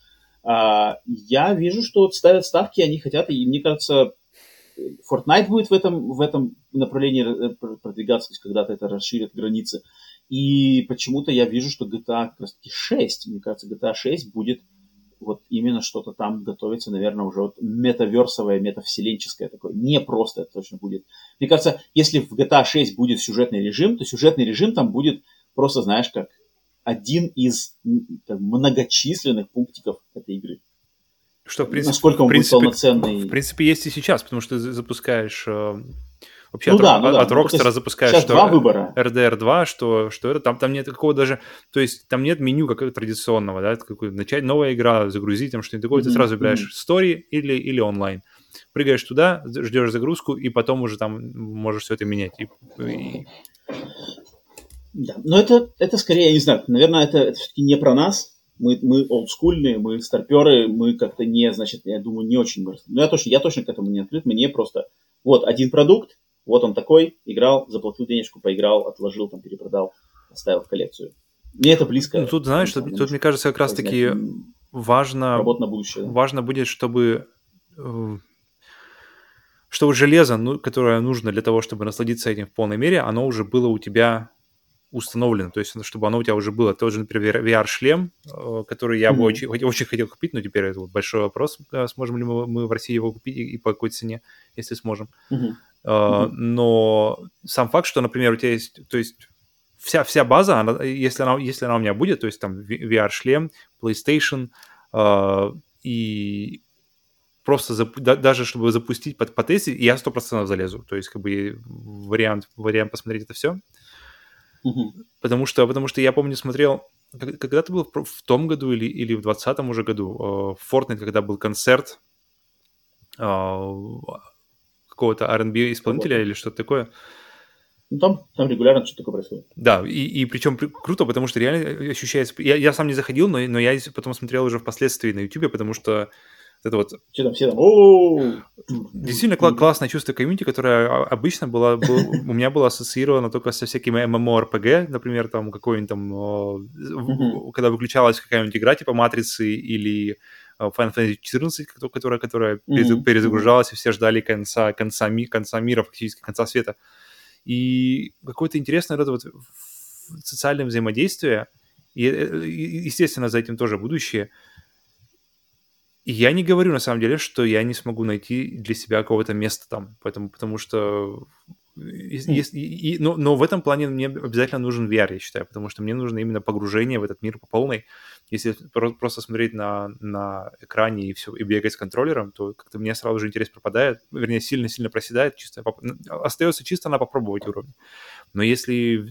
Я вижу, что вот ставят ставки, они хотят, и мне кажется, Fortnite будет в этом направлении продвигаться, то есть когда-то это расширит границы. И почему-то я вижу, что GTA как раз-таки 6, мне кажется, GTA 6 будет вот именно что-то там готовится, наверное, уже вот метаверсовое, метавселенческое такое. Не просто это точно будет. Мне кажется, если в GTA 6 будет сюжетный режим, то сюжетный режим там будет просто, знаешь, как один из многочисленных пунктиков этой игры. Что, в принципе, насколько он будет полноценный. В принципе, есть и сейчас, потому что ты запускаешь... Вообще от Rockstar запускаешь сейчас два выбора. RDR 2, что это, там нет такого даже, то есть там нет меню как традиционного, да, начать новая игра, загрузить там что-нибудь такое, ты сразу выбираешь story или онлайн. Прыгаешь туда, ждешь загрузку, и потом уже там можешь все это менять. Да, но это скорее, я не знаю, наверное, это все-таки не про нас. Мы олдскульные, мы старперы, мы как-то не, значит, я думаю, не очень... Но я точно к этому не открыт, мне просто вот один продукт, вот он такой, играл, заплатил денежку, поиграл, отложил, там, перепродал, оставил в коллекцию. Мне это близко. Ну, тут, знаешь, тут, мне кажется, как раз-таки важно... Работа на будущее. Да? Важно будет, чтобы железо, которое нужно для того, чтобы насладиться этим в полной мере, оно уже было у тебя установлено, то есть чтобы оно у тебя уже было. Тот же, например, VR-шлем, который я бы очень хотел купить, но теперь это вот большой вопрос, сможем ли мы в России его купить и по какой цене, если сможем. Но сам факт, что, например, у тебя есть, то есть вся база, если она у меня будет, то есть там VR-шлем, PlayStation и просто даже чтобы запустить, потестить, я 100% залезу. То есть как бы вариант посмотреть это все. Потому что я помню, смотрел Когда ты был в том году или в 2020 уже году, в Fortnite, когда был концерт какого-то R&B исполнителя или что-то такое. Ну, там регулярно что-то такое происходит. Да, и причем круто, потому что реально ощущается... Я сам не заходил, но я потом смотрел уже впоследствии на YouTube, потому что это вот... Что там, все там... Действительно классное чувство комьюнити, которое обычно у меня было ассоциировано только со всякими MMORPG, например, там какой-нибудь там... Когда выключалась какая-нибудь игра типа Матрицы или Final Fantasy 14, которая перезагружалась, и все ждали конца мира, фактически конца света. И какое-то интересное вот это вот социальное взаимодействие, и, естественно, за этим тоже будущее. И я не говорю, на самом деле, что я не смогу найти для себя какого-то места там, потому что... Но в этом плане мне обязательно нужен VR, я считаю, потому что мне нужно именно погружение в этот мир по полной. Если просто смотреть на экране и все, и бегать с контроллером, то как-то мне сразу же интерес пропадает, вернее, сильно-сильно проседает, остается чисто на попробовать уровень. Но если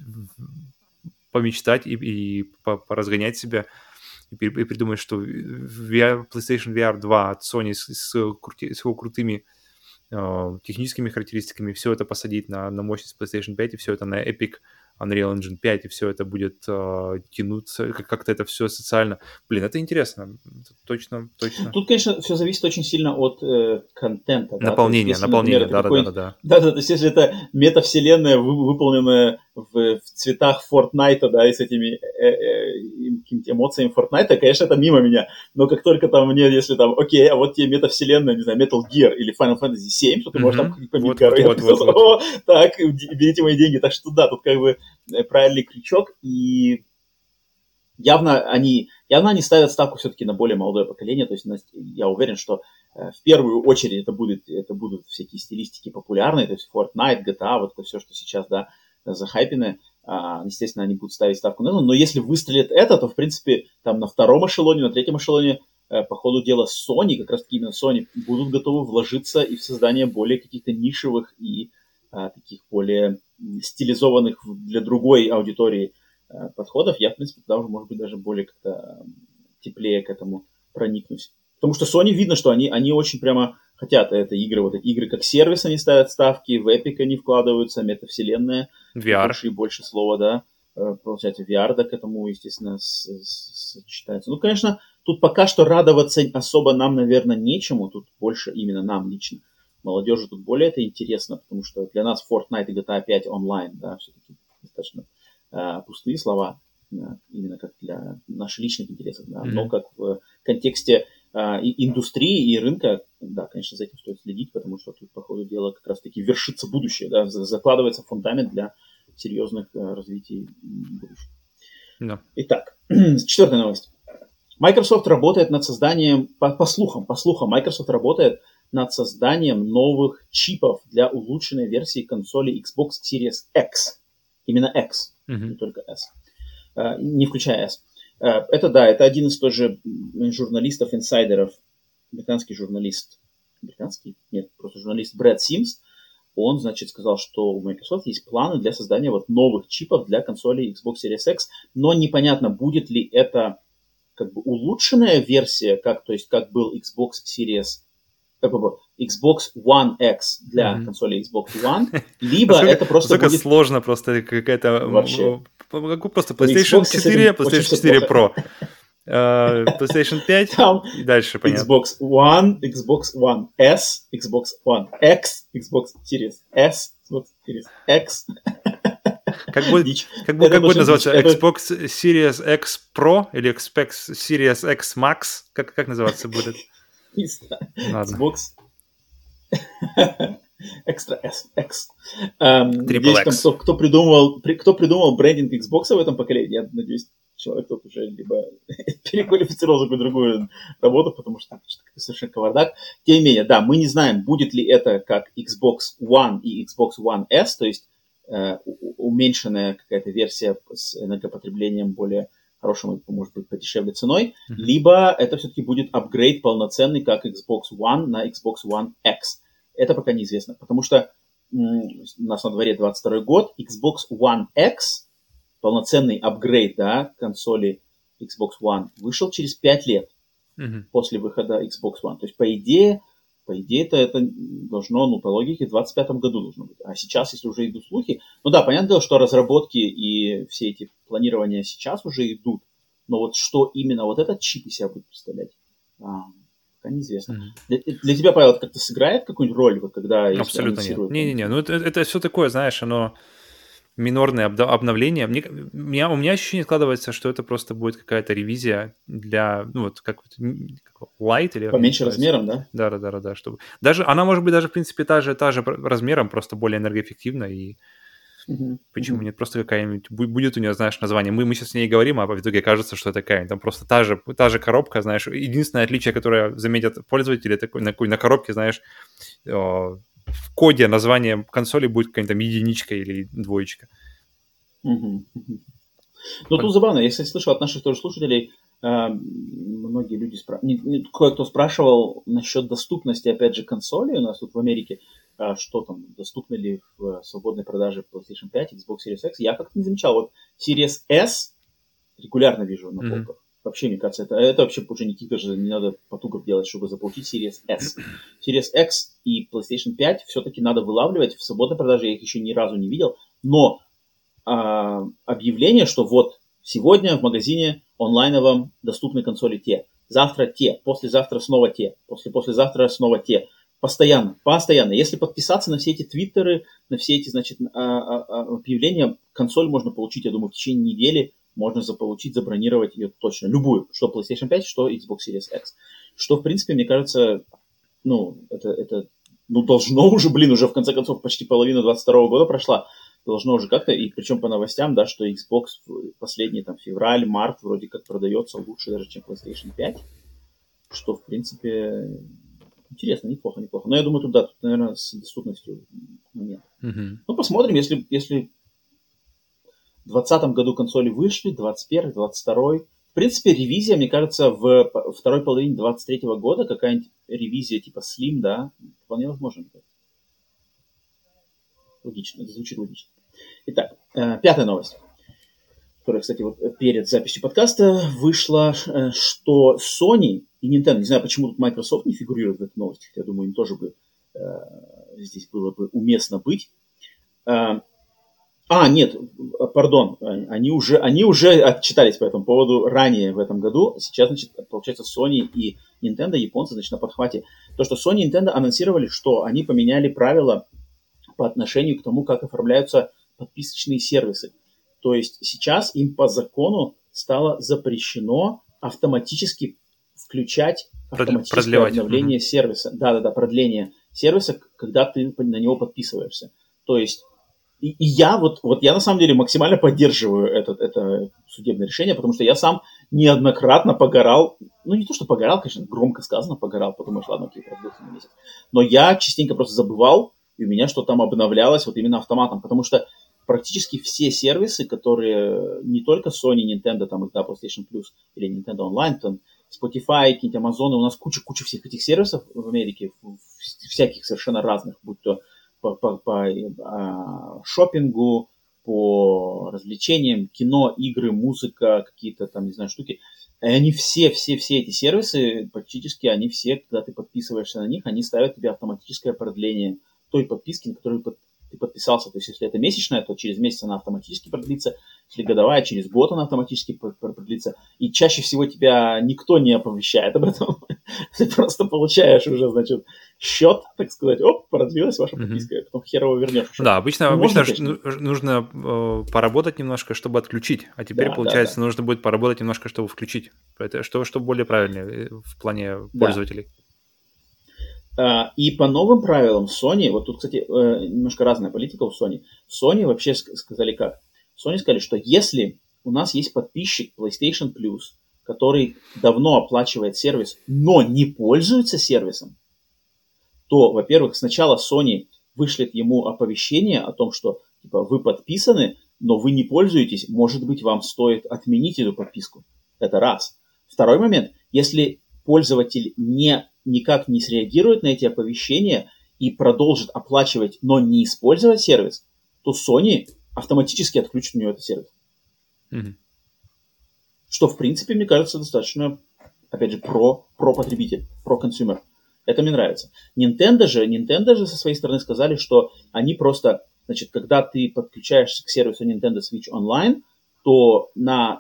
помечтать и поразгонять себя, и придумать, что PlayStation VR 2 от Sony с его крутыми техническими характеристиками, все это посадить на мощность PlayStation 5, и все это на Epic Unreal Engine 5, и все это будет тянуться, как-то это все социально. Блин, это интересно. Точно. Тут, конечно, все зависит очень сильно от контента. Наполнение, да. Да, то есть если это метавселенная, выполненная в цветах Fortnite, да, и с этими какими-то эмоциями Fortnite, конечно, это мимо меня. Но как только там мне, если там, окей, а вот тебе метавселенная, не знаю, Metal Gear или Final Fantasy 7, что ты можешь там ходить по Мидгару, вот. Так, берите мои деньги. Так что да, тут как бы правильный крючок, и явно они ставят ставку все-таки на более молодое поколение, то есть я уверен, что в первую очередь это будут всякие стилистики популярные, то есть Fortnite, GTA, вот это все, что сейчас, да, захайпены, естественно, они будут ставить ставку на это, но если выстрелит это, то, в принципе, там на втором эшелоне, на третьем эшелоне, по ходу дела Sony, как раз таки именно Sony, будут готовы вложиться и в создание более каких-то нишевых и таких более стилизованных для другой аудитории подходов, я, в принципе, тогда уже, может быть, даже более как-то теплее к этому проникнусь. Потому что Sony видно, что они очень прямо хотят это игры, вот эти игры как сервис, они ставят ставки, в Epic они вкладываются, метавселенная, VR. больше и больше слова, да, получается, VR, да, к этому, естественно, сочетается. Ну, конечно, тут пока что радоваться особо нам, наверное, нечему, тут больше именно нам лично. Молодежи тут более это интересно, потому что для нас Fortnite и GTA 5 онлайн, да, все-таки достаточно пустые слова, именно как для наших личных интересов, да, но как в контексте индустрии и рынка, да, конечно, за этим стоит следить, потому что тут, по ходу дела, как раз-таки вершится будущее, да, закладывается фундамент для серьезных развитий будущего. No. Итак, 4-я новость. Microsoft работает над созданием, по слухам, Microsoft работает над созданием новых чипов для улучшенной версии консоли Xbox Series X. Именно X, не только S. Не включая S. Это один из тоже журналистов, инсайдеров, британский журналист, просто журналист Брэд Симс. Он, значит, сказал, что у Microsoft есть планы для создания вот новых чипов для консолей Xbox Series X, но непонятно, будет ли это как бы улучшенная версия, как был Xbox Series Xbox One X для консоли Xbox One, либо это просто будет... сложно, просто какая-то... Вообще. Просто PlayStation 4, PlayStation 4 Pro, PlayStation 5 и дальше, понятно. Xbox One S, Xbox One X, Xbox Series S, Xbox Series X. Как будет называться? Xbox Series X Pro или Xbox Series X Max? Как называться будет? Xbox Extra S, X. Triple X. Кто придумал брендинг Xbox в этом поколении, я надеюсь, человек тот уже либо переквалифицировал за какую-то другую работу, потому что это совершенно кавардак. Тем не менее, да, мы не знаем, будет ли это как Xbox One и Xbox One S, то есть уменьшенная какая-то версия с энергопотреблением более хорошим, может быть, подешевле ценой, либо это все-таки будет апгрейд полноценный, как Xbox One на Xbox One X. Это пока неизвестно, потому что у нас на дворе 22 год, Xbox One X, полноценный апгрейд, да, консоли Xbox One вышел через 5 лет после выхода Xbox One. То есть, по идее это должно, ну, по логике, в 2025 году должно быть. А сейчас, если уже идут слухи... Ну да, понятное дело, что разработки и все эти планирования сейчас уже идут. Но вот что именно вот этот чип из себя будет представлять, пока неизвестно. Для тебя, Павел, это как-то сыграет какую-нибудь роль, вот когда... Абсолютно нет. Не-не-не, ну это все такое, знаешь, оно... минорные обновления. У меня ощущение складывается, что это просто будет какая-то ревизия для, ну вот как light или... Поменьше размером, да? Да, чтобы... Даже, она может быть даже, в принципе, та же размером, просто более энергоэффективна, и почему нет? Просто какая-нибудь... Будет у нее, знаешь, название. Мы сейчас с ней говорим, а в итоге кажется, что это какая-нибудь там просто та же коробка, знаешь. Единственное отличие, которое заметят пользователи, такой на коробке, знаешь, в коде название консоли будет какая-нибудь там единичка или двоечка. Ну, тут забавно. Я, кстати, слышал от наших тоже слушателей, многие люди кое-кто спрашивал насчет доступности, опять же, консолей у нас тут в Америке, что там, доступны ли в свободной продаже PlayStation 5, Xbox Series X. Я как-то не замечал. Вот Series S регулярно вижу на полках. Вообще, мне кажется, это вообще уже никаких даже не надо потугов делать, чтобы заполучить Series S. Series X и PlayStation 5 все-таки надо вылавливать в свободной продаже. Я их еще ни разу не видел. Но объявление, что вот сегодня в магазине онлайновом доступны консоли те, завтра те, послезавтра снова те, послезавтра снова те. Постоянно. Если подписаться на все эти твиттеры, на все эти, значит, объявления, консоль можно получить, я думаю, в течение недели. Можно забронировать ее точно. Любую. Что PlayStation 5, что Xbox Series X. Что, в принципе, мне кажется, ну, это должно уже, уже в конце концов почти половина 22 года прошла. Должно уже как-то, и причем по новостям, да, что Xbox последний там февраль, март вроде как продается лучше даже, чем PlayStation 5. Что, в принципе, интересно, неплохо. Но я думаю, тут, наверное, с доступностью момент. Ну, посмотрим, если в 2020 году консоли вышли, 21, 22. В принципе, ревизия, мне кажется, в второй половине 23 года, какая-нибудь ревизия типа Slim, да, вполне возможно. Логично, это звучит логично. Итак, пятая новость, которая, кстати, вот перед записью подкаста вышла, что Sony и Nintendo, не знаю, почему тут Microsoft не фигурирует в этой новости, хотя, я думаю, им тоже бы здесь было бы уместно быть. Нет, пардон, они уже отчитались по этому поводу ранее в этом году. Сейчас, значит, получается, Sony и Nintendo, японцы, значит, на подхвате. То, что Sony и Nintendo анонсировали, что они поменяли правила по отношению к тому, как оформляются подписочные сервисы. То есть сейчас им по закону стало запрещено автоматически включать автоматическое обновление сервиса. Да, продление сервиса, когда ты на него подписываешься. То есть и я я на самом деле максимально поддерживаю это судебное решение, потому что я сам неоднократно погорал, ну не то, что погорал, конечно, громко сказано погорал, подумаешь, ладно, окей, продлился на месяц, но я частенько просто забывал, и у меня что там обновлялось вот именно автоматом, потому что практически все сервисы, которые не только Sony, Nintendo, там, да, PlayStation Plus или Nintendo Online, там, Spotify, какие-нибудь Amazon, у нас куча всех этих сервисов в Америке, всяких совершенно разных, будь то по шопингу, по развлечениям, кино, игры, музыка, какие-то там, не знаю, штуки. И они все эти сервисы, практически они все, когда ты подписываешься на них, они ставят тебе автоматическое продление той подписки, на которую ты подписался. То есть, если это месячная, то через месяц она автоматически продлится. Если годовая, через год она автоматически продлится. И чаще всего тебя никто не оповещает об этом. Ты просто получаешь уже, значит, счет, так сказать, продлилась ваша подписка, а потом хер его вернешь. Да, обычно нужно поработать немножко, чтобы отключить. А теперь, получается, нужно будет поработать немножко, чтобы включить. Это что более правильнее в плане пользователей. И по новым правилам Sony, вот тут, кстати, немножко разная политика у Sony. Sony вообще сказали как? Sony сказали, что если у нас есть подписчик PlayStation Plus, который давно оплачивает сервис, но не пользуется сервисом, то, во-первых, сначала Sony вышлет ему оповещение о том, что типа, вы подписаны, но вы не пользуетесь, может быть, вам стоит отменить эту подписку. Это раз. Второй момент, если пользователь никак не среагирует на эти оповещения и продолжит оплачивать, но не использовать сервис, то Sony автоматически отключит у него этот сервис. Что, в принципе, мне кажется, достаточно, опять же, про потребитель, про консюмер. Это мне нравится. Nintendo же со своей стороны сказали, что они просто, значит, когда ты подключаешься к сервису Nintendo Switch Online, то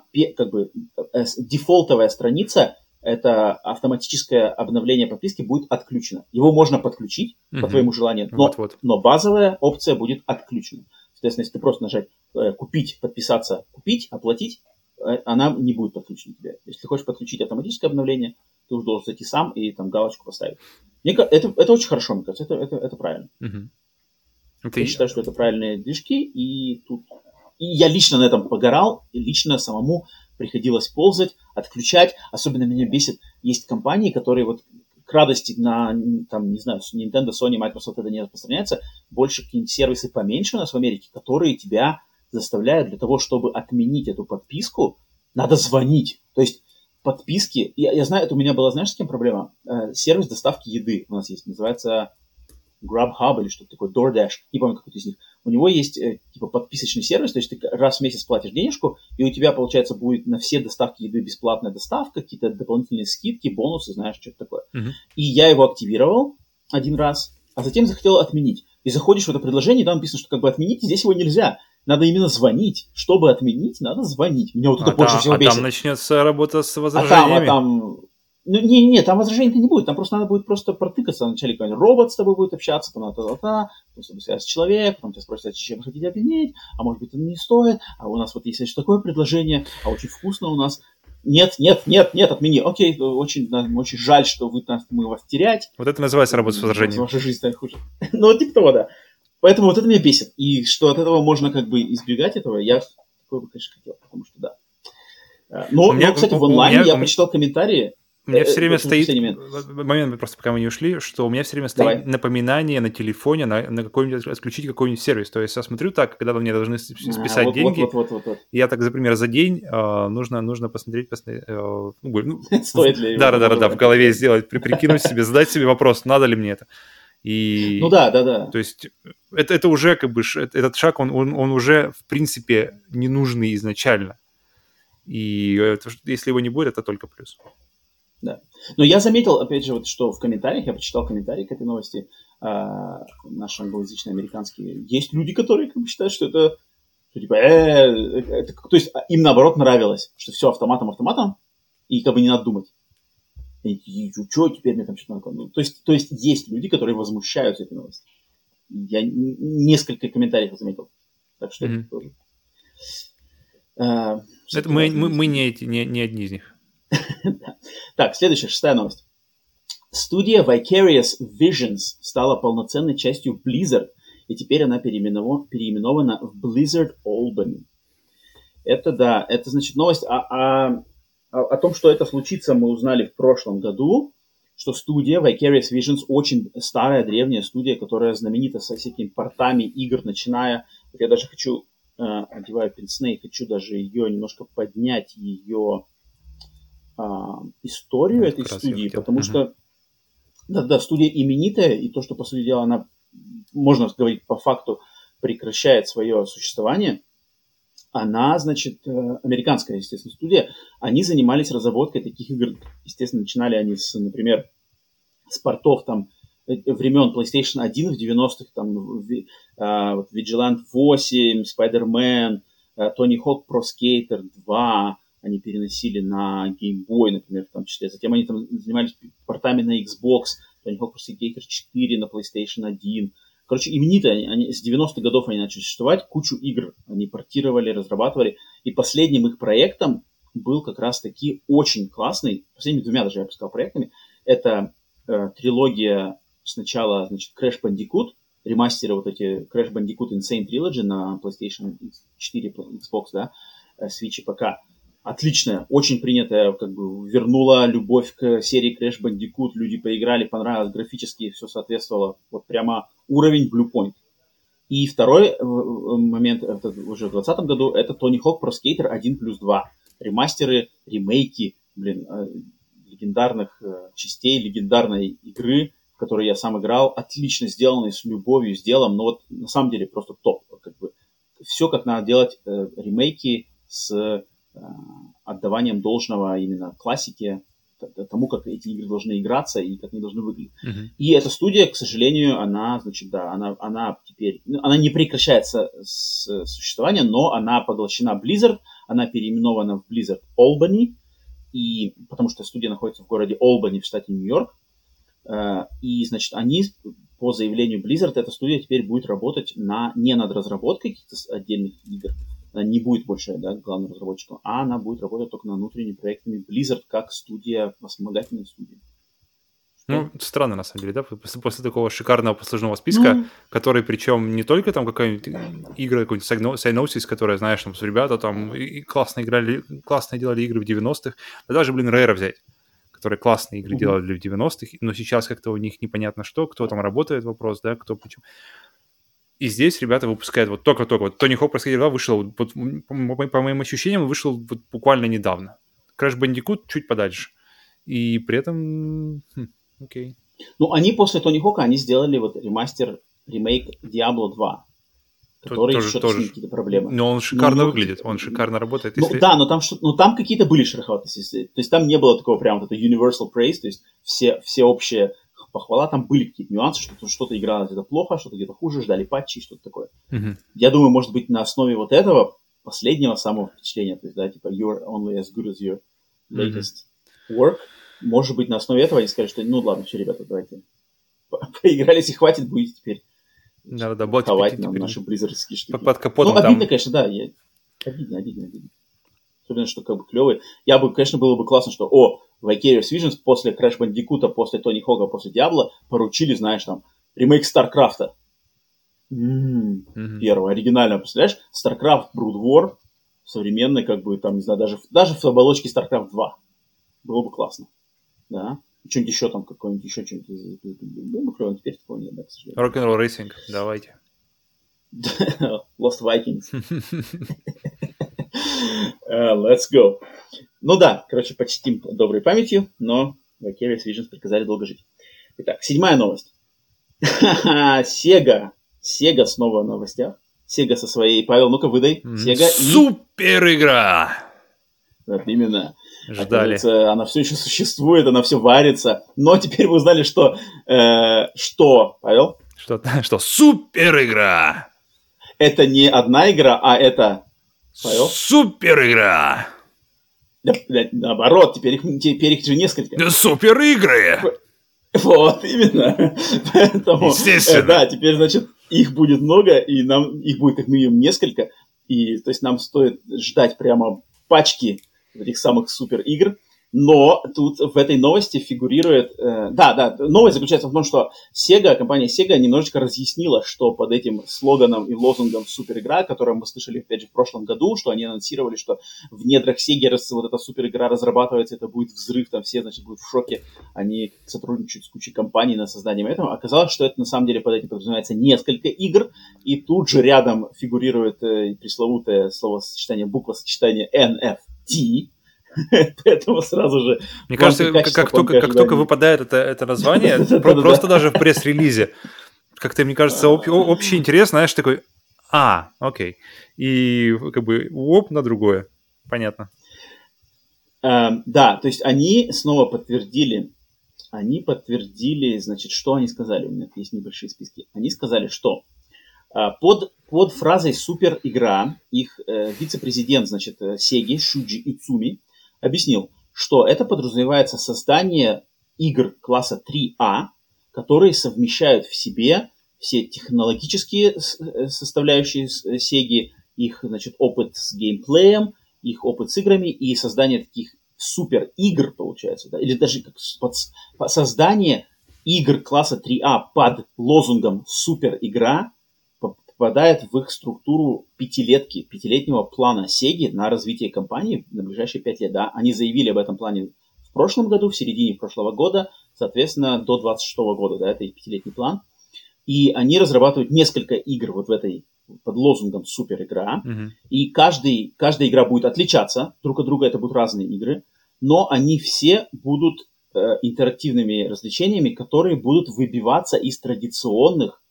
дефолтовая страница, это автоматическое обновление подписки, будет отключено. Его можно подключить по твоему желанию, но базовая опция будет отключена. Соответственно, если ты просто нажать «Купить», «Подписаться», «Купить», «Оплатить», она не будет подключена к тебе. Если ты хочешь подключить автоматическое обновление, ты уже должен зайти сам и там галочку поставить. Это очень хорошо, мне кажется, это правильно. Я считаю, что это правильные движки, и я лично на этом погорал, и лично самому приходилось ползать, отключать. Особенно меня бесит, есть компании, которые вот к радости на, там, не знаю, Nintendo, Sony, Microsoft это не распространяется, больше какие-нибудь сервисы поменьше у нас в Америке, которые тебя заставляют для того, чтобы отменить эту подписку, надо звонить. То есть подписки, я знаю, это у меня была, знаешь, с кем проблема? Сервис доставки еды у нас есть, называется Grubhub или что-то такое, DoorDash, не помню, какой-то из них. У него есть типа подписочный сервис, то есть ты раз в месяц платишь денежку, и у тебя, получается, будет на все доставки еды бесплатная доставка, какие-то дополнительные скидки, бонусы, знаешь, что-то такое. И я его активировал один раз, а затем захотел отменить. И заходишь в это предложение, и там написано, что как бы отменить, и здесь его нельзя. Надо именно звонить. Чтобы отменить, надо звонить. Меня вот это больше всего бесит. А там начнется работа с возражениями. Ну, не, там возражений-то не будет, там просто надо будет просто протыкаться. Вначале какой-нибудь робот с тобой будет общаться, потом потом связь с человеком, потом тебя спросят, чем вы хотите обвинить, а может быть, это не стоит, а у нас вот есть еще такое предложение, а очень вкусно у нас. Нет, отмени. Окей, очень жаль, что мы вас терять. Вот это называется работа с возражением. Ваша жизнь станет хуже. Ну, вот типа того, да. Поэтому вот это меня бесит. И что от этого можно как бы избегать этого, я такое бы, конечно, хотел, потому что да. Но кстати, в онлайне я почитал комментарии. У меня все время стоит, момент просто пока мы не ушли, что у меня все время стоит напоминание на телефоне на какой-нибудь, отключить какой-нибудь сервис. То есть я смотрю так, когда мне должны списать деньги. Я так, например, за день нужно посмотреть. Стоит ли его? Да, в голове сделать, прикинуть себе, задать себе вопрос, надо ли мне это. И, ну да. То есть это уже как бы, этот шаг, он уже в принципе ненужный изначально. И если его не будет, это только плюс. Да. Но я заметил, опять же, вот, что в комментариях, я прочитал комментарии к этой новости, наши англоязычные, американские, есть люди, которые как бы считают, что это, что, типа, то есть им наоборот нравилось, что все автоматом, и как бы не надо думать. И что теперь мне там что-то надо? Ну, то есть есть люди, которые возмущаются этой новостью. Я несколько комментариев заметил. Так что это тоже. Мы не одни из них. Так, следующая, 6-я новость. Студия Vicarious Visions стала полноценной частью Blizzard, и теперь она переименована в Blizzard Albany. Это значит новость о том, что это случится, мы узнали в прошлом году, что студия Vicarious Visions очень старая, древняя студия, которая знаменита со всякими портами игр, начиная... Я даже хочу, одеваю пенсне, хочу даже ее немножко поднять, ее... историю этой студии, потому что студия именитая, и то, что, по сути дела, она, можно говорить, по факту прекращает свое существование, она, значит, американская, естественно, студия, они занимались разработкой таких игр, естественно, начинали они например, с портов там времен PlayStation 1 в 90-х, там, Vigilant 8, Spider-Man, Tony Hawk Pro Skater 2, они переносили на Game Boy, например, в том числе. Затем они там занимались портами на Xbox, Tony Hawk Pro Skater 4 на PlayStation 1. Короче, именитые, они с 90-х годов они начали существовать, кучу игр они портировали, разрабатывали. И последним их проектом был как раз-таки очень классный, последними двумя даже, я бы сказал, проектами, это трилогия сначала, значит, Crash Bandicoot, ремастеры вот эти Crash Bandicoot Insane Trilogy на PlayStation 4, Xbox, да, Switch и ПК. Отличная, очень принятая, как бы вернула любовь к серии Crash Bandicoot, люди поиграли, понравилось, графически все соответствовало, вот прямо уровень Blue Point. И второй момент, это уже в 2020 году, это Tony Hawk Pro Skater 1+2. Ремастеры, ремейки, легендарных частей, легендарной игры, в которой я сам играл, отлично сделанный, с любовью, с делом, но вот на самом деле просто топ. Как бы все, как надо делать ремейки с отдаванием должного именно классике, тому, как эти игры должны играться и как они должны выглядеть. И эта студия, к сожалению, она, значит, да, она теперь, она не прекращает существование, но она поглощена Blizzard, она переименована в Blizzard Albany, и, потому что студия находится в городе Олбани в штате Нью-Йорк. И, значит, они, по заявлению Blizzard, эта студия теперь будет работать не над разработкой каких-то отдельных игр, она не будет больше, да, главным разработчиком, а она будет работать только над внутренними проектами Blizzard как студия, вспомогательная студия. Ну, странно, на самом деле, да, после такого шикарного послужного списка, который, причем, не только там какая-нибудь игра, какой-нибудь Psygnosis, которая, знаешь, там, ребята там и классно играли, классно делали игры в 90-х, а даже, Rare взять, которые классные игры делали в 90-х, но сейчас как-то у них непонятно что, кто там работает, вопрос, да, кто почему. И здесь ребята выпускают вот только-только. Вот Tony Hawk Pro Skater 2 вышел, вот, по моим ощущениям, вышел вот буквально недавно. Crash Bandicoot чуть подальше. И при этом... Окей. Ну, они после Tony Hawk'а, они сделали вот ремейк Diablo 2, который что-то с ним какие-то проблемы. Но он шикарно выглядит, он шикарно работает. Ну, да, но там какие-то были шероховатости. То есть там не было такого прям вот это universal praise, то есть все общие похвала, там были какие-то нюансы, что что-то играло где-то плохо, что-то где-то хуже, ждали патчи, что-то такое. Я думаю, может быть, на основе вот этого последнего самого впечатления, то есть, да, типа you're only as good as your latest work, может быть, на основе этого они сказали, что ну ладно, все, ребята, давайте поигрались и хватит, будете теперь хавать нам наши близзардские штуки. Под капотом ну, обидно, конечно, да, обидно. Особенно, что как бы клевые. Конечно, было бы классно, что Vicarious Visions после Crash Bandicoot, после Tony Hawk'а, после Diablo поручили, знаешь, там, ремейк StarCraft'а. Первого, оригинального, представляешь? StarCraft Brood War, современный, как бы, там, не знаю, даже в оболочке StarCraft 2. Было бы классно. Да? Что-нибудь еще там, какое-нибудь еще что-нибудь. Было бы клево, теперь такого нет, да, к сожалению. Rock'n'Roll Racing, давайте. Lost Vikings. Let's go. Ну да, короче, почтим доброй памятью, но Vicarious Visions приказали долго жить. Итак, 7-я новость. Sega снова в новостях. Sega со своей... Павел, ну-ка, выдай. Sega Супер игра! Вот именно. Ждали. Оказывается, она все еще существует, она все варится. Но теперь вы узнали, что... Что, Павел? Что? Супер игра! Это не одна игра, а это... Павел? Супер игра! Наоборот, теперь их же несколько. Супер игры! Вот, именно. Поэтому, естественно. Да, теперь, значит, их будет много, и их будет как минимум несколько. И, то есть, нам стоит ждать прямо пачки этих самых супер игр. Но тут в этой новости фигурирует... новость заключается в том, что компания Sega немножечко разъяснила, что под этим слоганом и лозунгом суперигра, который мы слышали, опять же, в прошлом году, что они анонсировали, что в недрах Sega вот эта суперигра разрабатывается, это будет взрыв, там все, значит, будут в шоке, они сотрудничают с кучей компаний над созданием этого. Оказалось, что это на самом деле под этим подразумевается несколько игр, и тут же рядом фигурирует пресловутое буквосочетание NFT, поэтому сразу же... Мне кажется, как только выпадает это название, просто даже в пресс-релизе, как-то, мне кажется, общий интерес, знаешь, такой, окей. И как бы на другое. Понятно. Да, то есть они снова подтвердили, значит, что они сказали, у меня есть небольшие списки. Они сказали, что под фразой «супер игра» их вице-президент, значит, Sega Shuji Itsumi объяснил, что это подразумевается создание игр класса 3А, которые совмещают в себе все технологические составляющие Sega, их, значит, опыт с геймплеем, их опыт с играми и создание таких супер игр, получается, да, или даже как создание игр класса 3А под лозунгом супер игра попадает в их структуру пятилетнего плана Sega на развитие компании на ближайшие 5 лет. Да? Они заявили об этом плане в прошлом году, в середине прошлого года, соответственно, до 2026 года, да, это их 5-летний план. И они разрабатывают несколько игр вот в этой, под лозунгом супер игра. И каждая игра будет отличаться друг от друга, это будут разные игры, но они все будут интерактивными развлечениями, которые будут выбиваться из традиционных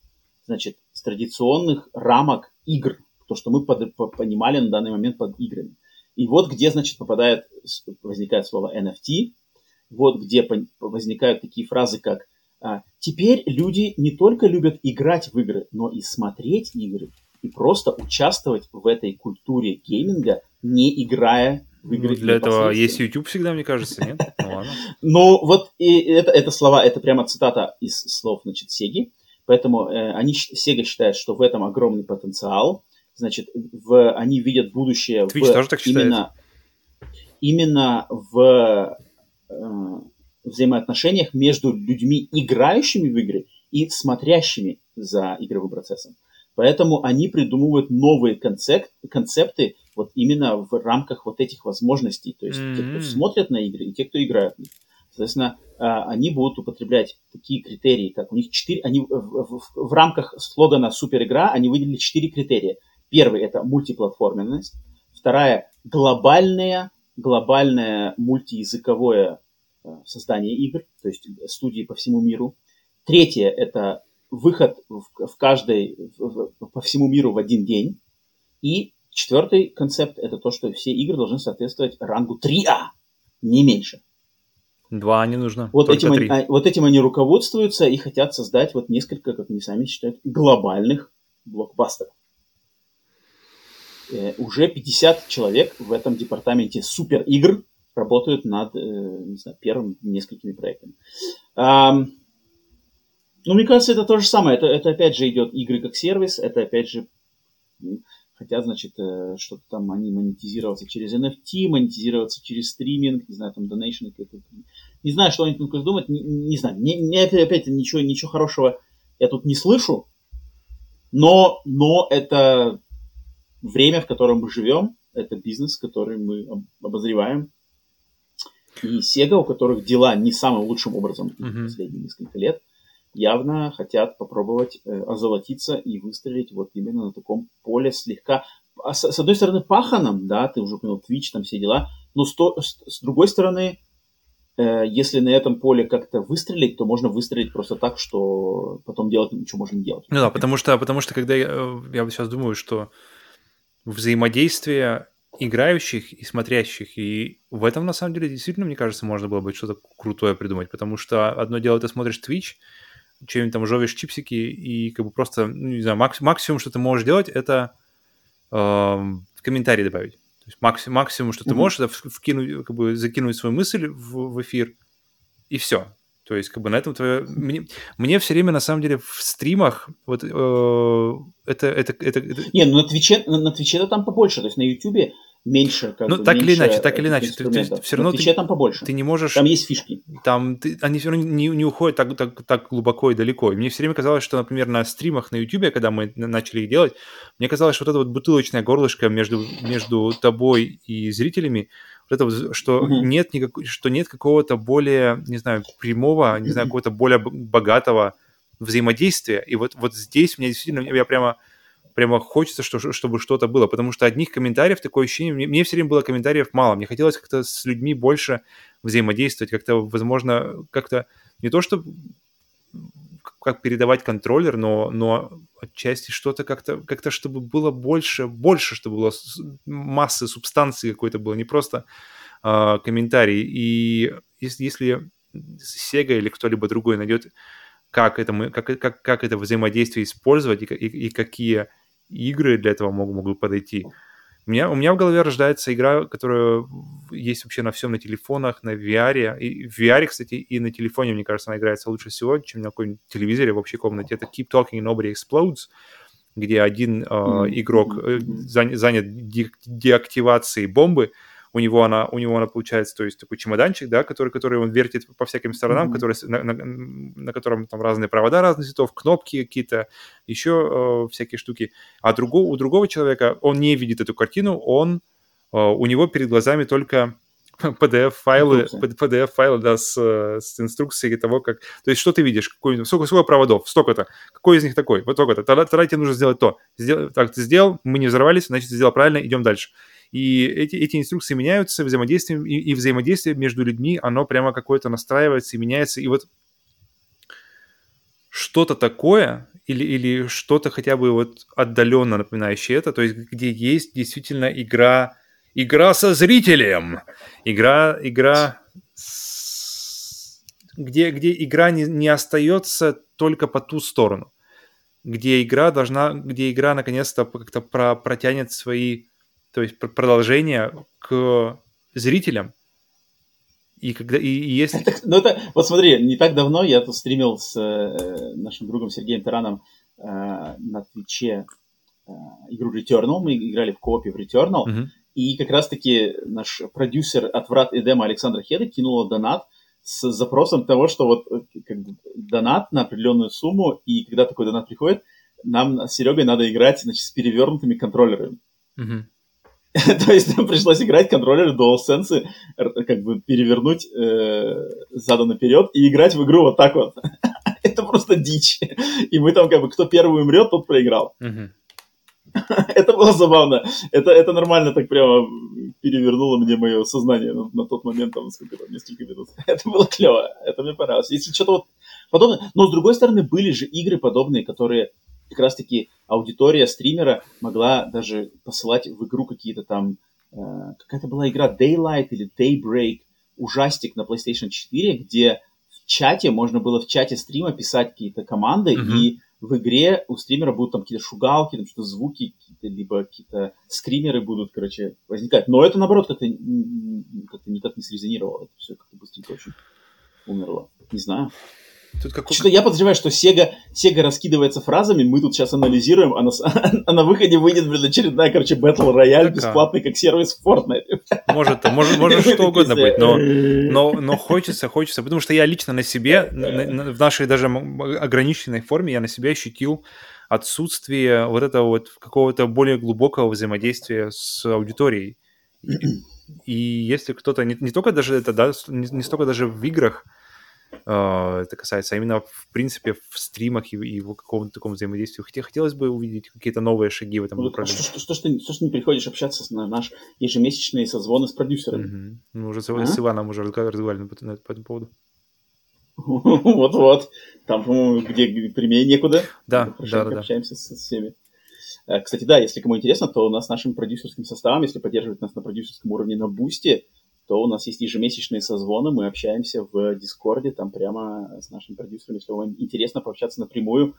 рамок игр, то, что мы понимали на данный момент под играми. И вот где, значит, возникает слово NFT, вот где возникают такие фразы, как «теперь люди не только любят играть в игры, но и смотреть игры, и просто участвовать в этой культуре гейминга, не играя в игры Для этого есть непосредственно». YouTube всегда, мне кажется, нет? Ну ладно. Ну, вот и это слова, это прямо цитата из слов, значит, Сеги. Поэтому Sega считает, что в этом огромный потенциал. Значит, они видят будущее Twitch тоже так считает. именно в взаимоотношениях между людьми, играющими в игры, и смотрящими за игровым процессом. Поэтому они придумывают новые концепты вот именно в рамках вот этих возможностей. То есть те, кто смотрят на игры, и те, кто играют в них. Соответственно, они будут употреблять такие критерии, как у них 4... Они в рамках слогана «Суперигра» они выделили 4 критерия. Первый – это мультиплатформенность. Вторая – глобальное мультиязыковое создание игр, то есть студии по всему миру. Третье – это выход по всему миру в один день. И четвертый концепт – это то, что все игры должны соответствовать рангу 3А, не меньше. 2 не нужно, вот только 3. Вот этим они руководствуются и хотят создать вот несколько, как они сами считают, глобальных блокбастеров. Уже 50 человек в этом департаменте суперигр работают над, не знаю, первыми несколькими проектами. Ну, мне кажется, это то же самое. Это опять же идет игры как сервис, это опять же хотят, значит, что-то там они монетизироваться через NFT, монетизироваться через стриминг, не знаю, там, донейшн. Не знаю, что они тут думают, не знаю. Мне это опять ничего хорошего я тут не слышу, но это время, в котором мы живем, это бизнес, который мы обозреваем. И Sega, у которых дела не самым лучшим образом последние несколько лет, явно хотят попробовать озолотиться и выстрелить вот именно на таком поле слегка, с одной стороны, паханом, да, ты уже понял, Twitch, там все дела, но с другой стороны, если на этом поле как-то выстрелить, то можно выстрелить просто так, что потом делать ничего можно не делать. Ну да, потому что когда я сейчас думаю, что взаимодействие играющих и смотрящих, и в этом, на самом деле, действительно, мне кажется, можно было бы что-то крутое придумать, потому что одно дело, ты смотришь Twitch, чем-нибудь там жовишь чипсики, и как бы просто, ну, не знаю, максимум, что ты можешь делать, это комментарий добавить. То есть максимум, что ты можешь, это вкинуть, как бы закинуть свою мысль в эфир, и все. То есть, как бы на этом твое... Мне все время, на самом деле, в стримах вот это... Не, ну на Твиче там побольше, то есть на Ютубе меньше, как бы, так или меньше иначе, ты все равно... На Твиче там побольше. Ты не можешь... Там есть фишки. Они все равно не уходят так глубоко и далеко. И мне все время казалось, что, например, на стримах на Ютубе, когда мы начали их делать, мне казалось, что вот это вот бутылочное горлышко между тобой и зрителями, вот это вот, что нет какого-то более, не знаю, прямого, не знаю, какого-то более богатого взаимодействия. И вот здесь мне действительно, я прямо хочется, чтобы что-то было, потому что одних комментариев, такое ощущение, мне все время было комментариев мало, мне хотелось как-то с людьми больше взаимодействовать, как-то, возможно, как-то не то, чтобы как передавать контроллер, но отчасти что-то как-то чтобы было больше, чтобы было массы, субстанции какой-то было, не просто комментарий. И если Sega или кто-либо другой найдет, как это взаимодействие использовать и какие игры для этого могут подойти. У меня в голове рождается игра, которая есть вообще на всем, на телефонах, на VR. И в VR, кстати, и на телефоне, мне кажется, она играется лучше всего, чем на каком-нибудь телевизоре в общей комнате. Это Keep Talking Nobody Explodes, где один игрок занят деактивацией бомбы. У него она получается, то есть такой чемоданчик, да, который он вертит по всяким сторонам, на котором там разные провода разных цветов, кнопки какие-то, еще всякие штуки. А у другого человека, он не видит эту картину, у него перед глазами только PDF-файлы, да, с инструкцией того, как... То есть что ты видишь? Сколько проводов? Столько-то. Какой из них такой? Вот столько-то. Тогда тебе нужно сделать то. Так, ты сделал, мы не взорвались, значит, ты сделал правильно, идем дальше. И эти инструкции меняются, и взаимодействие между людьми, оно прямо какое-то настраивается и меняется. И вот что-то такое или что-то хотя бы вот отдаленно напоминающее это, то есть где есть действительно игра игра со зрителем. Игра где игра не остается только по ту сторону. Где игра наконец-то как-то протянет свои, то есть продолжение к зрителям. И если... Вот смотри, не так давно я тут стримил с нашим другом Сергеем Тараном на Твиче игру Returnal. Мы играли в коопе в Returnal. И как раз-таки наш продюсер от Врат Эдема Александра Хеда кинула донат с запросом того, что вот как бы, донат на определенную сумму, и когда такой донат приходит, нам с Серегой надо играть, значит, с перевернутыми контроллерами. То есть нам пришлось играть контроллеры DualSense, как бы перевернуть задом наперед и играть в игру вот так вот. Это просто дичь. И мы там как бы, кто первый умрет, тот проиграл. Это было забавно. Это нормально так прямо перевернуло мне мое сознание на тот момент, там, несколько минут. Это было клево. Это мне понравилось. Если что-то вот подобное... Но, с другой стороны, были же игры подобные, которые как раз-таки аудитория стримера могла даже посылать в игру какие-то там... какая-то была игра Daylight или Daybreak, ужастик на PlayStation 4, где в чате, можно было в чате стрима писать какие-то команды, и в игре у стримера будут там какие-то шугалки, там что-то звуки, либо какие-то скримеры будут, короче, возникать. Но это, наоборот, как-то никак не срезонировало. Это все как-то быстренько очень умерло. Не знаю. Что-то я подозреваю, что Sega раскидывается фразами, мы тут сейчас анализируем, а на выходе выйдет, очередная, короче, Battle Royale бесплатный, как сервис Fortnite. Может что угодно быть, но хочется, потому что я лично на себе, в нашей даже ограниченной форме, я на себе ощутил отсутствие вот этого вот какого-то более глубокого взаимодействия с аудиторией. И если кто-то, не только даже это, да, не столько даже в играх, это касается, а именно, в принципе, в стримах и в каком-то таком взаимодействии. Хотелось бы увидеть какие-то новые шаги в этом направлении. Что ж ты не приходишь общаться на наш ежемесячные созвоны с продюсерами? Мы уже с Иваном уже разговаривали по этому поводу. Вот. Там, по-моему, где прямее некуда. Да. Общаемся со всеми. Кстати, да, если кому интересно, то у нас с нашим продюсерским составом, если поддерживать нас на продюсерском уровне на Бусти, то у нас есть ежемесячные созвоны, мы общаемся в Дискорде, там прямо с нашими продюсерами. Если вам интересно пообщаться напрямую,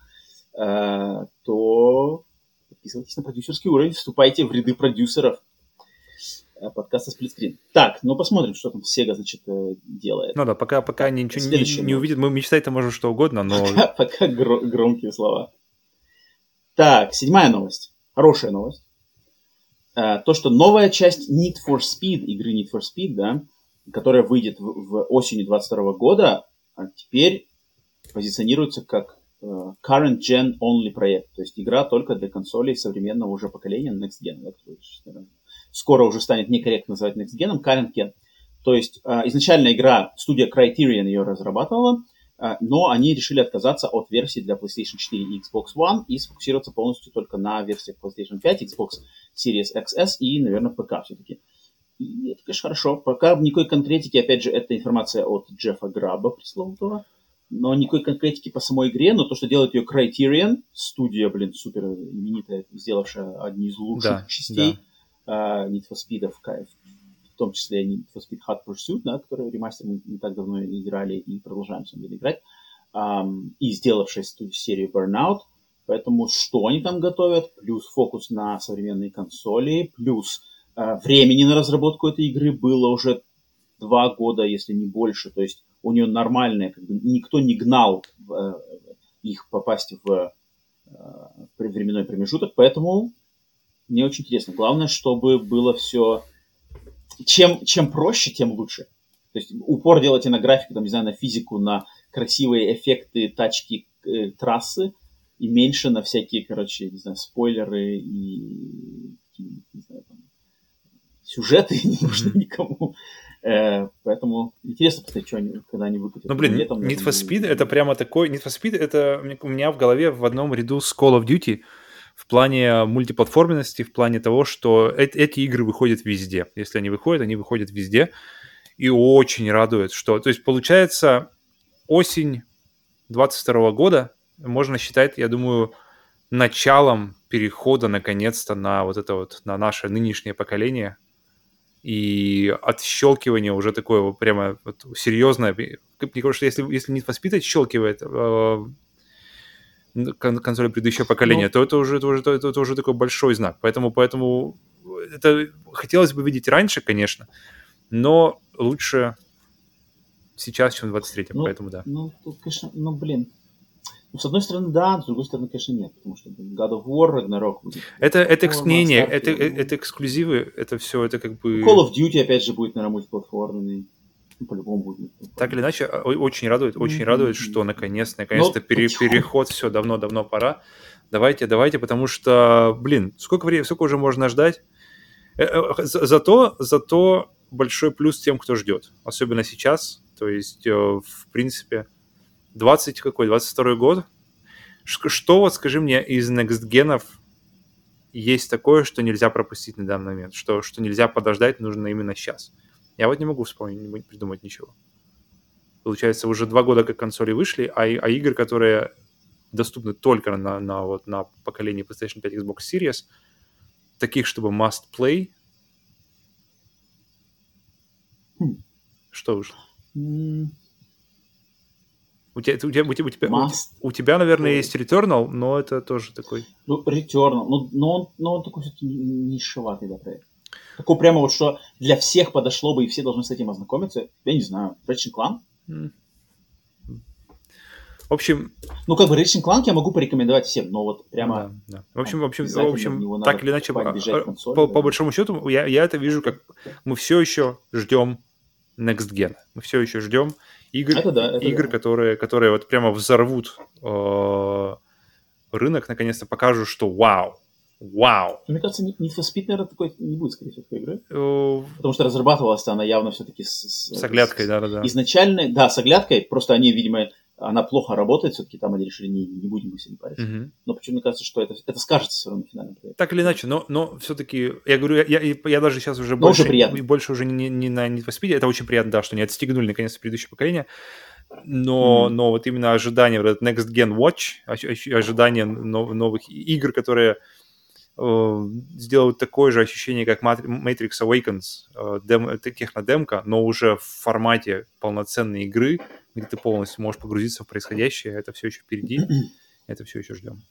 то подписывайтесь на продюсерский уровень, вступайте в ряды продюсеров подкаста «Сплитскрин». Так, посмотрим, что там Sega, значит, делает. Ну да, пока ничего не увидит, мы мечтать-то можем что угодно, но... Пока громкие слова. Так, 7-я новость. Хорошая новость. То, что новая часть Need for Speed, игры Need for Speed, да, которая выйдет в осенью 2022 года, теперь позиционируется как current gen only проект. То есть игра только для консолей современного уже поколения, Next Gen. Да, скоро уже станет некорректно называть Next Gen, current gen. То есть изначально игра, студия Criterion ее разрабатывала, но они решили отказаться от версии для PlayStation 4 и Xbox One и сфокусироваться полностью только на версиях PlayStation 5, Xbox Series XS и, наверное, ПК все-таки. И это, конечно, хорошо. Пока никакой конкретики, опять же, это информация от Джеффа Граба пресловутого, но никакой конкретики по самой игре, но то, что делает ее Criterion, студия, супер именитая, сделавшая одни из лучших частей Need for Speed, в том числе Need for Speed Hot Pursuit, да, который ремастер мы не так давно играли и продолжаем с вами играть, и сделавшая серию Burnout. Поэтому что они там готовят? Плюс фокус на современные консоли, плюс времени на разработку этой игры было уже 2 года, если не больше. То есть у нее нормальная, никто не гнал их попасть в временной промежуток, поэтому мне очень интересно. Главное, чтобы было все... Чем проще, тем лучше. То есть упор делайте на графику, там, не знаю, на физику, на красивые эффекты, тачки, трассы, и меньше на всякие, короче, не знаю, спойлеры и, не знаю, там, сюжеты не нужны никому. Поэтому интересно посмотреть, что они, когда они выкатят. Ну, блин, Need for Speed это прямо такой... Need for Speed это у меня в голове в одном ряду с Call of Duty в плане мультиплатформенности, в плане того, что эти игры выходят везде. Если они выходят везде. И очень радует, что... То есть, получается, осень 22 года можно считать, я думаю, началом перехода, наконец-то, на вот это вот, на наше нынешнее поколение и отщелкивание уже такое вот прямо вот серьезное. Мне кажется, если Need for Speed отщелкивает консоли предыдущего поколения, то это уже такой большой знак. Поэтому это хотелось бы видеть раньше, конечно, но лучше сейчас, чем в 23-м, поэтому да. Тут, конечно, блин. С одной стороны, да, с другой стороны, конечно, нет, потому что God of War, Ragnarok будет. Это эксклюзивы, это все, это как бы... Call of Duty, опять же, будет, наверное, мультиплатформенный. По-любому будет. Так или иначе, очень радует, что наконец-то переход, все, давно пора. Давайте, потому что, блин, сколько уже можно ждать? Зато большой плюс тем, кто ждет, особенно сейчас, то есть, в принципе, 22 год. Что вот, скажи мне, из next-генов есть такое, что нельзя пропустить на данный момент, что нельзя подождать, нужно именно сейчас? Я вот не могу вспомнить, не придумать ничего. Получается, уже 2 года как консоли вышли, а игры, которые доступны только на поколении PlayStation 5 Xbox Series, таких, чтобы must play, что уж. У тебя, наверное, есть Returnal, но это тоже такой... Returnal, но он такой все-таки нишеватый, да, проект. Такой прямо вот, что для всех подошло бы, и все должны с этим ознакомиться. Я не знаю, Ratchet Clank? В общем... как бы Ratchet Clank я могу порекомендовать всем, но вот прямо... Да. В общем, так или иначе, по большому счету, я это вижу, как мы все еще ждем Next Gen. Мы все еще ждем игр, которые вот прямо взорвут рынок, наконец-то покажут, что вау. Мне кажется, Need for Speed, наверное, такой не будет, скорее всего, такой игры. Потому что разрабатывалась она явно все-таки с оглядкой, да. Изначально, да, с оглядкой. Просто они, видимо, она плохо работает, все-таки там они решили, не будем мы с ним париться. Но почему мне кажется, что это скажется все равно в финальном проекте. Так или иначе, но все-таки, я говорю, я даже сейчас уже больше уже не на Need for Speed, это очень приятно, да, что они отстегнули наконец-то предыдущее поколение, но вот именно ожидание, вот этот Next Gen Watch, ожидание новых игр, которые сделают такое же ощущение, как Matrix Awakens, технодемка, но уже в формате полноценной игры, где ты полностью можешь погрузиться в происходящее. Это все еще впереди. Это все еще ждем.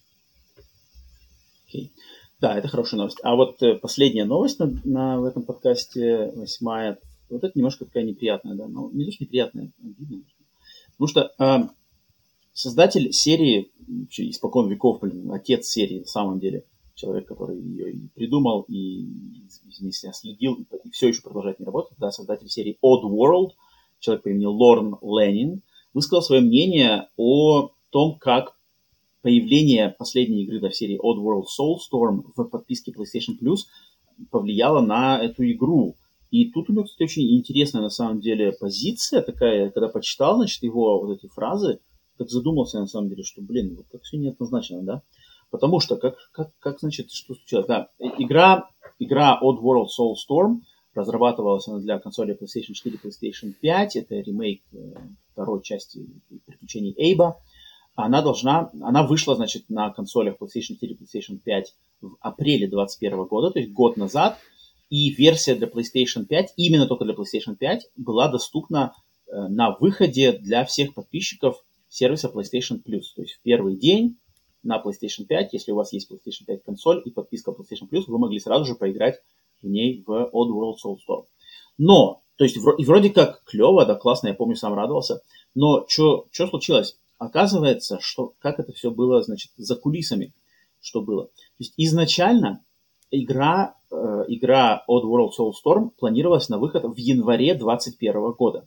Okay. Да, это хорошая новость. А вот последняя новость в этом подкасте, 8-я, вот это немножко такая неприятная, да, но не то, что неприятная, обидная. Потому что создатель серии, вообще испокон веков, отец серии, на самом деле, человек, который ее и придумал, и следил, и все еще продолжает не работать, да, создатель серии Oddworld, человек по имени Лорн Леннинг, высказал свое мнение о том, как появление последней игры в серии Oddworld Soulstorm в подписке PlayStation Plus повлияло на эту игру. И тут у него, кстати, очень интересная на самом деле позиция такая, когда почитал, значит, его вот эти фразы, так задумался на самом деле, что, блин, вот как все неоднозначно, да? Потому что, значит, что случилось? Да, игра Oddworld Soulstorm разрабатывалась она для консоли PlayStation 4 и PlayStation 5. Это ремейк второй части приключений Эйба. Она вышла, значит, на консолях PlayStation 4 и PlayStation 5 в апреле 2021 года, то есть год назад. И версия для PlayStation 5, именно только для PlayStation 5, была доступна на выходе для всех подписчиков сервиса PlayStation Plus. То есть в первый день на PlayStation 5, если у вас есть PlayStation 5 консоль и подписка PlayStation Plus, вы могли сразу же поиграть в ней в Oddworld Soulstorm. Но, то есть, и вроде как клево, да, классно, я помню, сам радовался, но что случилось? Оказывается, что как это все было, значит, за кулисами, что было. То есть изначально игра Oddworld Soulstorm планировалась на выход в январе 2021 года.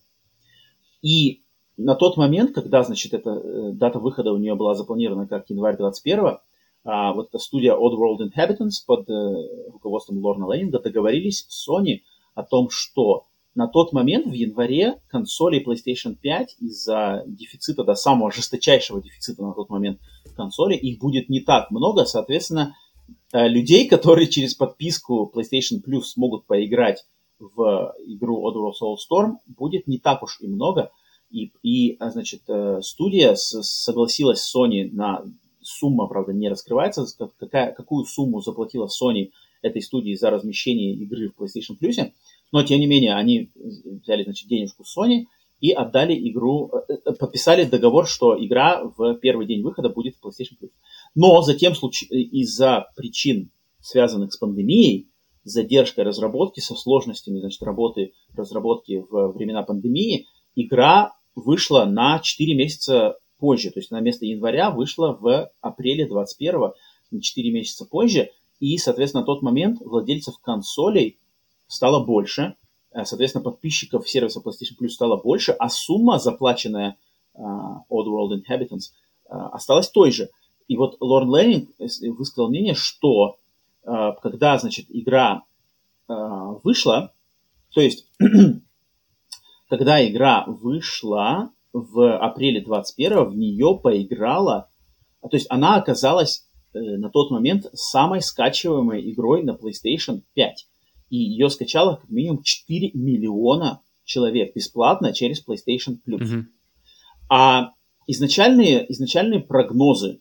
И на тот момент, когда, значит, эта дата выхода у нее была запланирована как январь 21-го, вот эта студия Oddworld Inhabitants под руководством Лорна Леннинга договорились с Sony о том, что на тот момент, в январе, консолей PlayStation 5 из-за дефицита, до самого жесточайшего дефицита на тот момент консолей, их будет не так много, соответственно, людей, которые через подписку PlayStation Plus смогут поиграть в игру Oddworld Soulstorm, будет не так уж и много. И значит, студия согласилась с Sony на... Сумма, правда, не раскрывается, какую сумму заплатила Sony этой студии за размещение игры в PlayStation Plus, но, тем не менее, они взяли, значит, денежку с Sony и отдали игру, подписали договор, что игра в первый день выхода будет в PlayStation Plus. Но затем из-за причин, связанных с пандемией, с задержкой разработки, со сложностями, значит, разработки в времена пандемии, игра вышла на 4 месяца позже. То есть она вместо января вышла в апреле 21-го, на 4 месяца позже. И, соответственно, на тот момент владельцев консолей стало больше. Соответственно, подписчиков сервиса PlayStation Plus стало больше, а сумма, заплаченная Oddworld Inhabitants, осталась той же. И вот Лорн Леннинг высказал мнение, что когда, значит, игра вышла, то есть когда игра вышла в апреле 21-го, в нее поиграла, то есть она оказалась на тот момент самой скачиваемой игрой на PlayStation 5. И ее скачало как минимум 4 миллиона человек бесплатно через PlayStation Plus. Mm-hmm. А изначальные прогнозы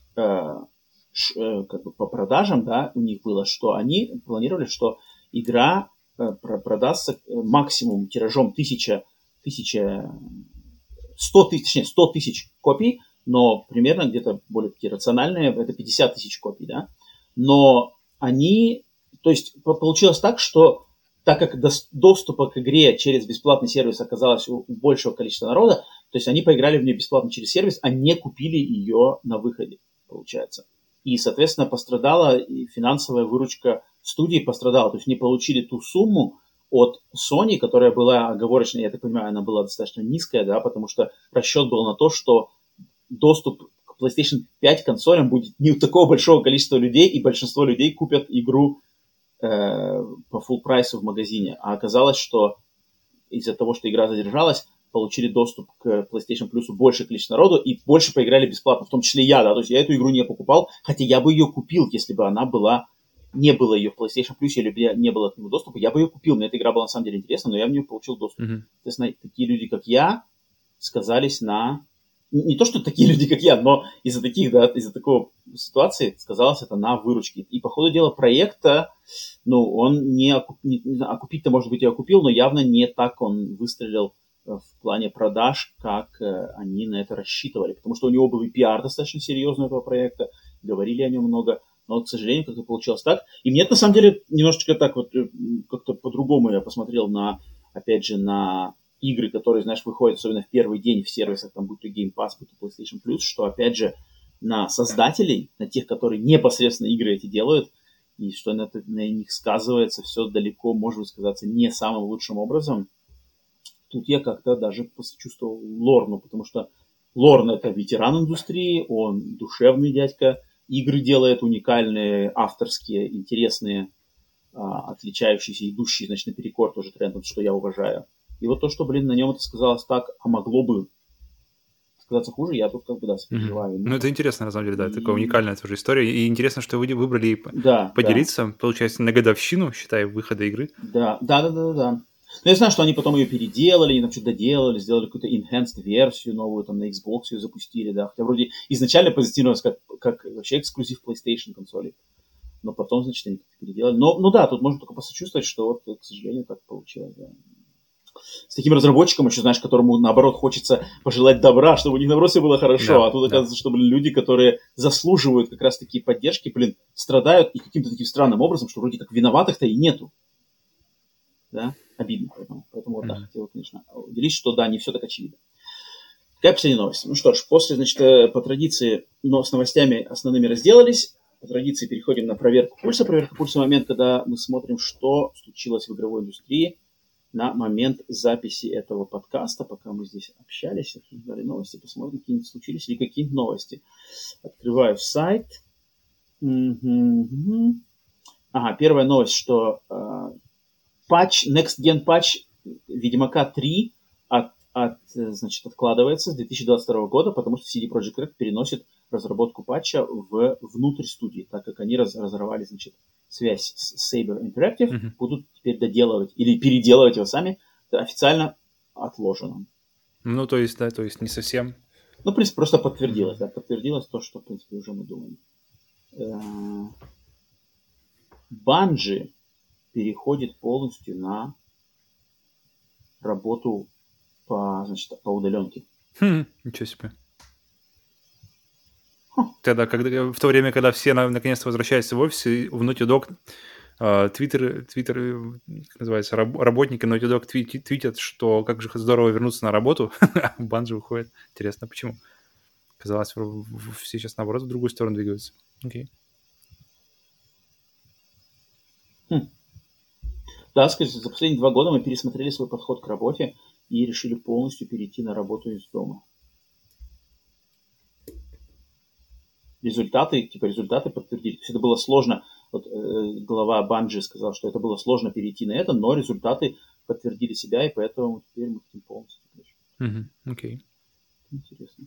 как бы по продажам, да, у них было, что они планировали, что игра продастся максимум тиражом 100 тысяч копий, но примерно где-то более такие рациональные, это 50 тысяч копий, да. Но то есть получилось так, что так как доступа к игре через бесплатный сервис оказалось у большего количества народа, то есть они поиграли в нее бесплатно через сервис, а не купили ее на выходе, получается. И, соответственно, пострадала и финансовая выручка студии пострадала. То есть не получили ту сумму от Sony, которая была оговорочной, я так понимаю, она была достаточно низкая, да, потому что расчет был на то, что доступ к PlayStation 5 консолям будет не у такого большого количества людей, и большинство людей купят игру по full прайсу в магазине. А оказалось, что из-за того, что игра задержалась, получили доступ к PlayStation Plus большее количество народу и больше поиграли бесплатно, в том числе я, да, то есть я эту игру не покупал, хотя я бы ее купил, если бы она не было ее в PlayStation Plus или не было к нему доступа, я бы ее купил, мне эта игра была на самом деле интересна, но я в нее получил доступ. Соответственно, такие люди, как я, сказались на... Не то, что такие люди, как я, но из-за такой ситуации сказалось это на выручке. И, по ходу дела, проекта, он окупить-то, может быть, и окупил, но явно не так он выстрелил в плане продаж, как они на это рассчитывали. Потому что у него был и пиар достаточно серьезный этого проекта, говорили о нем много, но, к сожалению, как-то получилось так. И мне, на самом деле, немножечко так вот, как-то по-другому я посмотрел опять же, на игры, которые, знаешь, выходят особенно в первый день в сервисах, там, будь то Game Pass, будь то PlayStation Plus, что, опять же, на создателей, на тех, которые непосредственно игры эти делают, и что на них сказывается все далеко, может сказаться, не самым лучшим образом. Тут я как-то даже посочувствовал Лорну, потому что Лорн — это ветеран индустрии, он душевный дядька, игры делает уникальные, авторские, интересные, отличающиеся, идущие, значит, наперекор тоже трендам, что я уважаю. И вот то, что, на нем это сказалось так, а могло бы сказаться хуже, я тут как бы, да, сопереживаю. Ну, это интересно, на самом деле, да, такая уникальная тоже история. И интересно, что вы выбрали поделиться, получается, на годовщину, считай, выхода игры. Да. Но я знаю, что они потом ее переделали, они там что-то доделали, сделали какую-то enhanced версию новую, там на Xbox ее запустили, да. Хотя вроде изначально позиционировалось как вообще эксклюзив PlayStation консолей. Но потом, значит, они как-то переделали. Но да, тут можно только посочувствовать, что вот, к сожалению, так получилось, да. С таким разработчиком еще, знаешь, которому, наоборот, хочется пожелать добра, чтобы у них, наоборот, все было хорошо. Да, а тут оказывается, что, люди, которые заслуживают как раз такие поддержки, страдают и каким-то таким странным образом, что вроде как виноватых-то и нету. Да? Обидно. Поэтому вот так хотел, конечно, уделить, что да, не все так очевидно. Какая последняя новость? Ну что ж, после, значит, по традиции, с новостями основными разделались. По традиции переходим на проверку пульса. Проверка пульса — момент, когда мы смотрим, что случилось в игровой индустрии на момент записи этого подкаста, пока мы здесь общались, обсуждали новости, посмотрим, какие-нибудь случились или какие-нибудь новости. Открываю сайт. Ага, первая новость, что Next Gen патч Ведьмака 3 значит, откладывается с 2022 года, потому что CD Projekt Red переносит разработку патча внутрь студии, так как они разорвали, значит, связь с Saber Interactive, будут теперь доделывать или переделывать его сами, это официально отложено. Ну, то есть не совсем. Ну, в принципе, просто подтвердилось, подтвердилось то, что, в принципе, уже мы думаем. Bungie переходит полностью на работу по удаленке. Ничего себе. Тогда, в то время, когда все наконец-то возвращаются в офис, и в Naughty Dog Твиттер, как называется, работники Naughty Dog твитят, что как же здорово вернуться на работу, а Bungie уходит. Интересно, почему? Казалось, все сейчас, наоборот, в другую сторону двигаются. Окей. Да, скажите, за последние 2 года мы пересмотрели свой подход к работе и решили полностью перейти на работу из дома. Результаты подтвердили. То есть это было сложно. Вот глава Bungie сказал, что это было сложно перейти на это, но результаты подтвердили себя, и поэтому теперь мы хотим полностью. Окей. Интересно.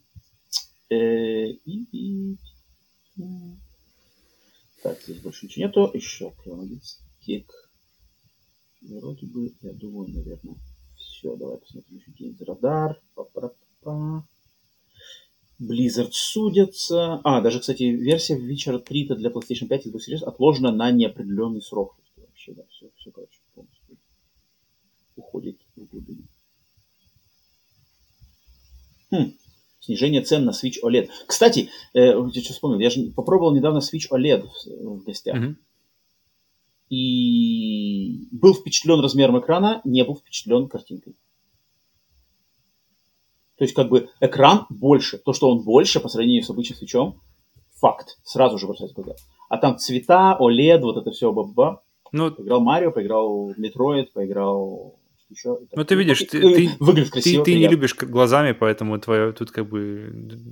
Так, здесь больше ничего нету. Еще тик. Вроде бы, я думаю, наверное, все. Давай посмотрим еще Games Radar. Blizzard судятся. Даже, кстати, версия Witcher 3 для PlayStation 5 и Xbox Series отложена на неопределенный срок. Вообще, да, все, короче, полностью уходит в глубину. Снижение цен на Switch OLED. Кстати, я что вспомнил, я же попробовал недавно Switch OLED в гостях. И был впечатлен размером экрана, не был впечатлен картинкой. То есть, как бы, экран больше. То, что он больше по сравнению с обычным свечом, факт. Сразу же бросается в глаза. А там цвета, OLED, вот это все, баба. Поиграл Марио, поиграл Metroid, поиграл... Еще. Ну, ты видишь, выглядит красиво. Ты не любишь глазами, поэтому твое тут как бы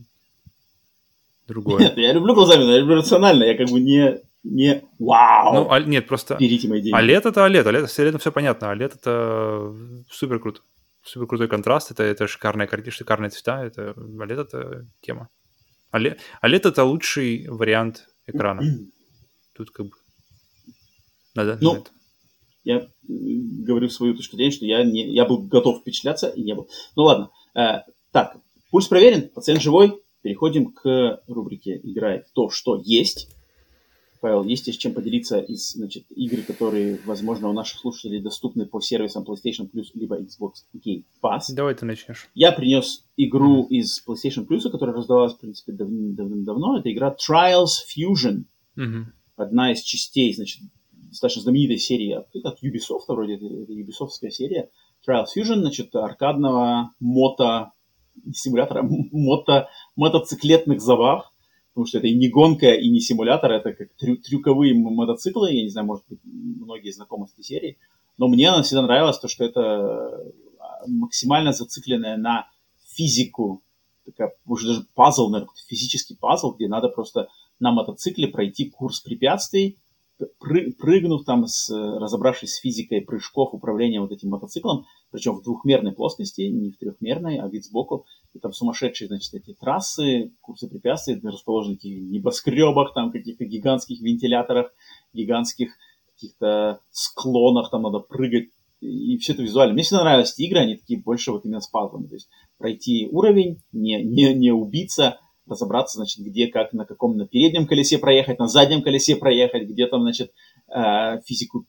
другое. Нет, я люблю глазами, но я люблю рационально. Я как бы не вау. Ну, нет, просто... Берите мои деньги. OLED это OLED. OLED с OLED все понятно. OLED это супер круто. Супер крутой контраст. Это шикарная картинка, шикарные цвета. Это OLED это тема. OLED это лучший вариант экрана. Тут как бы... Надо это. Я говорю свою точку зрения, что я был готов впечатляться и не был. Ну ладно. Так, пульс проверен, пациент живой. Переходим к рубрике «Играй в то, что есть». Павел, есть с чем поделиться из игр, которые, возможно, у наших слушателей доступны по сервисам PlayStation Plus либо Xbox Game Pass. Давай ты начнешь. Я принес игру из PlayStation Plus, которая раздавалась, в принципе, давным-давно. Это игра Trials Fusion. Одна из частей, достаточно знаменитой серии от Ubisoft, вроде это Ubisoftская серия. Trials Fusion, аркадного симулятора мотоциклетных забав. Потому что это и не гонка, и не симулятор, это как трюковые мотоциклы. Я не знаю, может быть, многие знакомы с этой серией. Но мне она всегда нравилась, то, что это максимально зацикленная на физику. Такая, уже даже пазл, наверное, физический пазл, где надо просто на мотоцикле пройти курс препятствий, прыгнув там, разобравшись с физикой прыжков, управления вот этим мотоциклом, причем в двухмерной плоскости, не в трехмерной, а вид сбоку. И там сумасшедшие, эти трассы, курсы препятствий, расположены в каких-то небоскребах, там каких-то гигантских вентиляторах, гигантских каких-то склонах, там надо прыгать. И все это визуально. Мне всегда нравились эти игры, они такие больше вот именно с пазлами. То есть пройти уровень, не убиться, разобраться, где, как, на переднем колесе проехать, на заднем колесе проехать, где там, физику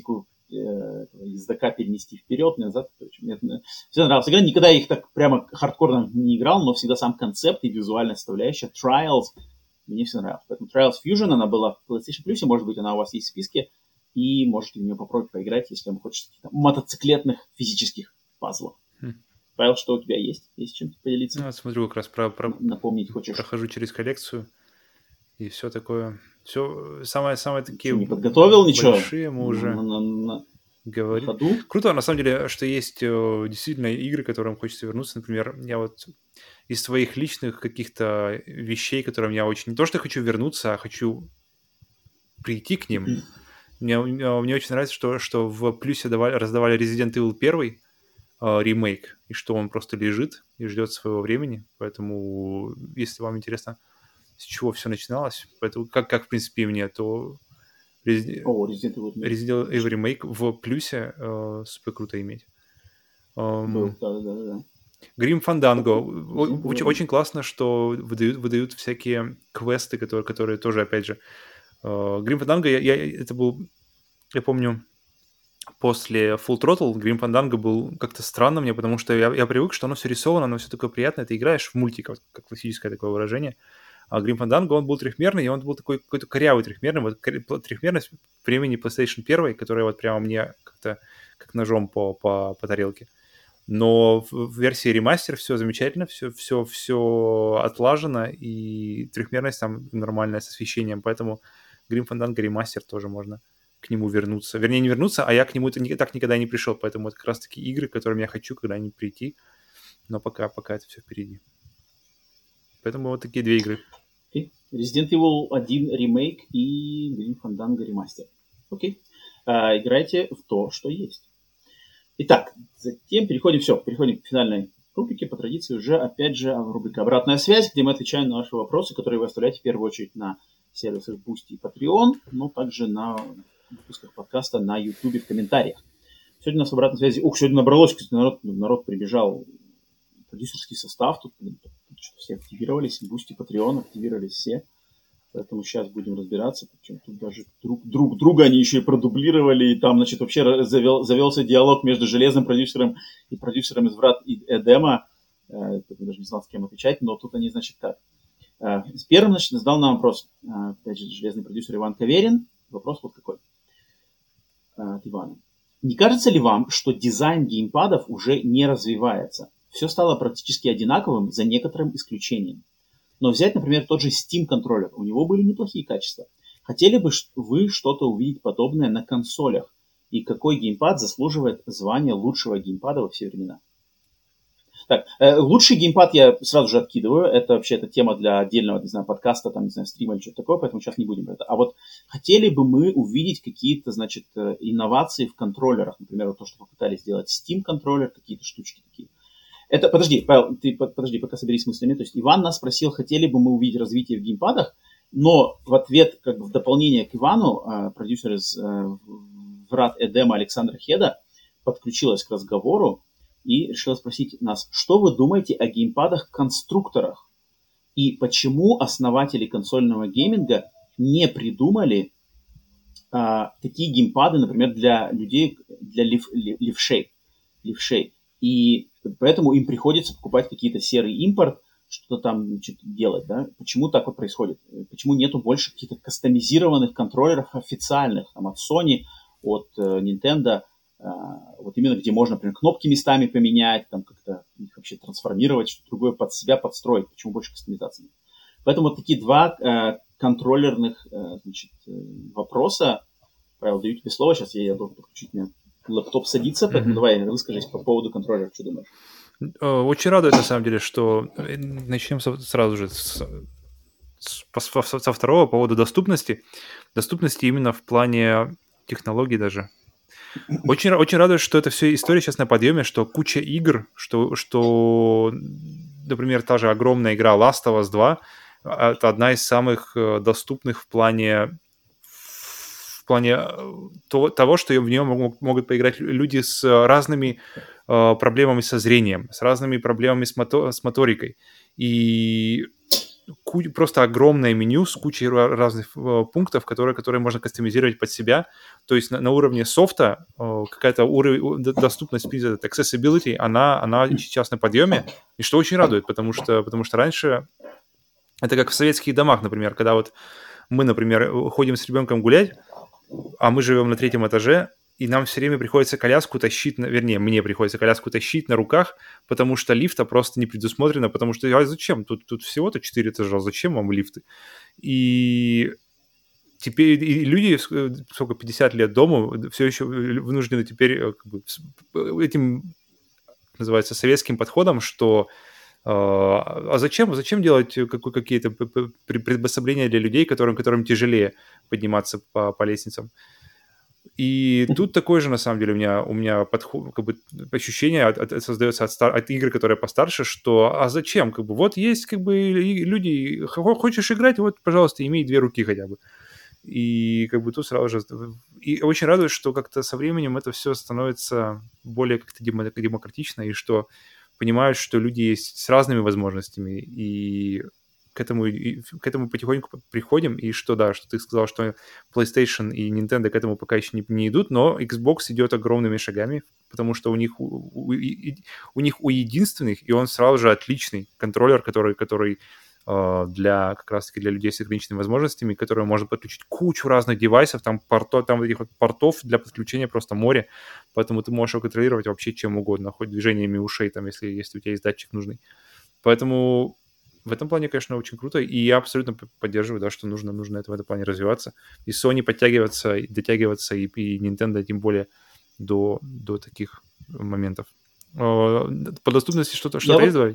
ездока перенести вперед, назад. Мне всегда нравилась игра. Никогда я их так прямо хардкорно не играл, но всегда сам концепт и визуальная составляющая Trials мне всегда нравилась. Поэтому Trials Fusion, она была в PlayStation Plus, может быть, она у вас есть в списке, и можете в нее попробовать поиграть, если вам хочется мотоциклетных физических пазлов. Павел, что у тебя есть? Есть чем-то поделиться? Смотрю, как раз напомнить хочешь. Прохожу через коллекцию и все такое. Все самые такие. Не подготовил ничего? Большие мы уже говорим. Круто, на самом деле, что есть действительно игры, к которым хочется вернуться. Например, я вот из своих личных каких-то вещей, которым я очень... Не то, что хочу вернуться, а хочу прийти к ним. Мне очень нравится, что в плюсе раздавали Resident Evil 1 ремейк, и что он просто лежит и ждет своего времени. Поэтому, если вам интересно, с чего все начиналось, поэтому как в принципе, и мне, то Resident Evil ремейк в плюсе супер круто иметь. Да. Grim Fandango. Очень классно, что выдают всякие квесты, которые тоже, опять же, Grim Fandango, это был, я помню, после Full Throttle Grim Fandango был как-то странно мне, потому что я привык, что оно все рисовано, оно все такое приятное. Ты играешь в мультик, как классическое такое выражение. А Grim Fandango, он был трехмерный, и он был такой какой-то корявый трехмерный. Вот трехмерность времени PlayStation 1, которая вот прямо мне как-то как ножом по тарелке. Но в версии ремастер все замечательно, все отлажено, и трехмерность там нормальная с освещением, поэтому Grim Fandango ремастер тоже можно к нему вернуться. Вернее, не вернуться, а я к нему так никогда не пришел, поэтому это как раз-таки игры, к которым я хочу когда-нибудь прийти, но пока это все впереди. Поэтому вот такие две игры. Okay. Resident Evil 1 ремейк и Grim Fandango ремастер. Окей. Играйте в то, что есть. Итак, затем переходим к финальной рубрике. По традиции уже, опять же, рубрика «Обратная связь», где мы отвечаем на ваши вопросы, которые вы оставляете в первую очередь на сервисах Boosty и Patreon, но также на выпусках подкаста на YouTube в комментариях. Сегодня у нас в обратной связи... сегодня набралось, кстати, народ прибежал, продюсерский состав, тут все активировались, Boosty, Patreon активировались все. Поэтому сейчас будем разбираться. Причем тут даже друг друга они еще и продублировали. И там, значит, вообще завелся диалог между железным продюсером и продюсером из Врат и Эдема. Я даже не знал, с кем отвечать, но тут они, значит, так. Первым, значит, задал нам вопрос, опять же, железный продюсер Иван Каверин. Вопрос вот какой. От Ивана. Не кажется ли вам, что дизайн геймпадов уже не развивается? Все стало практически одинаковым, за некоторым исключением. Но взять, например, тот же Steam контроллер. У него были неплохие качества. Хотели бы вы что-то увидеть подобное на консолях? И какой геймпад заслуживает звания лучшего геймпада во все времена? Так, лучший геймпад я сразу же откидываю. Это вообще тема для отдельного, не знаю, подкаста, там, не знаю, стрима или что-то такое, поэтому сейчас не будем про это. А вот хотели бы мы увидеть какие-то, значит, инновации в контроллерах. Например, вот то, что попытались сделать Steam контроллер, какие-то штучки такие. Это, подожди, Павел, подожди, пока соберись с мыслями. То есть Иван нас спросил, хотели бы мы увидеть развитие в геймпадах, но в ответ, как в дополнение к Ивану, продюсер из Врат Эдема Александра Хеда подключилась к разговору и решила спросить нас, что вы думаете о геймпадах-конструкторах и почему основатели консольного гейминга не придумали такие геймпады, например, для людей, для левшей. И поэтому им приходится покупать какие-то серый импорт, что-то там делать, да? Почему так вот происходит? Почему нету больше каких-то кастомизированных контроллеров официальных, там, от Sony, от Nintendo, вот именно где можно, например, кнопки местами поменять, там как-то их вообще трансформировать, что-то другое под себя подстроить. Почему больше кастомизации? Поэтому вот такие два контроллерных, значит, вопроса. Павел, даю тебе слово, сейчас я должен подключить меня. Лэптоп садится, поэтому давай выскажись по поводу контроллера, что думаешь? Очень радует, на самом деле, что... Начнем сразу же со второго, по поводу доступности. Доступности именно в плане технологий даже. Очень радует, что это все история сейчас на подъеме, что куча игр, что, например, та же огромная игра Last of Us 2, это одна из самых доступных в плане того, что в нее могут поиграть люди с разными проблемами со зрением, с разными проблемами с моторикой. И просто огромное меню с кучей разных пунктов, которые можно кастомизировать под себя. То есть на уровне софта какая-то доступность, accessibility, она сейчас на подъеме, и что очень радует, потому что раньше это как в советских домах, например, когда вот мы, например, ходим с ребенком гулять, а мы живем на 3-м этаже, и нам все время приходится коляску тащить, вернее, мне приходится коляску тащить на руках, потому что лифта просто не предусмотрено, потому что зачем? Тут всего-то 4 этажа, зачем вам лифты? И теперь и люди, сколько, 50 лет дома, все еще вынуждены теперь как бы, этим, называется, советским подходом, что зачем делать какие-то приспособления для людей, которым тяжелее подниматься по лестницам? И тут такое же, на самом деле, у меня подход, как бы, ощущение создается от игр, которые постарше, что зачем? Как бы, вот есть как бы люди, хочешь играть, вот, пожалуйста, имей 2 руки хотя бы. И как бы тут сразу же... И очень радует, что как-то со временем это все становится более как-то демократично, и что понимают, что люди есть с разными возможностями, и к этому потихоньку приходим, и что, да, что ты сказал, что PlayStation и Nintendo к этому пока еще не идут, но Xbox идет огромными шагами, потому что у них у единственных, и он сразу же отличный контроллер, который как раз-таки для людей с ограниченными возможностями, который может подключить кучу разных девайсов, там этих вот портов для подключения просто море, поэтому ты можешь его контролировать вообще чем угодно, хоть движениями ушей, там, если у тебя есть датчик нужный. Поэтому в этом плане, конечно, очень круто, и я абсолютно поддерживаю, да, что нужно в этом плане развиваться. И Sony подтягиваться, и дотягиваться, и Nintendo тем более до таких моментов. По доступности что-то есть добавить?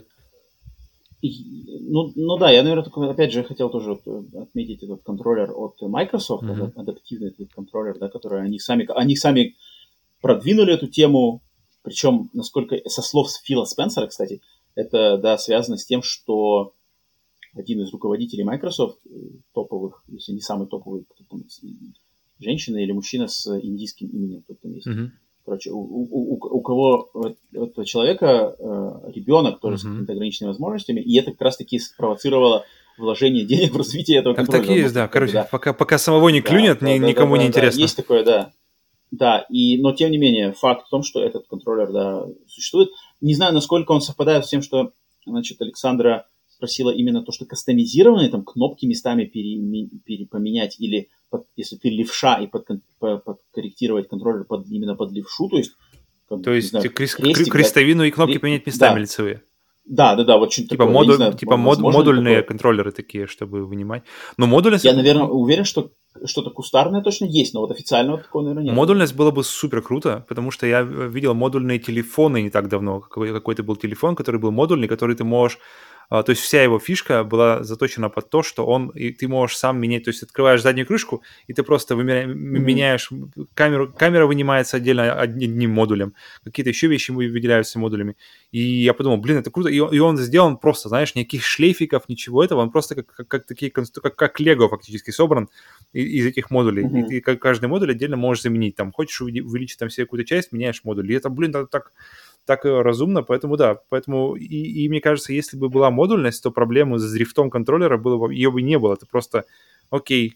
Ну да, я, наверное, только, опять же, хотел тоже отметить этот контроллер от Microsoft, адаптивный этот контроллер, да, который они сами продвинули эту тему, причем, насколько, со слов Фила Спенсера, кстати, это, да, связано с тем, что один из руководителей Microsoft, топовых, если не самый топовый, кто там, женщина или мужчина с индийским именем, кто там есть. Короче, у кого этого человека ребенок тоже с какими-то ограниченными возможностями, и это как раз-таки спровоцировало вложение денег в развитие этого контроля. Так и есть, да. Короче, да. Пока самого не клюнет, никому не интересно. Есть такое, да. Да, но тем не менее, факт в том, что этот контроллер, да, существует. Не знаю, насколько он совпадает с тем, что, значит, Александра спросила именно то, что кастомизированные там кнопки местами поменять, или если ты левша, и подкорректировать контроллер именно под левшу, то есть... крестовину и кнопки поменять местами лицевые. Да, вот что-то такое. Модульные контроллеры такие, чтобы вынимать. Но модульность... Я, наверное, уверен, что что-то кустарное точно есть, но вот официального такого, наверное, нет. Модульность было бы супер круто, потому что я видел модульные телефоны не так давно. Какой-то был телефон, который был модульный, который ты можешь... То есть вся его фишка была заточена под то, что ты можешь сам менять, то есть открываешь заднюю крышку, и ты просто меняешь камеру, камера вынимается отдельно одним модулем, какие-то еще вещи выделяются модулями. И я подумал, блин, это круто. И он сделан просто, знаешь, никаких шлейфиков, ничего этого, он просто как Лего фактически собран из этих модулей. И ты каждый модуль отдельно можешь заменить. Там хочешь увеличить там себе какую-то часть, меняешь модуль. И это, блин, так разумно, поэтому да. Поэтому и мне кажется, если бы была модульность, то проблемы с дрифтом контроллера ее бы не было. Это просто, окей,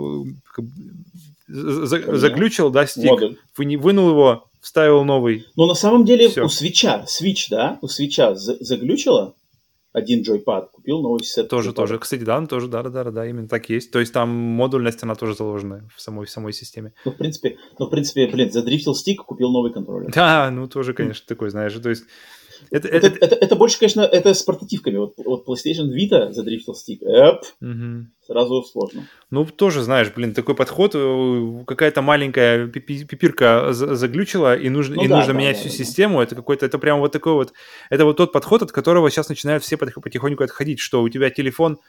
заглючил, да, стик, вынул его, вставил новый. Но на самом деле у свитча заглючило один джойпад, купил новый сет. Тоже. Кстати, да, тоже, да, именно так есть. То есть там модульность, она тоже заложена в самой системе. Ну, в принципе, блин, задрифтил стик, купил новый контроллер. Да, тоже, конечно, такой, знаешь, то есть... Это больше, конечно, это с портативками. Вот PlayStation Vita задрифтил стик. Сразу сложно. Ну, тоже, знаешь, блин, такой подход, какая-то маленькая пипирка заглючила, и нужно менять всю систему. Это прям вот такой вот... Это вот тот подход, от которого сейчас начинают все потихоньку отходить, что у тебя телефон,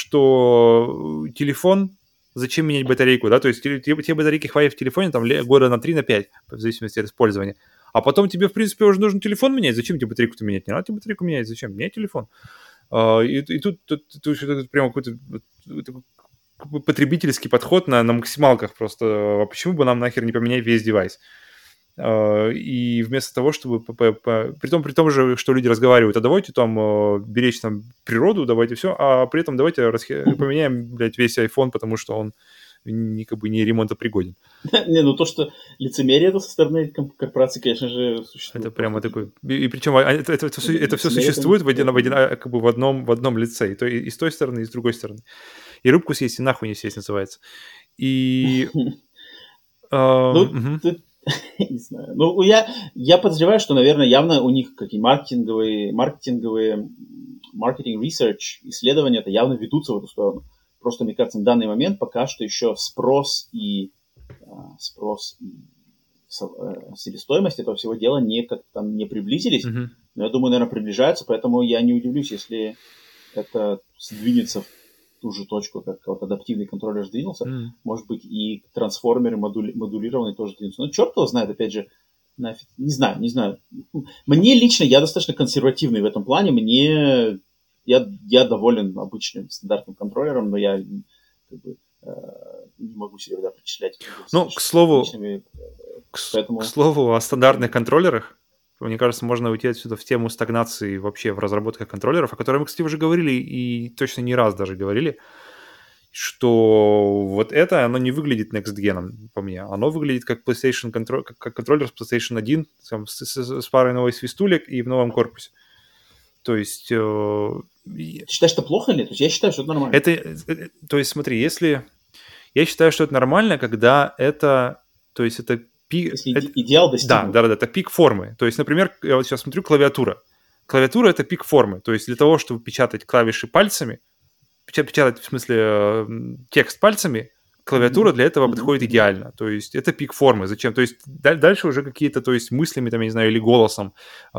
зачем менять батарейку, да, то есть те батарейки хватит в телефоне там года на 3-5, в зависимости от использования. А потом тебе, в принципе, уже нужно телефон менять. Зачем тебе батарейку-то менять? Не надо тебе батарейку менять. Зачем? Меняй телефон. И тут прямо какой-то потребительский подход на максималках просто. А почему бы нам нахер не поменять весь девайс? И вместо того, чтобы... При том же, что люди разговаривают, а давайте там беречь там природу, давайте все, а при этом давайте поменяем, блядь, весь iPhone, потому что он не ремонтопригоден. Не, то, что лицемерие это со стороны корпорации, конечно же, существует. Это прямо такой... И причем это все существует в одном лице. И с той стороны, и с другой стороны. И рыбку съесть, и нахуй не съесть называется. И... Не знаю. Ну, я подозреваю, что, наверное, явно у них какие маркетинг research исследования-то явно ведутся в эту сторону. Просто, мне кажется, на данный момент пока что еще спрос и себестоимость этого всего дела не приблизились. Но я думаю, наверное, приближаются, поэтому я не удивлюсь, если это сдвинется в ту же точку, как вот адаптивный контроллер сдвинулся. Может быть, и трансформеры модулированные тоже сдвинутся. Но черт его знает, опять же, не знаю. Мне лично, я достаточно консервативный в этом плане. Я доволен обычным стандартным контроллером, но я не могу себе причислять. Ну, к слову, о стандартных контроллерах, мне кажется, можно уйти отсюда в тему стагнации вообще в разработках контроллеров, о которой мы, кстати, уже говорили и точно не раз даже говорили, что вот это, оно не выглядит next-gen, по мне. Оно выглядит как PlayStation как контроллер с PlayStation 1 с парой новых свистулек и в новом корпусе. То есть... Ты считаешь, что плохо или нет? То есть я считаю, что это нормально. То есть смотри, если... Я считаю, что это нормально, когда это... То есть это пик... Если идеал достигнут. Да, это пик формы. То есть, например, я вот сейчас смотрю клавиатура. Клавиатура — это пик формы. То есть для того, чтобы печатать клавиши пальцами, печатать, в смысле, текст пальцами, клавиатура для этого подходит идеально. То есть это пик формы. Зачем? То есть дальше уже какие-то, то есть мыслями, там, я не знаю, или голосом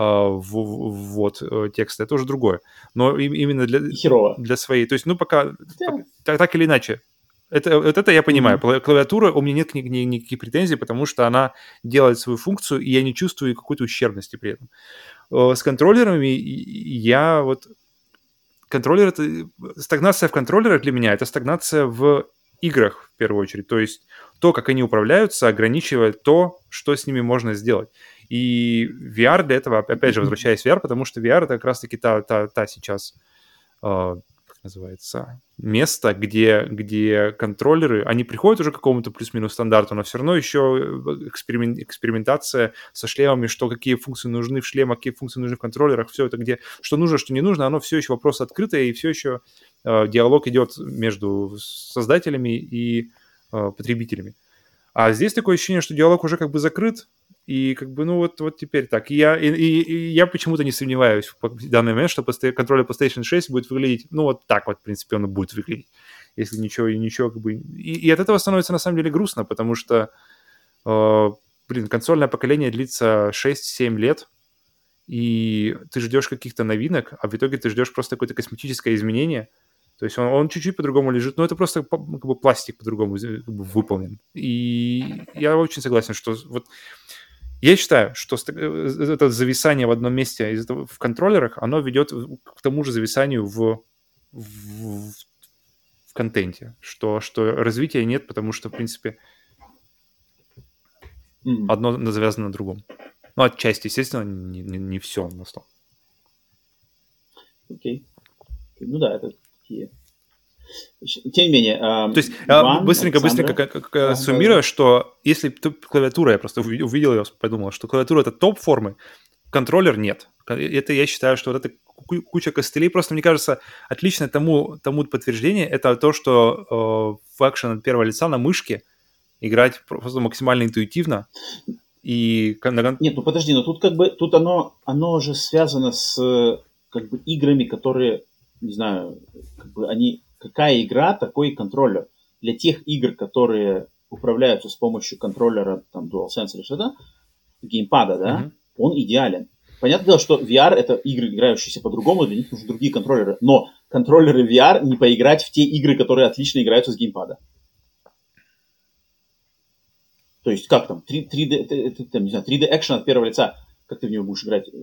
вот текста, это уже другое. Но именно для своей... То есть, ну, пока... Так или иначе. Это я понимаю. Клавиатура, у меня нет никаких претензий, потому что она делает свою функцию, и я не чувствую какой-то ущербности при этом. С контроллерами я вот... Контроллер — это... Стагнация в контроллерах для меня — это стагнация в играх, в первую очередь. То есть то, как они управляются, ограничивает то, что с ними можно сделать. И VR для этого, опять же, возвращаясь в VR, потому что VR — это как раз-таки та сейчас... как называется, место, где контроллеры, они приходят уже к какому-то плюс-минус стандарту, но все равно еще экспериментация со шлемами, что какие функции нужны в шлемах, какие функции нужны в контроллерах, все это где, что нужно, что не нужно, оно все еще вопрос открытый, и все еще диалог идет между создателями и потребителями. А здесь такое ощущение, что диалог уже как бы закрыт, и как бы, ну вот теперь так. И я почему-то не сомневаюсь в данный момент, что контроллер PlayStation 6 будет выглядеть, ну вот так вот, в принципе, он будет выглядеть. Если ничего как бы... И от этого становится на самом деле грустно, потому что, консольное поколение длится 6-7 лет, и ты ждешь каких-то новинок, а в итоге ты ждешь просто какое-то косметическое изменение. То есть он чуть-чуть по-другому лежит, но это просто как бы пластик по-другому как бы выполнен. И я очень согласен, что вот я считаю, что это зависание в одном месте в контроллерах, оно ведет к тому же зависанию в контенте, что развития нет, потому что, в принципе, одно завязано на другом. Ну, отчасти, естественно, не все на 100. Окей. Ну да, это такие... Тем не менее... То есть, быстренько суммируя, что если клавиатура, я просто увидел ее, подумал, что клавиатура — это топ формы, контроллер — нет. Это я считаю, что вот это куча костылей. Просто, мне кажется, отлично тому подтверждение — это то, что в экшен от первого лица на мышке играть просто максимально интуитивно. И... Нет, ну подожди, но тут как бы тут оно же связано с как бы играми, которые, не знаю, как бы они... Какая игра, такой контроллер. Для тех игр, которые управляются с помощью контроллера, там, DualSense или что-то, геймпада, да, он идеален. Понятное дело, что VR — это игры, играющиеся по-другому, для них нужны другие контроллеры. Но контроллеры VR не поиграть в те игры, которые отлично играются с геймпада. То есть, как там, 3D экшен от первого лица, как ты в него будешь играть?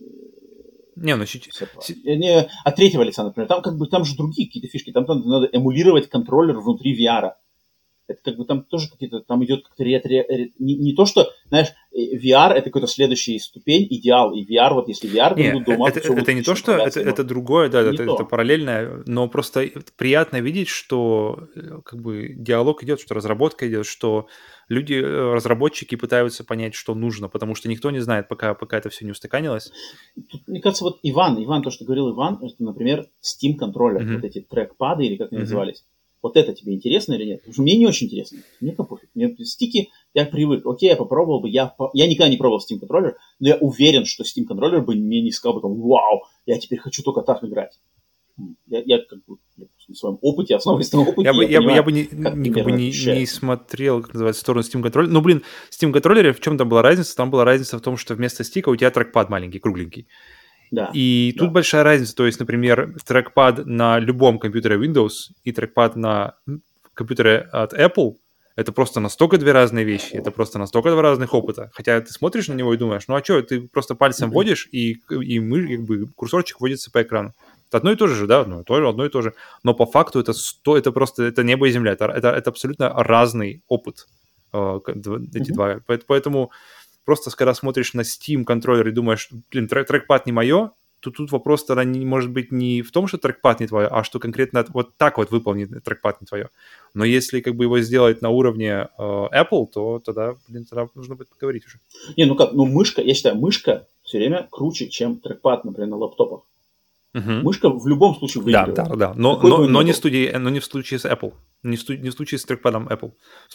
От третьего лица, например. Там же другие какие-то фишки. Там надо эмулировать контроллер внутри VR. Это как бы там тоже какие-то... Там идет как-то не то, что, знаешь, VR — это какой-то следующий ступень, идеал. И VR, вот если VR будут дома... Это не то, что... Это другое, да, это параллельное. Но просто приятно видеть, что как бы диалог идет, что разработка идет, что люди, разработчики пытаются понять, что нужно, потому что никто не знает, пока это все не устаканилось. Тут, мне кажется, вот Иван, то, что говорил Иван, это, например, Steam контроллер, вот эти трекпады или как они назывались. Вот это тебе интересно или нет? Потому что мне не очень интересно. Мне пофиг. Мне стики, я привык. Окей, я попробовал бы. Я никогда не пробовал Steam контроллер, но я уверен, что Steam контроллер бы мне не сказал бы там, вау, я теперь хочу только так играть. Я как бы на своем опыте, основываясь на опыте, я бы не смотрел, как называется, в сторону Steam контроллера. Ну, блин, Steam контроллере в чем там была разница? Там была разница в том, что вместо стика у тебя трекпад маленький, кругленький. Да, и тут большая разница. То есть, например, трекпад на любом компьютере Windows и трекпад на компьютере от Apple — это просто настолько две разные вещи, это просто настолько два разных опыта. Хотя ты смотришь на него и думаешь, ну а что, ты просто пальцем вводишь, и как бы курсорчик вводится по экрану. Это одно и то же, да, одно и то же. Но по факту это просто небо и земля. Это абсолютно разный опыт, эти два. Поэтому просто когда смотришь на Steam контроллер и думаешь, блин, трекпад не мое, то тут вопрос тогда может быть не в том, что трекпад не твое, а что конкретно вот так вот выполнит трекпад не твое. Но если как бы его сделать на уровне Apple, то тогда, блин, тогда нужно будет поговорить уже. Не, ну как, ну мышка, я считаю, мышка все время круче, чем трекпад, например, на лаптопах. Мышка в любом случае выигрывает. Да. Но не в случае с Apple. Не в случае с трекпадом Apple.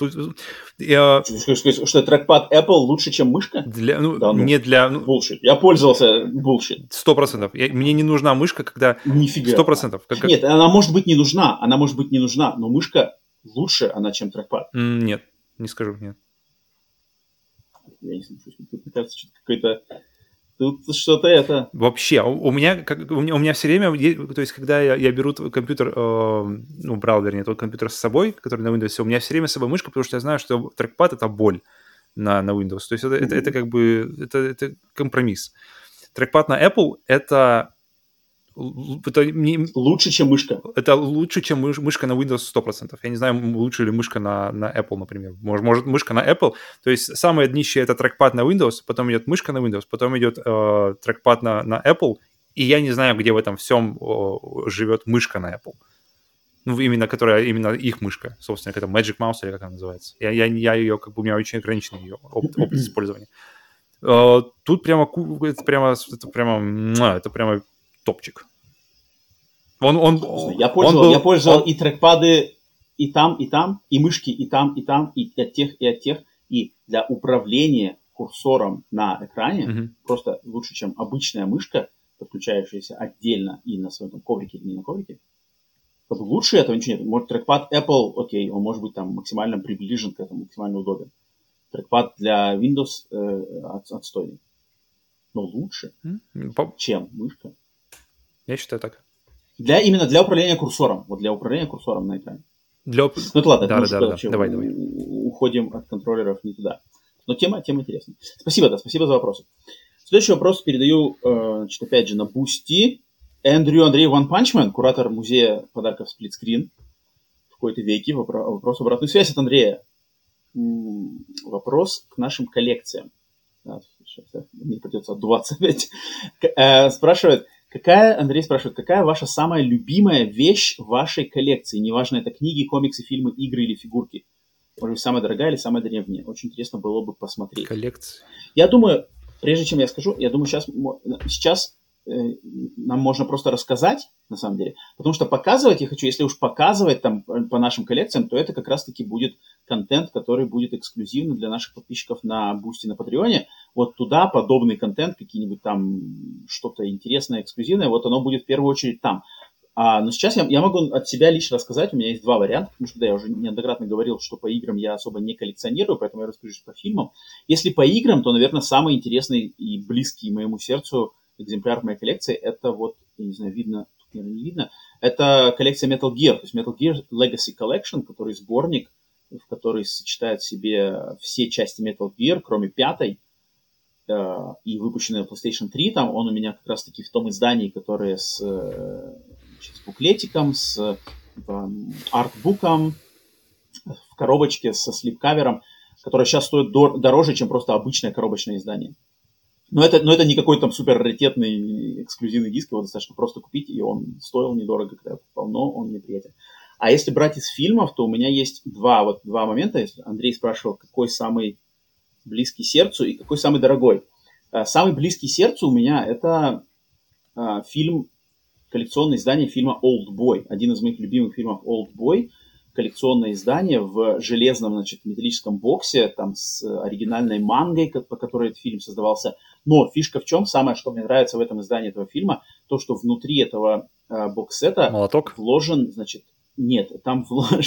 Что трекпад Apple лучше, чем мышка? Не для... Bullshit. Я пользовался bullshit. 100%. Мне не нужна мышка, когда... Нифига. 100%. Нет, она может быть не нужна. Но мышка лучше, чем трекпад. Нет, не скажу, нет. Я не знаю, мне кажется, что-то какой-то... Тут что-то это... Вообще, у меня все время, то есть, когда я беру компьютер, брал, вернее, тот компьютер с собой, который на Windows, у меня все время с собой мышка, потому что я знаю, что трекпад — это боль на Windows. То есть, это как бы, это компромисс. Трекпад на Apple — это лучше, чем мышка. Это лучше, чем мышка на Windows 100%. Я не знаю, лучше ли мышка на Apple, например. Может, мышка на Apple. То есть самое днище — это трекпад на Windows, потом идет мышка на Windows, потом идет трекпад на Apple, и я не знаю, где в этом всем живет мышка на Apple. Ну, именно их мышка, собственно, это Magic Mouse или как она называется. Я ее, как бы, у меня очень ограниченный ее опыт использования. Тут это прямо топчик. Я пользовал и трекпады и там, и мышки и там, и от тех. И для управления курсором на экране просто лучше, чем обычная мышка, подключающаяся отдельно и на своем коврике, и не на коврике. Лучше этого ничего нет. Может, трекпад Apple, окей, он может быть там максимально приближен к этому, максимально удобен. Трекпад для Windows отстойный. Но лучше, чем мышка. Я считаю так. Именно для управления курсором. Вот для управления курсором на экране. Ну это ладно, давай. Уходим от контроллеров не туда. Но тема интересная. Спасибо за вопросы. Следующий вопрос передаю, опять же, на Boosty. Андрей One Punch Man, куратор музея подарков Split Screen. В какой-то веке. Вопрос обратную связь от Андрея. Вопрос к нашим коллекциям. Мне придется отдуваться опять. Спрашивает... Андрей спрашивает, какая ваша самая любимая вещь в вашей коллекции? Неважно, это книги, комиксы, фильмы, игры или фигурки. Может быть, самая дорогая или самая древняя. Очень интересно было бы посмотреть. Коллекции. Я думаю, прежде чем я скажу, сейчас нам можно просто рассказать, на самом деле. Потому что показывать я хочу, если уж показывать там по нашим коллекциям, то это как раз-таки будет контент, который будет эксклюзивным для наших подписчиков на Boosty, на Патреоне. Вот туда подобный контент, какие-нибудь там что-то интересное, эксклюзивное, вот оно будет в первую очередь там. Но сейчас я могу от себя лично рассказать, у меня есть два варианта, потому что я уже неоднократно говорил, что по играм я особо не коллекционирую, поэтому я расскажу по фильмам. Если по играм, то, наверное, самый интересный и близкий моему сердцу экземпляр в моей коллекции, это вот, я не знаю, видно, тут, наверное, не видно, это коллекция Metal Gear, то есть Metal Gear Legacy Collection, который сборник, в который сочетает в себе все части Metal Gear, кроме пятой, и выпущенная PlayStation 3, там он у меня как раз-таки в том издании, которое с буклетиком, с артбуком, в коробочке со слипкавером, которое сейчас стоит дороже, чем просто обычное коробочное издание. Но это не какой-то там супер раритетный эксклюзивный диск, его достаточно просто купить, и он стоил недорого, когда я покупал, но он мне приятен. А если брать из фильмов, то у меня есть два момента. Андрей спрашивал, какой самый близкий сердцу и какой самый дорогой. Самый близкий сердцу у меня это фильм, коллекционное издание фильма «Олдбой». Один из моих любимых фильмов «Олдбой». Коллекционное издание в железном, металлическом боксе, там с оригинальной мангой, по которой этот фильм создавался. Но фишка в чем? Самое, что мне нравится в этом издании этого фильма, то, что внутри этого бокс-сета молоток вложен, там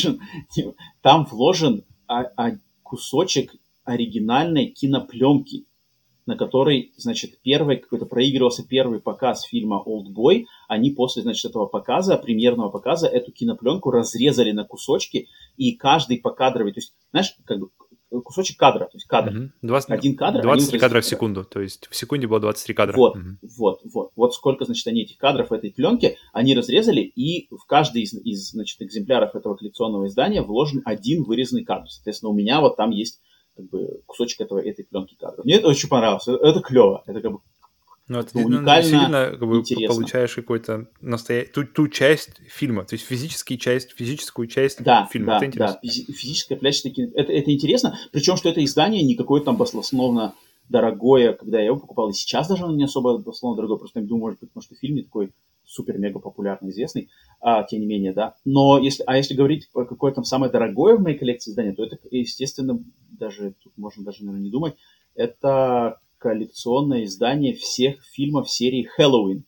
вложен кусочек оригинальной кинопленки, на которой, проигрывался первый показ фильма «Олдбой». Они после, этого показа, премьерного показа, эту кинопленку разрезали на кусочки, и каждый покадровый, то есть, кусочек кадра, то есть кадр. один кадр. 23 кадра в секунду, то есть в секунде было 23 кадра. Вот сколько, они этих кадров в этой пленке, они разрезали, и в каждый из экземпляров этого коллекционного издания вложен один вырезанный кадр. Соответственно, у меня вот там есть как бы кусочек этой пленки кадров. Мне это очень понравилось. Это клево. Это как бы уникально, действительно, как бы интересно. получаешь какой-то ту часть фильма, то есть физическую часть фильма. Это интересно. Да, физическая часть, это интересно. Причем, что это издание не какое-то там баснословно дорогое, когда я его покупал, и сейчас даже оно не особо баснословно дорогое, просто я думаю, может быть, потому что фильм не такой супер-мега популярный, известный, тем не менее, да. Но если говорить про какое там самое дорогое в моей коллекции издание, то это, естественно, даже тут можно даже, наверное, не думать, это коллекционное издание всех фильмов серии «Хэллоуин».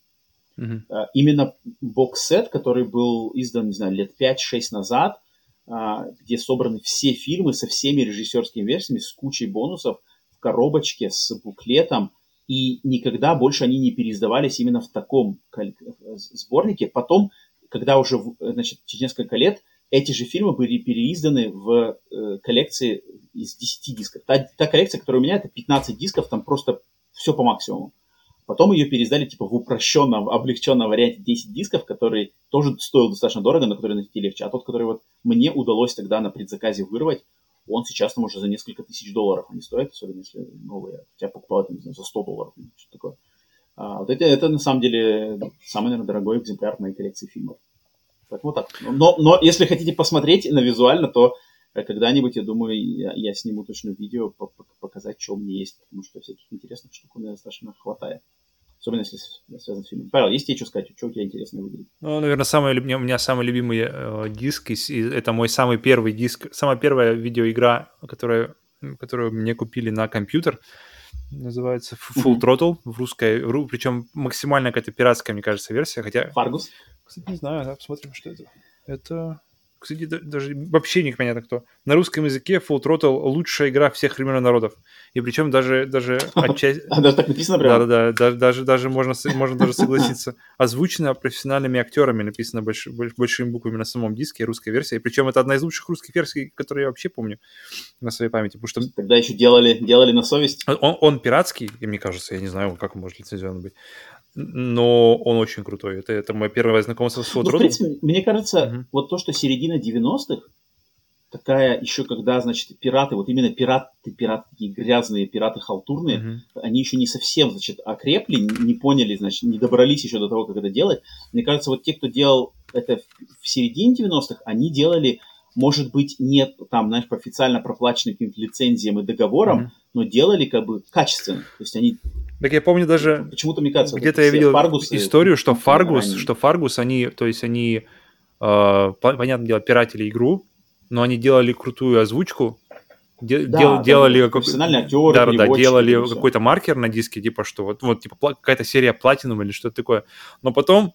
Именно бокс-сет, который был издан, не знаю, лет 5-6 назад, где собраны все фильмы со всеми режиссерскими версиями, с кучей бонусов, в коробочке, с буклетом, и никогда больше они не переиздавались именно в таком сборнике. Потом, когда уже, значит, через несколько лет эти же фильмы были переизданы в коллекции из 10 дисков. Та коллекция, которая у меня, это 15 дисков, там просто все по максимуму. Потом ее переиздали типа в упрощенном, облегченном варианте 10 дисков, который тоже стоил достаточно дорого, но который найти легче. А тот, который вот мне удалось тогда на предзаказе вырвать, он сейчас там уже за несколько тысяч долларов они стоят, особенно если новые. Хотя покупал это, не знаю, за $100, что такое. Вот это на самом деле самый, наверное, дорогой экземпляр моей коллекции фильмов. Так вот так. Но если хотите посмотреть на визуально, то когда-нибудь, я думаю, я сниму точно видео, показать, что у меня есть, потому что всяких интересных штук у меня достаточно хватает. Особенно, если связано с фильмом. Павел, есть тебе что сказать? Что у тебя интересно выглядит? Ну, наверное, у меня самый любимый диск, это мой самый первый диск, самая первая видеоигра, которую мне купили на компьютер, называется Full Throttle в русской, причем максимально какая-то пиратская, мне кажется, версия, хотя... Fargus? Кстати, не знаю, да, посмотрим, что это. Это, кстати, даже вообще непонятно кто. На русском языке Full Throttle лучшая игра всех времен и народов. И причем даже отчасти... Даже так написано прямо? Да, даже можно даже согласиться. Озвучено профессиональными актерами, написано большими буквами на самом диске, русская версия. И причем это одна из лучших русских версий, которые я вообще помню на своей памяти. Потому что... Тогда еще делали на совесть? Он пиратский, и мне кажется, я не знаю, как он может лицензионный быть. Но он очень крутой. Это мое первое знакомство с Full Throttle. В принципе, мне кажется, вот то, что середина 90-х, такая еще когда, значит, пираты, вот именно пираты такие грязные, пираты халтурные, они еще не совсем, значит, окрепли, не поняли, значит, не добрались еще до того, как это делать. Мне кажется, вот те, кто делал это в середине 90-х, они делали, может быть, не там, знаешь, по официально проплаченным каким-то лицензиям и договорам, но делали как бы качественно. То есть они... Так я помню даже, почему-то, мне кажется, где-то я видел историю, что Fargus, они, то есть они, понятное дело, пиратели игру, но они делали крутую озвучку, делали профессиональные актеры, делали какой-то маркер на диске, типа что вот типа какая-то серия Platinum или что-то такое. Но потом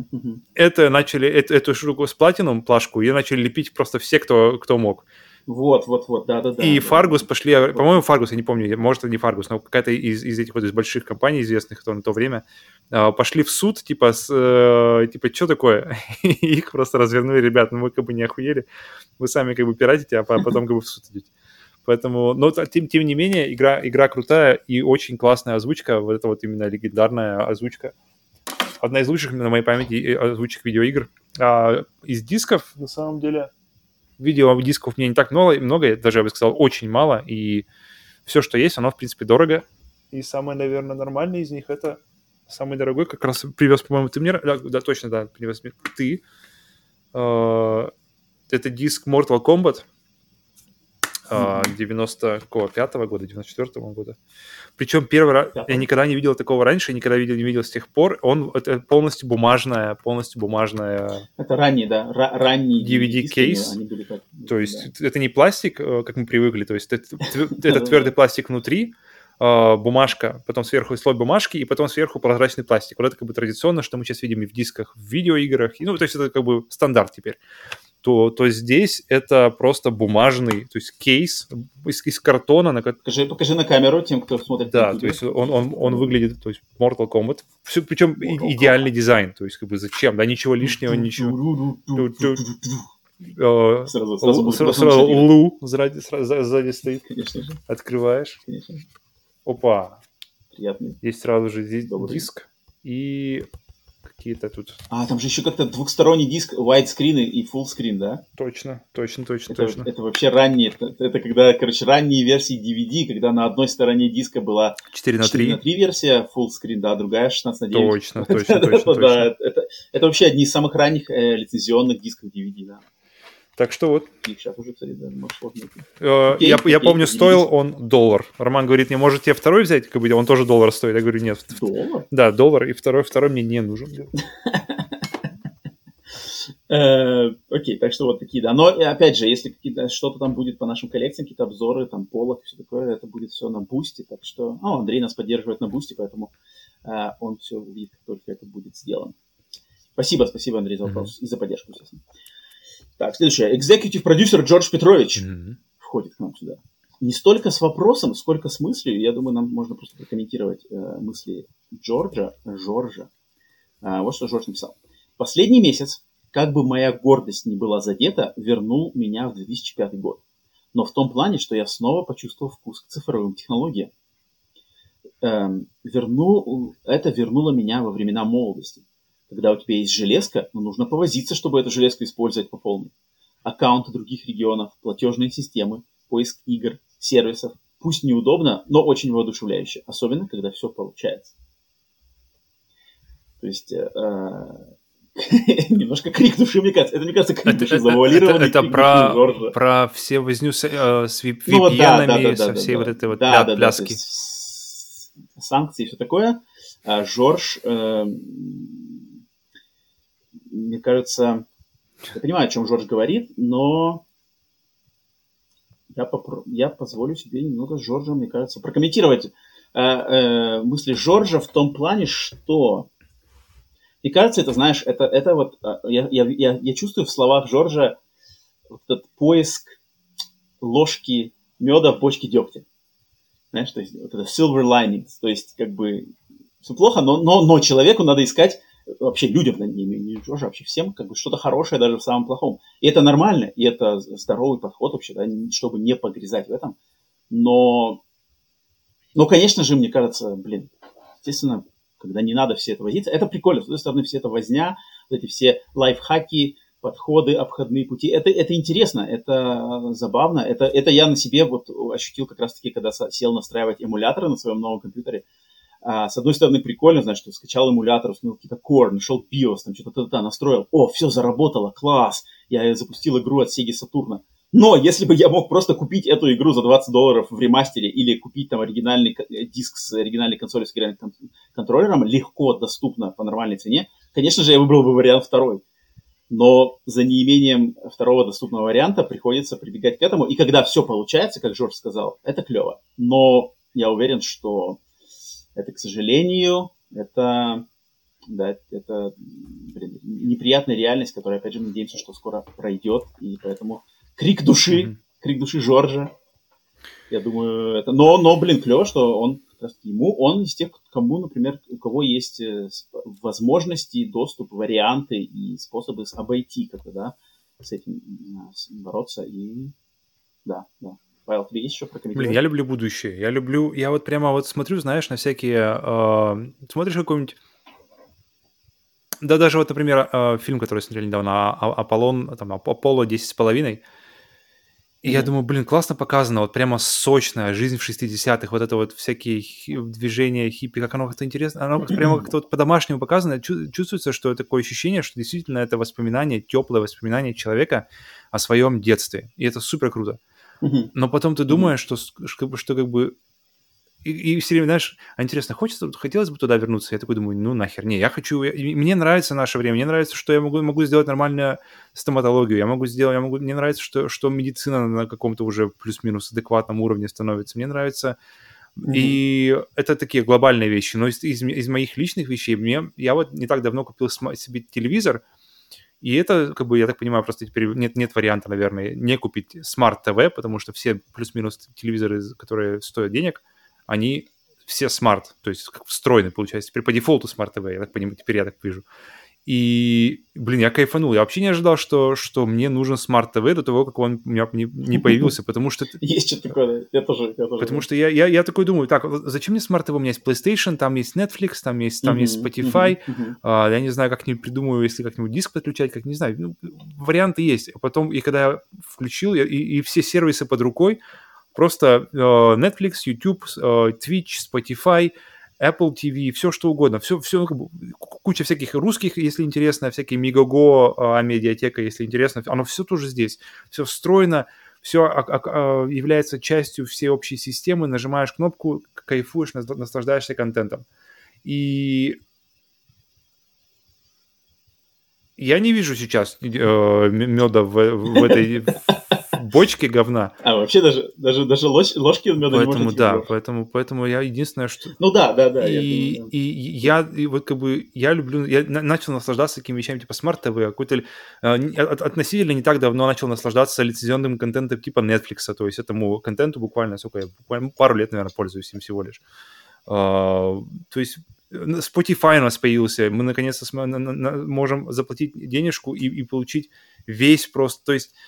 эту штуку с Platinum плашку и начали лепить просто все, кто мог. Вот, да. И Fargus пошли, по-моему, Fargus, я не помню, может, это не Fargus, но какая-то из этих вот из больших компаний известных, кто на то время, пошли в суд, типа, что такое? Их просто развернули, ребят, ну вы как бы не охуели, вы сами как бы пиратите, а потом как бы в суд идете. Поэтому, но тем не менее, игра крутая и очень классная озвучка, вот это вот именно легендарная озвучка. Одна из лучших на моей памяти озвучек видеоигр. Из дисков, на самом деле... Видеодисков у меня не так много, даже, я бы сказал, очень мало, и все, что есть, оно, в принципе, дорого. И самый, наверное, нормальный из них — это самый дорогой, как раз привез, по-моему, ты мне... Да, точно, да, привез ты. Это диск Mortal Kombat 95-го года, 94-го года. Причем первый раз... Я никогда не видел такого раньше, никогда не видел с тех пор. Это полностью бумажная... Это ранний DVD-кейс. То есть это не пластик, как мы привыкли, то есть это твердый пластик внутри, бумажка, потом сверху слой бумажки, и потом сверху прозрачный пластик. Вот это как бы традиционно, что мы сейчас видим и в дисках, в видеоиграх. Ну, то есть это как бы стандарт теперь. То здесь это просто бумажный, то есть кейс из картона. Покажи на камеру тем, кто смотрит. Да, то есть он выглядит, то есть Mortal Kombat. Все, причем идеальный дизайн, то есть как бы зачем, да, ничего лишнего, ничего. Сразу Лу сзади стоит. Конечно же. Открываешь. Конечно же. Опа. Приятный. Есть сразу же здесь диск. И какие-то тут. Там же еще как-то двухсторонний диск, widescreen и fullscreen, да? Точно. Это вообще ранние, это когда, короче, ранние версии DVD, когда на одной стороне диска была 4:3 версия fullscreen, да, другая 16:9. Точно. Да, это вообще одни из самых ранних лицензионных дисков DVD, да. Так что вот. Их сейчас уже, кстати, да, может, сложно найти. Я помню, стоил он $1. Роман говорит, мне можете второй взять? Как бы он тоже $1 стоит. Я говорю, нет. $1? Да, $1, и второй мне не нужен. Окей, так что вот такие, да. Но, опять же, если что-то там будет по нашим коллекциям, какие-то обзоры, там, полок и все такое, это будет все на Бусти. Так что, Андрей нас поддерживает на Бусти, поэтому он все увидит, как только это будет сделано. Спасибо, Андрей, за вопрос и за поддержку, естественно. Так, следующее. Executive продюсер Джордж Петрович входит к нам сюда. Не столько с вопросом, сколько с мыслью. Я думаю, нам можно просто прокомментировать мысли Жоржа. Вот что Жорж написал. Последний месяц, как бы моя гордость не была задета, вернул меня в 2005 год. Но в том плане, что я снова почувствовал вкус к цифровым технологиям. Это вернуло меня во времена молодости. Когда у тебя есть железка, но нужно повозиться, чтобы эту железку использовать по полной. Аккаунты других регионов, платежные системы, поиск игр, сервисов. Пусть неудобно, но очень воодушевляюще. Особенно, когда все получается. То есть, немножко крик души, мне кажется. Это, мне кажется, крик души, завуалированный крик души Жоржа. Про все возню с VPN-ами, со всей вот этой вот пляски. Санкции и все такое. Жорж... Мне кажется, я понимаю, о чем Жорж говорит, но я позволю себе немного с Жоржем, мне кажется, прокомментировать мысли Жоржа в том плане, что, мне кажется, это, знаешь, это вот, я чувствую в словах Жоржа вот этот поиск ложки меда в бочке дегтя. Знаешь, то есть вот это silver linings, то есть как бы все плохо, но человеку надо искать, вообще людям, не Жоржу, вообще всем, как бы что-то хорошее даже в самом плохом. И это нормально, и это здоровый подход вообще, да, чтобы не погрязать в этом. Но, конечно же, мне кажется, естественно, когда не надо все это возиться, это прикольно. С одной стороны, все это возня, вот эти все лайфхаки, подходы, обходные пути. Это интересно, это забавно. Это я на себе вот ощутил как раз-таки, когда сел настраивать эмуляторы на своем новом компьютере. С одной стороны, прикольно, знаешь, что скачал эмулятор, установил какие-то Core, нашел BIOS, там что-то настроил. Все заработало, класс! Я запустил игру от Sega Saturn. Но если бы я мог просто купить эту игру за $20 в ремастере или купить там оригинальный диск с оригинальной консолью с оригинальным контроллером, легко, доступно, по нормальной цене, конечно же, я выбрал бы вариант второй. Но за неимением второго доступного варианта приходится прибегать к этому. И когда все получается, как Жорж сказал, это клево. Но я уверен, что это, к сожалению, это неприятная реальность, которая, опять же, надеемся, что скоро пройдет. И поэтому крик души Жоржа, я думаю, это... Но клево, что он как раз он из тех, кому, например, у кого есть возможности, доступ, варианты и способы обойти как-то, да, с этим бороться. И да. Павел, тебе есть еще прокомментировать? Я люблю будущее. Я вот прямо вот смотрю, знаешь, на всякие... смотришь какой-нибудь... Да, даже вот, например, фильм, который смотрели недавно, Аполлон, там, Аполло 10,5. И я думаю, классно показано, вот прямо сочная жизнь в 60-х, вот это вот всякие движения хиппи, как оно как-то интересно, оно прямо как-то вот по-домашнему показано, чувствуется, что такое ощущение, что действительно это воспоминание, теплое воспоминание человека о своем детстве, и это супер круто. Но потом ты думаешь, что как бы... И все время, знаешь, интересно, хотелось бы туда вернуться? Я такой думаю, нахер, не, я хочу... Мне нравится наше время, мне нравится, что я могу сделать нормальную стоматологию, мне нравится, что медицина на каком-то уже плюс-минус адекватном уровне становится, мне нравится... И это такие глобальные вещи, но из моих личных вещей я вот не так давно купил себе телевизор, и это, как бы, я так понимаю, просто теперь нет варианта, наверное, не купить Smart TV, потому что все плюс-минус телевизоры, которые стоят денег, они все смарт, то есть как встроены, получается. Теперь по дефолту Smart TV, я так понимаю, теперь я так вижу. И, блин, я кайфанул. Я вообще не ожидал, что мне нужен смарт-ТВ до того, как он у меня не появился, потому что... Есть что-то такое, я тоже. Потому что я такой думаю, так, зачем мне смарт-ТВ? У меня есть PlayStation, там есть Netflix, там есть Spotify. Я не знаю, как-нибудь придумаю, если как-нибудь диск подключать, как не знаю. Ну, варианты есть. А потом, и когда я включил, и все сервисы под рукой, просто Netflix, YouTube, Twitch, Spotify, Apple TV, все что угодно, все куча всяких русских, если интересно, всякие Мегаго, Амедиатека, если интересно, оно все тоже здесь, все встроено, все является частью всей общей системы, нажимаешь кнопку, кайфуешь, наслаждаешься контентом. И я не вижу сейчас меда в этой бочке говна. Вообще даже ложки меда не можно. Да, поэтому я единственное, что... Ну да. И вот как бы я люблю... Я начал наслаждаться такими вещами, типа Smart TV, какой-то... Относительно не так давно начал наслаждаться лицензионным контентом типа Netflix, то есть этому контенту буквально пару лет, наверное, пользуюсь им всего лишь. То есть Spotify у нас появился, мы наконец-то можем заплатить денежку и получить весь просто... То есть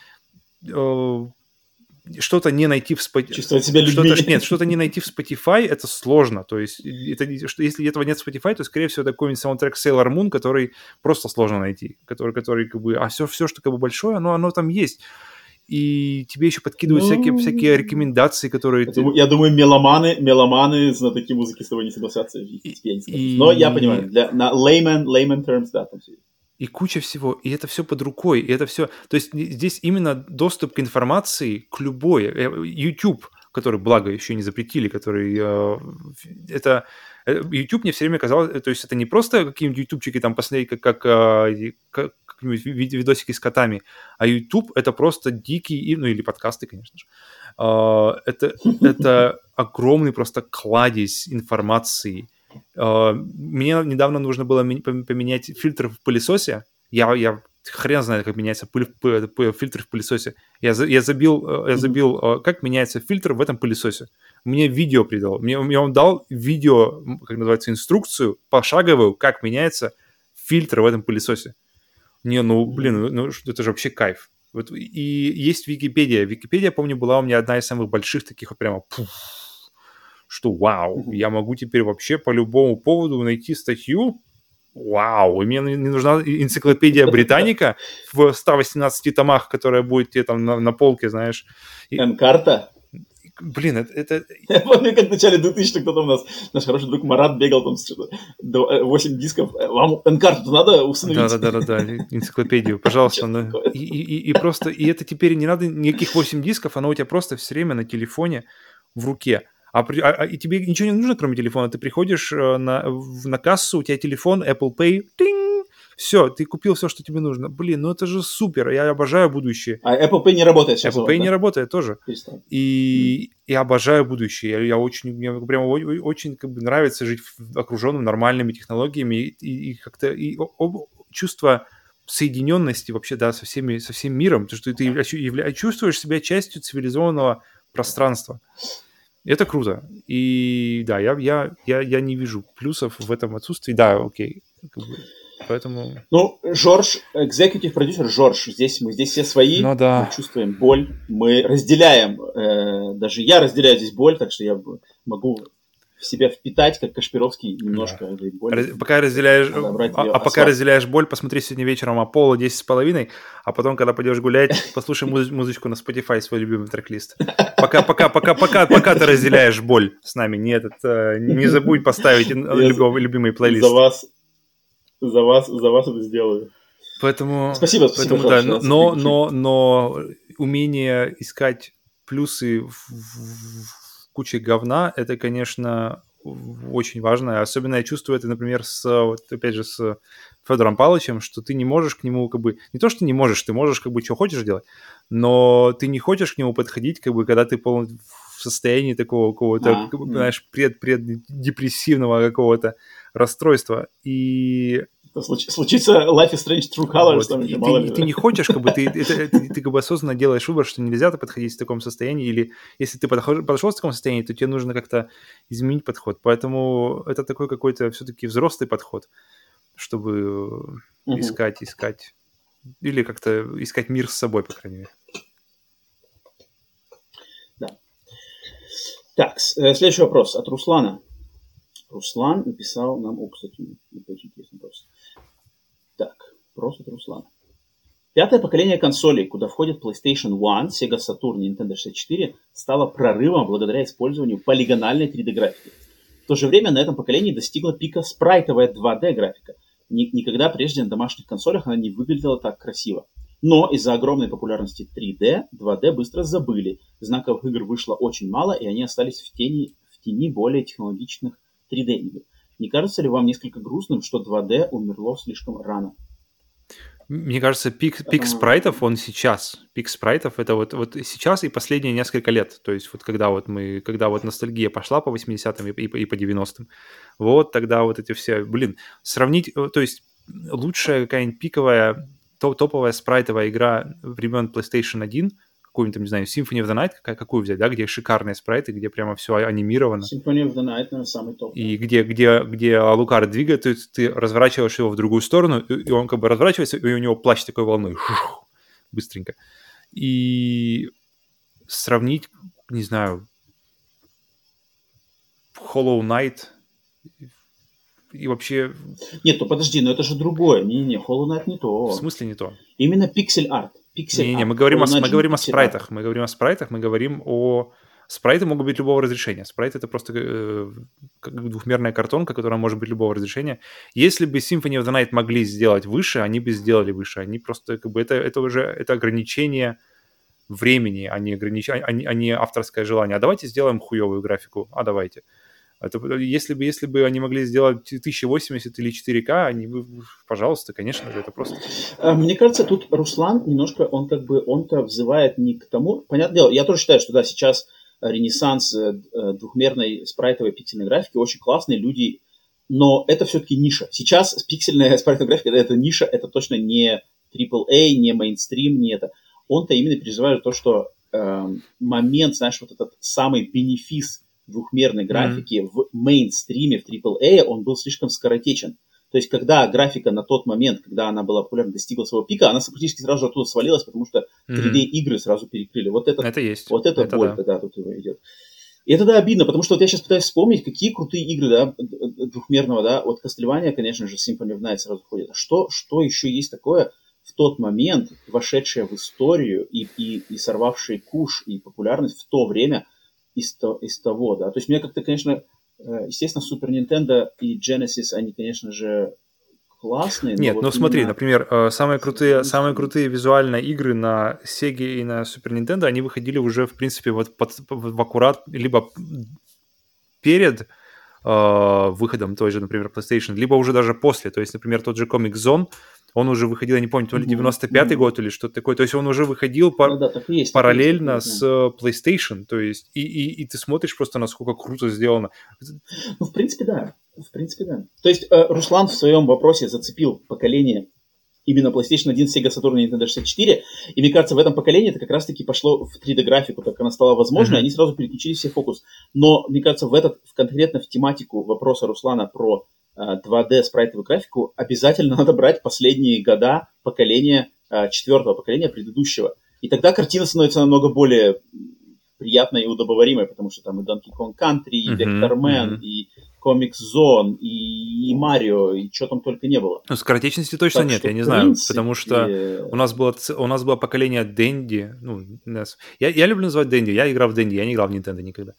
что-то не найти в Spotify. Чувствовать себя людьми. Что-то не найти в Spotify, это сложно. То есть, если этого нет в Spotify, то, скорее всего, это какой-нибудь саундтрек Sailor Moon, который просто сложно найти. Который как бы... А все, что как бы большое, оно там есть. И тебе еще подкидывают всякие рекомендации, которые... Я думаю, меломаны, знатоки музыки с тобой не согласятся. Но я понимаю, на layman terms, да, там все есть. И куча всего, и это все под рукой, и это все... То есть здесь именно доступ к информации, к любой... YouTube, который, благо, еще не запретили, который... Это... YouTube мне все время казалось... То есть это не просто какие-нибудь ютубчики там посмотреть, как какие-нибудь видосики с котами, а YouTube — это просто дикий... Ну, или подкасты, конечно же. Это огромный просто кладезь информации. Мне недавно нужно было поменять фильтр в пылесосе. Я хрен знает, как меняется фильтр в пылесосе. Я забил, как меняется фильтр в этом пылесосе. Мне видео придал. Мне он дал видео, как называется, инструкцию пошаговую, как меняется фильтр в этом пылесосе. Это же вообще кайф. Вот, и есть Википедия. Википедия, помню, была у меня одна из самых больших таких вот прямо... что вау, я могу теперь вообще по любому поводу найти статью, вау, и мне не нужна энциклопедия Британика в 118 томах, которая будет тебе там на полке, знаешь. Энкарта? Блин, это... Я помню, как в начале 2000-х кто-то у нас, наш хороший друг Марат бегал там с 8 дисков. Вам энкарту надо установить? Да, энциклопедию, пожалуйста. И просто, и это теперь не надо никаких 8 дисков, оно у тебя просто все время на телефоне в руке. И тебе ничего не нужно, кроме телефона. Ты приходишь на кассу, у тебя телефон, Apple Pay, тинг, все, ты купил все, что тебе нужно. Блин, это же супер, я обожаю будущее. А Apple Pay не работает сейчас? Apple Pay не работает тоже. И я обожаю будущее. Мне прямо очень как бы нравится жить окруженным нормальными технологиями и как-то чувство соединенности вообще, да, со всем миром, потому что ты чувствуешь себя частью цивилизованного пространства. Это круто. И да, я не вижу плюсов в этом отсутствии. Да, окей. Поэтому... Ну, Жорж, executive продюсер Жорж, здесь все свои. Ну, да. Мы чувствуем боль. Мы разделяем, даже я разделяю здесь боль, так что я могу в себя впитать, как Кашпировский, немножко этой боли. Пока разделяешь боль, посмотри сегодня вечером Apollo 10,5, а потом, когда пойдешь гулять, послушай музычку на Spotify, свой любимый трек-лист. Пока ты разделяешь боль с нами, не забудь поставить любимый плейлист. За вас это сделаю. Спасибо, да, но умение искать плюсы в куче говна, это, конечно, очень важно. Особенно я чувствую это, например, опять же, с Федором Павловичем, что ты не можешь к нему как бы... Не то, что не можешь, ты можешь как бы что хочешь делать, но ты не хочешь к нему подходить, как бы, когда ты в состоянии такого какого-то, знаешь, преддепрессивного какого-то расстройства. И... Случится Life is Strange True Colors. Вот. Ты не хочешь, как бы, ты как бы осознанно делаешь выбор, что нельзя подходить в таком состоянии, или если ты подошел в таком состоянии, то тебе нужно как-то изменить подход. Поэтому это такой какой-то все-таки взрослый подход, чтобы искать. Или как-то искать мир с собой, по крайней мере. Да. Так, следующий вопрос от Руслана. Руслан написал нам... кстати, это очень интересный вопрос. Так, вопрос от Руслана. 5-е поколение консолей, куда входят PlayStation 1, Sega Saturn, Nintendo 64, стало прорывом благодаря использованию полигональной 3D-графики. В то же время на этом поколении достигла пика спрайтовая 2D-графика. Никогда прежде на домашних консолях она не выглядела так красиво. Но из-за огромной популярности 3D, 2D быстро забыли. Знаковых игр вышло очень мало, и они остались в тени более технологичных 3D-игр. Не кажется ли вам несколько грустным, что 2D умерло слишком рано? Мне кажется, пик спрайтов, он сейчас. Пик спрайтов это вот сейчас и последние несколько лет. То есть вот когда вот ностальгия пошла по 80-м и по 90-м, вот тогда вот эти все, сравнить, то есть лучшая какая-нибудь пиковая, топовая спрайтовая игра времен PlayStation 1, какую-нибудь, не знаю, Symphony of the Night, какую взять, да, где шикарные спрайты, где прямо все анимировано. Symphony of the Night, наверное, самый топ. И где Алукард двигается, ты разворачиваешь его в другую сторону, и он как бы разворачивается, и у него плащ такой волной, быстренько. И сравнить, не знаю, Hollow Knight и вообще... Нет, подожди, но это же другое. Не, Hollow Knight не то. В смысле не то? Именно пиксель-арт. Не, мы говорим о спрайтах. Мы говорим о спрайтах, мы говорим о... Спрайты могут быть любого разрешения. Спрайт — это просто как двухмерная картонка, которая может быть любого разрешения. Если бы Symphony of the Night могли сделать выше, они бы сделали выше. Они просто как бы это уже ограничение времени, а не авторское желание. А давайте сделаем хуевую графику. А давайте. Если бы они могли сделать 1080 или 4К, они бы, пожалуйста, конечно же, это просто... Мне кажется, тут Руслан немножко, он-то взывает не к тому... Понятное дело, я тоже считаю, что да, сейчас ренессанс двухмерной спрайтовой пиксельной графики очень классные люди, но это все-таки ниша. Сейчас пиксельная спрайтовая графика, это ниша, это точно не AAA, не мейнстрим, не это. Он-то именно переживает то, что момент, знаешь, вот этот самый бенефис двухмерной графики в мейнстриме, в AAA, он был слишком скоротечен. То есть, когда графика на тот момент, когда она была популярна, достигла своего пика, она практически сразу же оттуда свалилась, потому что 3D-игры сразу перекрыли. Вот это есть. Вот это боль, да, тут идет. И это, да, обидно, потому что вот я сейчас пытаюсь вспомнить, какие крутые игры, да, двухмерного, да, вот Castlevania, конечно же, Symphony of Night сразу входит. Что еще есть такое в тот момент, вошедшее в историю и сорвавшее куш и популярность в то время из того, да. То есть мне как-то, конечно, естественно, Super Nintendo и Genesis, они, конечно же, классные. Нет, но смотри, например, самые крутые визуальные игры на Sega и на Super Nintendo, они выходили уже, в принципе, вот в аккурат, либо перед выходом той же, например, PlayStation, либо уже даже после. То есть, например, тот же Comic Zone, он уже выходил, я не помню, то ли 95-й год или что-то такое. То есть он уже выходил параллельно с PlayStation. То есть и ты смотришь просто, насколько круто сделано. Ну, в принципе, да. То есть Руслан в своем вопросе зацепил поколение именно PlayStation 1, Sega Saturn и Nintendo 64. И мне кажется, в этом поколении это как раз-таки пошло в 3D-графику, так она стала возможной, они сразу переключили все фокус. Но, мне кажется, конкретно в тематику вопроса Руслана про 2D спрайтовую графику обязательно надо брать последние года поколения, 4-го поколения предыдущего. И тогда картина становится намного более приятной и удобоваримой, потому что там и Donkey Kong Country, и Vectorman, и Comic Zone, и Марио, и что там только не было. Ну, скоротечности точно так нет, я не знаю, потому что у нас было поколение Dendy. Ну, я люблю называть Dendy, я играл в Dendy, я не играл в Nintendo никогда.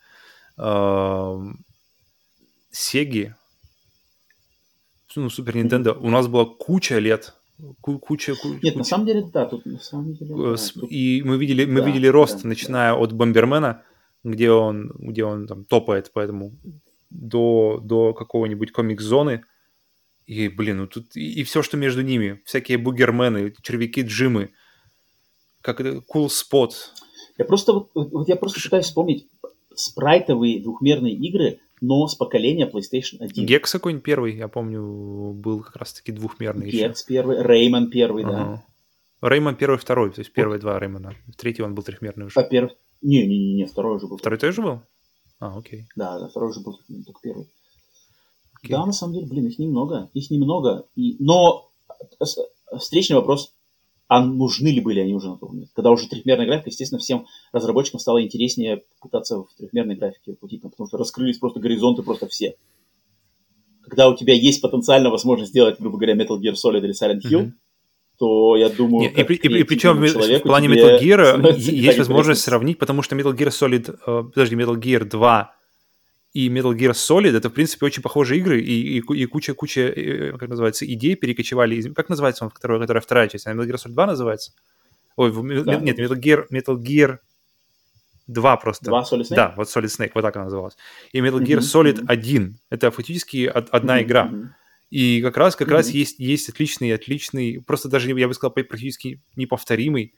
Сеги, ну, Супер Nintendo, у нас была куча лет. Нет, на самом деле, да, тут на самом деле... Да, и мы видели рост, начиная от Бомбермена, где он там топает, поэтому до какого-нибудь комик-зоны. И, ну тут и все, что между ними. Всякие бугермены, червяки Джимы. Как это? Cool Spot. Я просто пытаюсь вспомнить спрайтовые двухмерные игры, но с поколения PlayStation 1. Гекс какой-нибудь первый, я помню, был как раз-таки двухмерный. Гекс первый, Рейман первый, да. Рейман первый, второй, то есть первые два Реймана. Третий он был трехмерный уже. Не, второй уже был. Второй тоже был? Окей. Да, второй уже был только первый. Окей. Да, на самом деле, блин, их немного. Но встречный вопрос, а нужны ли были они уже на тот момент? Когда уже трехмерная графика, естественно, всем разработчикам стало интереснее пытаться в трехмерной графике крутить, потому что раскрылись просто горизонты просто все. Когда у тебя есть потенциально возможность сделать, грубо говоря, Metal Gear Solid или Silent Hill, то я думаю, Нет, и причем человеку в плане тебе Metal Gear становится не есть так возможность интересно. сравнить, потому что Metal Gear Solid, Metal Gear 2 и Metal Gear Solid — это, в принципе, очень похожие игры, и куча, как называется, идей перекочевали из... Как называется он, которая вторая часть? Она Metal Gear Solid 2 называется? Ой, Да, нет, Metal Gear 2 просто. 2 Solid Snake? Да, вот Solid Snake, вот так она называлась. И Metal Gear Мгм, Solid мгм, 1 — это фактически одна мгм, игра. мгм, И как раз мгм, есть отличный, просто даже, я бы сказал, практически неповторимый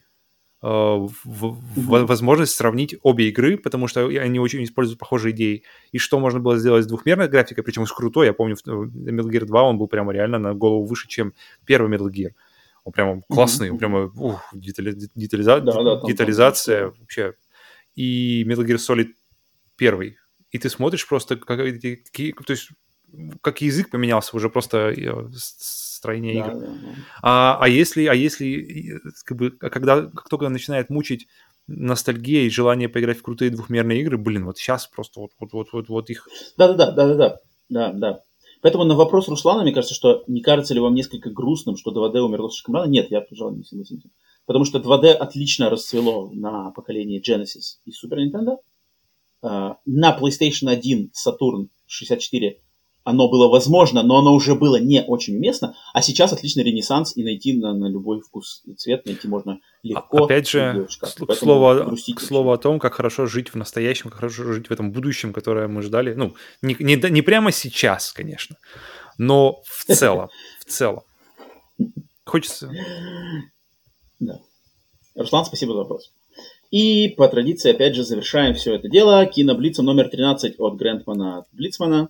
мгм. возможность сравнить обе игры, потому что они очень используют похожие идеи. И что можно было сделать с двухмерной графикой, причем с крутой. Я помню, в Metal Gear 2 он был прямо реально на голову выше, чем первый Metal Gear. Он прямо Мгм, классный, он мгом. прямо Да, да, там детализация что... вообще. И Metal Gear Solid первый. И ты смотришь просто, то есть как язык поменялся уже просто строение Да, игр. да, да. А если как бы, как только начинает мучить ностальгия и желание поиграть в крутые двухмерные игры, блин, вот сейчас просто вот их... Да-да-да, да-да-да, да-да. Поэтому на вопрос Руслана, мне кажется, что не кажется ли вам несколько грустным, что 2D умерло слишком рано? Нет, я, пожалуй, не согласен. Потому что 2D отлично расцвело на поколении Genesis и Super Nintendo. На PlayStation 1 Saturn 64 оно было возможно, но оно уже было не очень уместно. А сейчас отличный ренессанс, и найти на любой вкус и цвет найти можно легко Опять и в же, девочках. Поэтому грустить к вообще слову нет. о том, как хорошо жить в настоящем, как хорошо жить в этом будущем, которое мы ждали. Ну, не прямо сейчас, конечно, но в целом. Хочется... Да. Руслан, спасибо за вопрос. И по традиции, опять же, завершаем все это дело киноблицем номер 13 от Грентмана Блицмана.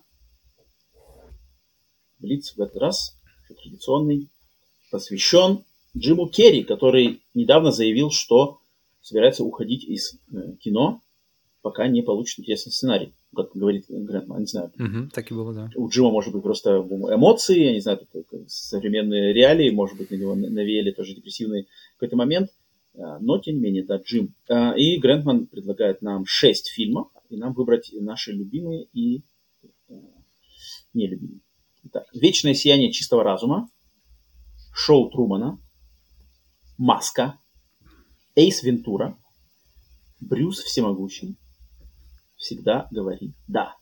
Блиц в этот раз, уже традиционный, посвящен Джиму Керри, который недавно заявил, что собирается уходить из кино, пока не получит интересный сценарий. Как говорит Грентман, не знаю. Мгм, так и было, да. У Джима, может быть, просто эмоции, я не знаю, современные реалии, может быть, на него навеяли тоже депрессивный какой-то момент. Но, тем не менее, да, Джим. И Грентман предлагает нам 6 фильмов, и нам выбрать наши любимые и нелюбимые. Итак, «Вечное сияние чистого разума», «Шоу Трумана», «Маска», «Эйс Вентура», «Брюс Всемогущий», «Всегда говори да».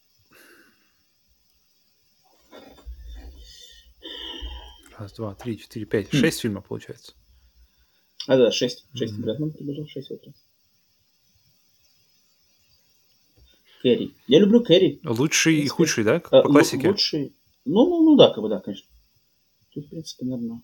Раз, два, три, четыре, пять. 6 фильмов, получается. Да, 6. 6 Мгм. Грентман предложил, 6 вот. Кэрри. Я люблю Кэрри. В Лучший и принципе, худший, да? По классике? лучший. Ну, да, как бы да, конечно. Тут, в принципе, наверное.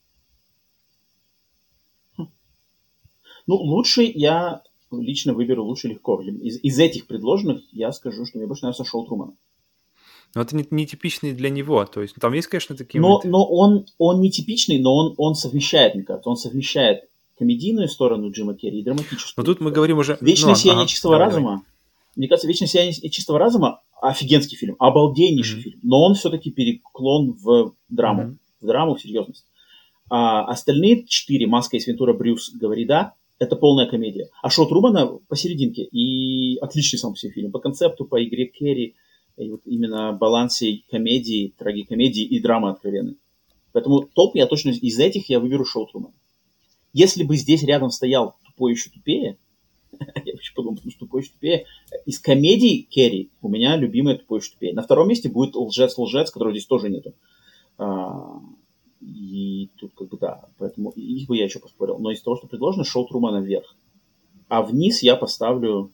Ну, лучший я лично выберу лучше легко. Из этих предложенных я скажу, что мне больше нравится Шоу Трумана. Но это не типичный для него. То есть там есть, конечно, такие Но, моменты. но он не типичный, но он совмещает, мне кажется. Он совмещает комедийную сторону Джима Керри и Но драматическую. тут мы говорим уже... Ну, «Вечное сияние ага, чистого давай. разума». Мне кажется, «Вечное сияние чистого разума» офигенский фильм, обалденнейший Мгм, фильм. Но он все-таки переклон в драму. мгм. В драму, в серьезность. А остальные 4, «Маска» и «Вентура», «Брюс», «Говори да», это полная комедия. А «Шоу Трумана» посерединке. И отличный сам все фильм. По концепту, по игре Керри, и вот именно балансе комедии, трагикомедии и драмы откровенной. Поэтому топ я точно из этих я выберу «Шоу Трумана». Если бы здесь рядом стоял «Тупой еще тупее», я вообще подумал, потому что «Тупой еще тупее», из комедий Керри у меня любимая «Тупой еще тупее». На втором месте будет «Лжец», которого здесь тоже нету. И тут как бы да, поэтому их бы я еще поспорил. Но из того, что предложено, «Шоу Трумана» вверх. А вниз я поставлю...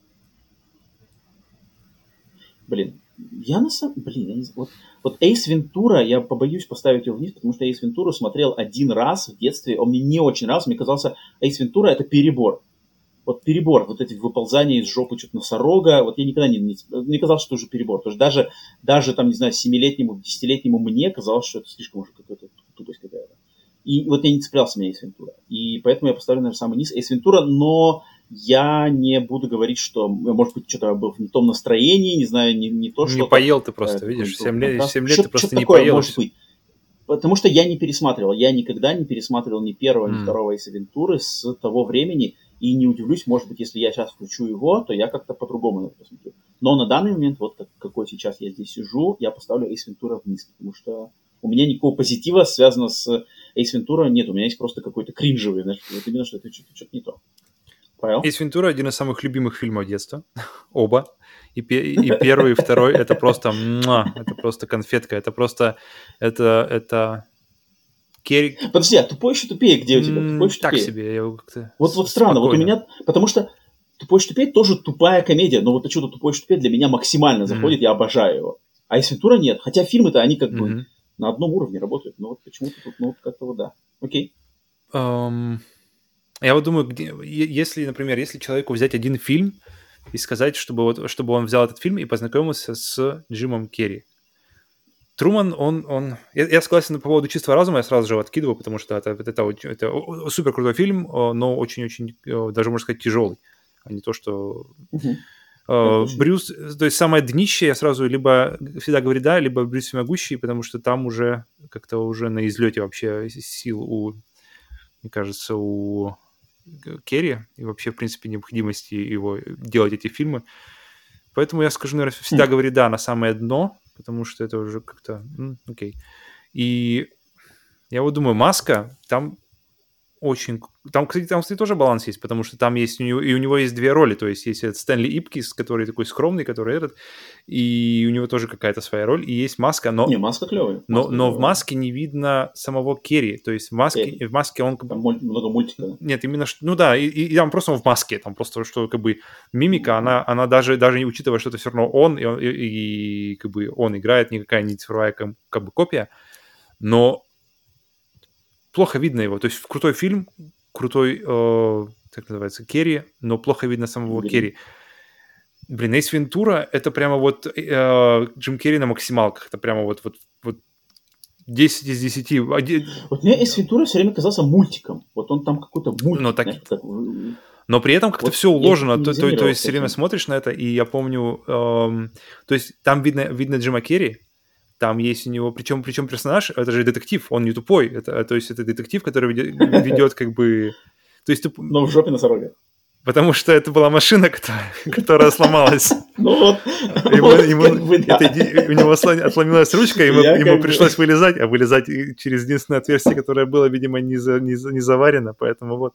Блин, я на самом... Блин, я не знаю. Вот Эйс Вентура, я побоюсь поставить его вниз, потому что Эйс Вентуру смотрел один раз в детстве. Он мне не очень нравился. Мне казался, Эйс Вентура это перебор. Вот перебор, вот эти выползания из жопы что-то носорога, вот я никогда не казалось, что это уже перебор. Потому что даже там, не знаю, 7-летнему, 10-летнему мне казалось, что это слишком уже какая-то тупость какая-то. И вот я не цеплялся меня Эйс Вентура. И поэтому я поставлю, наверное, самый низ Эйс Вентура, но я не буду говорить, что, может быть, что-то был в не том настроении, не знаю, не то, что... Не поел ты просто, видишь, 7 лет ты просто не такое поел. Может быть. Потому что я не пересматривал. Я никогда не пересматривал ни первого, ни второго Эйс Вентуры с того времени. И не удивлюсь, может быть, если я сейчас включу его, то я как-то по-другому на это посмотрю. Но на данный момент, вот какой сейчас я здесь сижу, я поставлю Эйс Вентура вниз. Потому что у меня никакого позитива, связанного с Эйс Вентура, нет. У меня есть просто какой-то кринжевый. Знаешь, вот именно, что это что-то не то. Понял? Эйс Вентура один из самых любимых фильмов детства. Оба. И первый, и второй это просто это просто конфетка. Это просто это Керри. Подожди, а «Тупой еще тупее» где у тебя? «Тупой еще так тупее»? себе, я его как-то Вот странно, вот у меня, потому что «Тупой еще тупее» тоже тупая комедия, но вот почему-то «Тупой еще тупее» для меня максимально заходит, я обожаю его. А «Эйс Вентура» нет, хотя фильмы-то они как бы на одном уровне работают, но вот почему-то тут, ну вот как-то вот да. Окей. Я вот думаю, если, например, если человеку взять один фильм и сказать, чтобы он взял этот фильм и познакомился с Джимом Керри. Труман, я согласен по поводу «Чистого разума», я сразу же его откидываю, потому что это супер крутой фильм, но очень-очень, даже можно сказать, тяжелый, а не то, что... Брюс, то есть самое днище, я сразу либо всегда говорю «да», либо «Брюс всемогущий», потому что там уже как-то уже на излете вообще сил мне кажется, у Керри и вообще, в принципе, необходимости его делать эти фильмы. Поэтому я скажу, наверное, всегда говори «да» на самое дно, потому что это уже как-то... окей. И я вот думаю, «Маска», там очень... Там, кстати, тоже баланс есть, потому что там есть у него есть две роли. То есть этот Стэнли Ипкис, который такой скромный, который и у него тоже какая-то своя роль. И есть «Маска», но... Не, «Маска» клевая. Но в «Маске» не видно самого Керри. То есть в «Маске» он... Там много мультика. Нет, именно... Ну да, и там просто он в маске. Там просто, что как бы мимика, она даже не учитывая, что это все равно он, и как бы он играет, никакая не цифровая как бы копия. Но плохо видно его. То есть крутой фильм, крутой, как называется, Керри, но плохо видно самого Керри. Блин, Эйс Вентура — это прямо вот Джим Керри на максималках. Это прямо вот 10 из 10. Вот мне Эйс Вентура все время казался мультиком. Вот он там какой-то мультик. Но при этом как-то вот все уложено. То есть все время смотришь на это, и я помню... то есть там видно Джима Керри, там есть у него... Причем персонаж, это же детектив, он не тупой. То есть это детектив, который ведет как бы... То есть, но в жопе носорога. Потому что это была машина, которая сломалась. Ну вот. У него отломилась ручка, ему пришлось вылезать, а вылезать через единственное отверстие, которое было, видимо, не заварено, поэтому вот.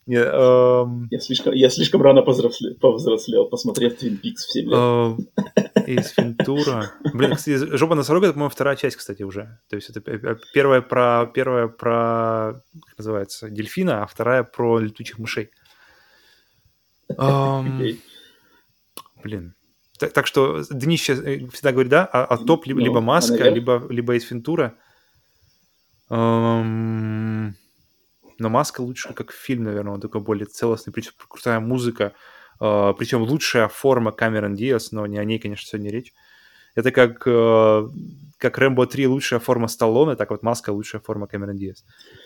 Я слишком рано повзрослел, посмотрев Twin Peaks в 7 лет. Эйс Вентура. Блин, кстати, «Жопа носорога» — это, по-моему, вторая часть, кстати, уже. То есть это первая про, как называется, дельфина, а вторая про летучих мышей. Блин. Так что днище всегда говорит «да», а топ либо «Маска», либо «Эйс Вентура». Но «Маска» лучше как фильм, наверное, он такой более целостный, причем крутая музыка, причем лучшая форма Камерон Диас, но не о ней, конечно, сегодня речь. Это как «Рэмбо 3» лучшая форма Сталлоне, так вот «Маска» лучшая форма Камерон Диас.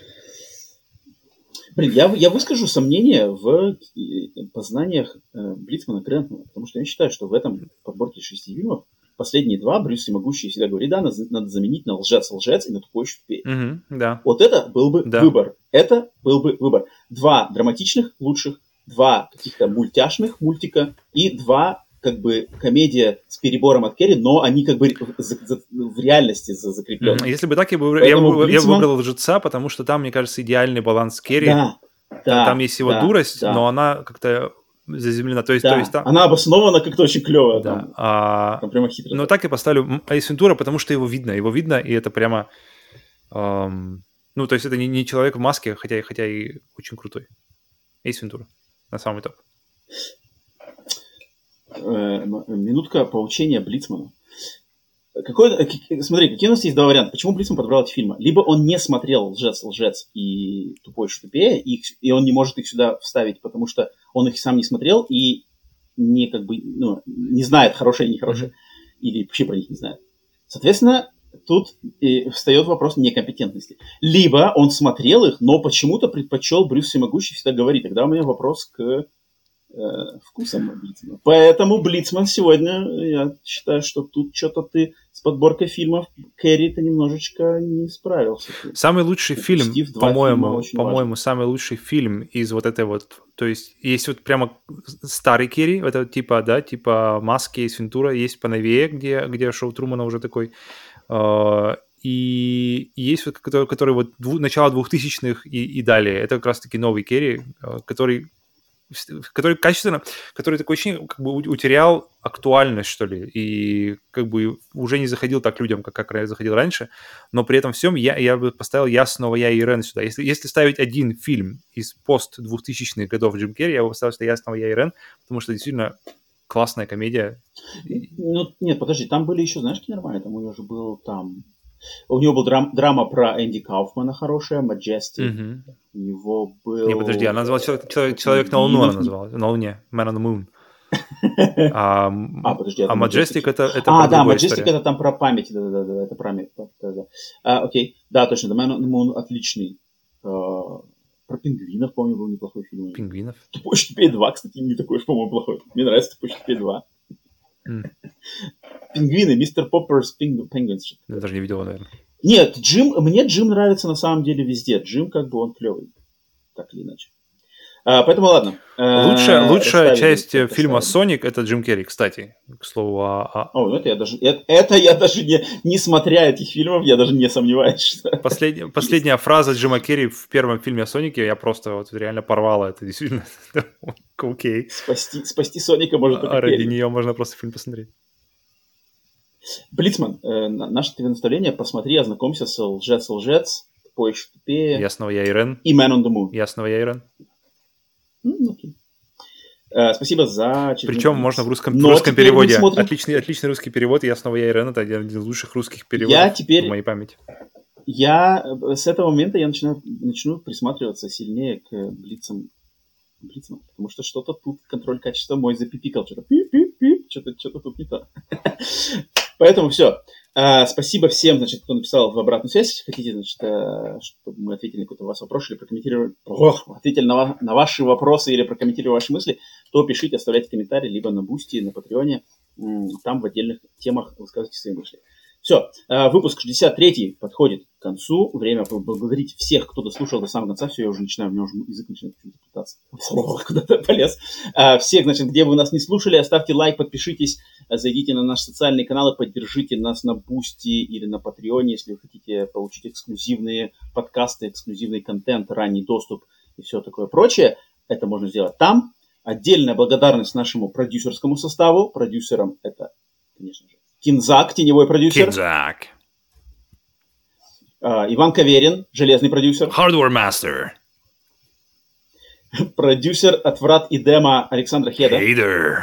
Блин, я выскажу сомнения в познаниях Блицмана Крентона, потому что я считаю, что в этом подборке 6 фильмов последние два Брюс Всемогущий всегда говорит, да, надо заменить на «Лжец» и на «Тупой еще тупее». Да. Вот это был бы выбор. Это был бы выбор. 2 драматичных лучших, 2 каких-то мультяшных мультика и 2 как бы комедия с перебором от Керри, но они как бы в реальности закреплены. Если бы так, я бы выбрал «Лжеца», потому что там, мне кажется, идеальный баланс Керри. Да, там есть его дурость, но она как-то заземлена. То есть там... Она обоснована как-то очень клево. Да. Там прямо хитро. Но так я поставлю Эйс Вентура, потому что его видно, и это прямо... то есть это не человек в маске, хотя и очень крутой. Эйс Вентура. На самый топ. Минутка поучения Блицмана. Смотри, какие у нас есть два варианта. Почему Блицман подобрал эти фильмы? Либо он не смотрел «Лжец» и «Тупой еще тупее», и он не может их сюда вставить, потому что он их сам не смотрел и не, как бы, не знает, хорошие или нехорошие, или вообще про них не знает. Соответственно, тут встает вопрос некомпетентности. Либо он смотрел их, но почему-то предпочел Брюс Всемогущий всегда говорить. Тогда у меня вопрос к Вкусом Блицмана. Поэтому Блицман сегодня, я считаю, что тут что-то ты с подборкой фильмов Кэрри ты немножечко не справился. Самый лучший фильм, по-моему, самый лучший фильм из вот этой вот, то есть есть вот прямо старый Кэрри, это типа, да, типа Маски из Вентура, есть поновее, где шоу Трумана уже такой, и есть вот, который вот начало 2000-х и далее, это как раз-таки новый Кэрри, который качественно, который такое ощущение, как бы утерял актуальность, что ли, и как бы уже не заходил так людям, как заходил раньше, но при этом всем я бы поставил «Я снова я и Ирен» сюда. Если ставить один фильм из пост-2000-х годов Джим Керри, я бы поставил, что «Я снова я и Ирен», потому что действительно классная комедия. Ну, нет, подожди, там были еще, знаешь, какие нормальные? Там у него же был там... У него была драма про Энди Кауфмана хорошая, «Majestic». У него был... Не, подожди, она назвала «Человек на Луну», она назвала, на Луне, «Man on the Moon». Подожди, а «Majestic» это про да, «Majestic» история. Это там про память, да, это про память. Окей, да, точно, «The Man on the Moon» отличный. Про пингвинов, помню, был неплохой фильм. Пингвинов? «Тупой Штупей 2», кстати, не такой уж, по-моему, плохой. Мне нравится «Тупой Штупей 2». Пингвины, мистер Попперс Пингвинс. Я даже не видел, наверное. Нет, мне Джим нравится на самом деле везде. Джим как бы он клевый. Так или иначе. Поэтому ладно. Лучшая часть фильма «Соник» — это Джим Керри, кстати, к слову. Это я даже не смотря этих фильмов, я даже не сомневаюсь, что... Последняя фраза Джима Керри в первом фильме о Сонике, я просто вот реально порвала. Это действительно окей. Спасти Соника можно только ради нее можно просто фильм посмотреть. Блицман, наше тебе наставление: посмотри, ознакомься с «Лжец», «Тупой еще тупее». «Я снова я Ирен». И «Man on the Moon». «Я снова я Ирен». Окей. Спасибо за... Причем можно в русском переводе. Отличный русский перевод. «Я снова я Ирен» — это один из лучших русских переводов в моей памяти. С этого момента я начну присматриваться сильнее к Блицману, потому что что-то тут контроль качества мой запипикал. Что-то пип-пип-пип, что-то тут не то. Поэтому все. Спасибо всем, значит, кто написал в обратную связь. Хотите, значит, чтобы мы ответили на какой-то у вас вопрос или прокомментировали, ответили на ваши вопросы или прокомментировали ваши мысли, то пишите, оставляйте комментарии либо на Бусти, на Патреоне. Там в отдельных темах высказывайте свои мысли. Все, выпуск 63 подходит к концу. Время поблагодарить всех, кто дослушал до самого конца. Все, я уже начинаю, у меня уже язык начинает путаться. Куда-то полез. Всех, значит, где вы нас не слушали, оставьте лайк, подпишитесь, зайдите на наши социальные каналы, поддержите нас на Бусти или на Патреоне, если вы хотите получить эксклюзивные подкасты, эксклюзивный контент, ранний доступ и все такое прочее. Это можно сделать там. Отдельная благодарность нашему продюсерскому составу. Продюсером это, конечно же, Кинзак, теневой продюсер. Кинзак. Иван Каверин, железный продюсер. Hardware Master. Продюсер от «Врат и Дема» Александра Хеда. Хейдер.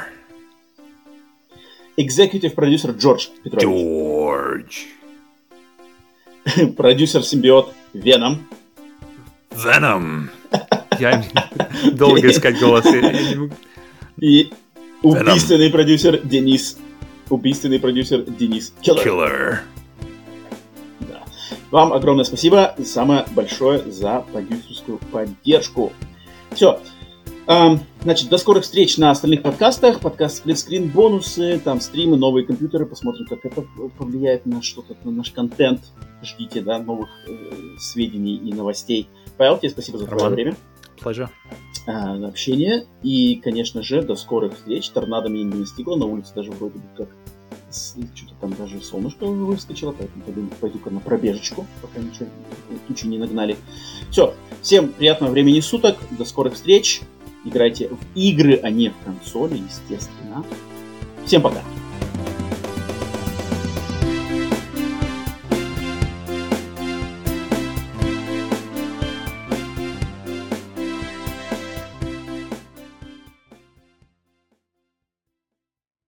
Экзекутив продюсер Джордж Петрович. Продюсер симбиот Веном. Веном. Я долго искать голос. И убийственный продюсер Денис. Убийственный продюсер Денис Киллер. Да. Вам огромное спасибо и самое большое за продюсерскую поддержку. Все. Значит, до скорых встреч на остальных подкастах. Подкаст «Сплитскрин», бонусы, там стримы, новые компьютеры. Посмотрим, как это повлияет на что-то, на наш контент. Ждите, да, новых сведений и новостей. Павел, тебе спасибо за твое время. Pleasure. За общение. И, конечно же, до скорых встреч. Торнадо меня не настигло. На улице даже вроде бы как что-то там даже солнышко выскочило. Поэтому пойду-ка на пробежечку, пока ничего тучи не нагнали. Все. Всем приятного времени суток. До скорых встреч. Играйте в игры, а не в консоли, естественно. Всем пока.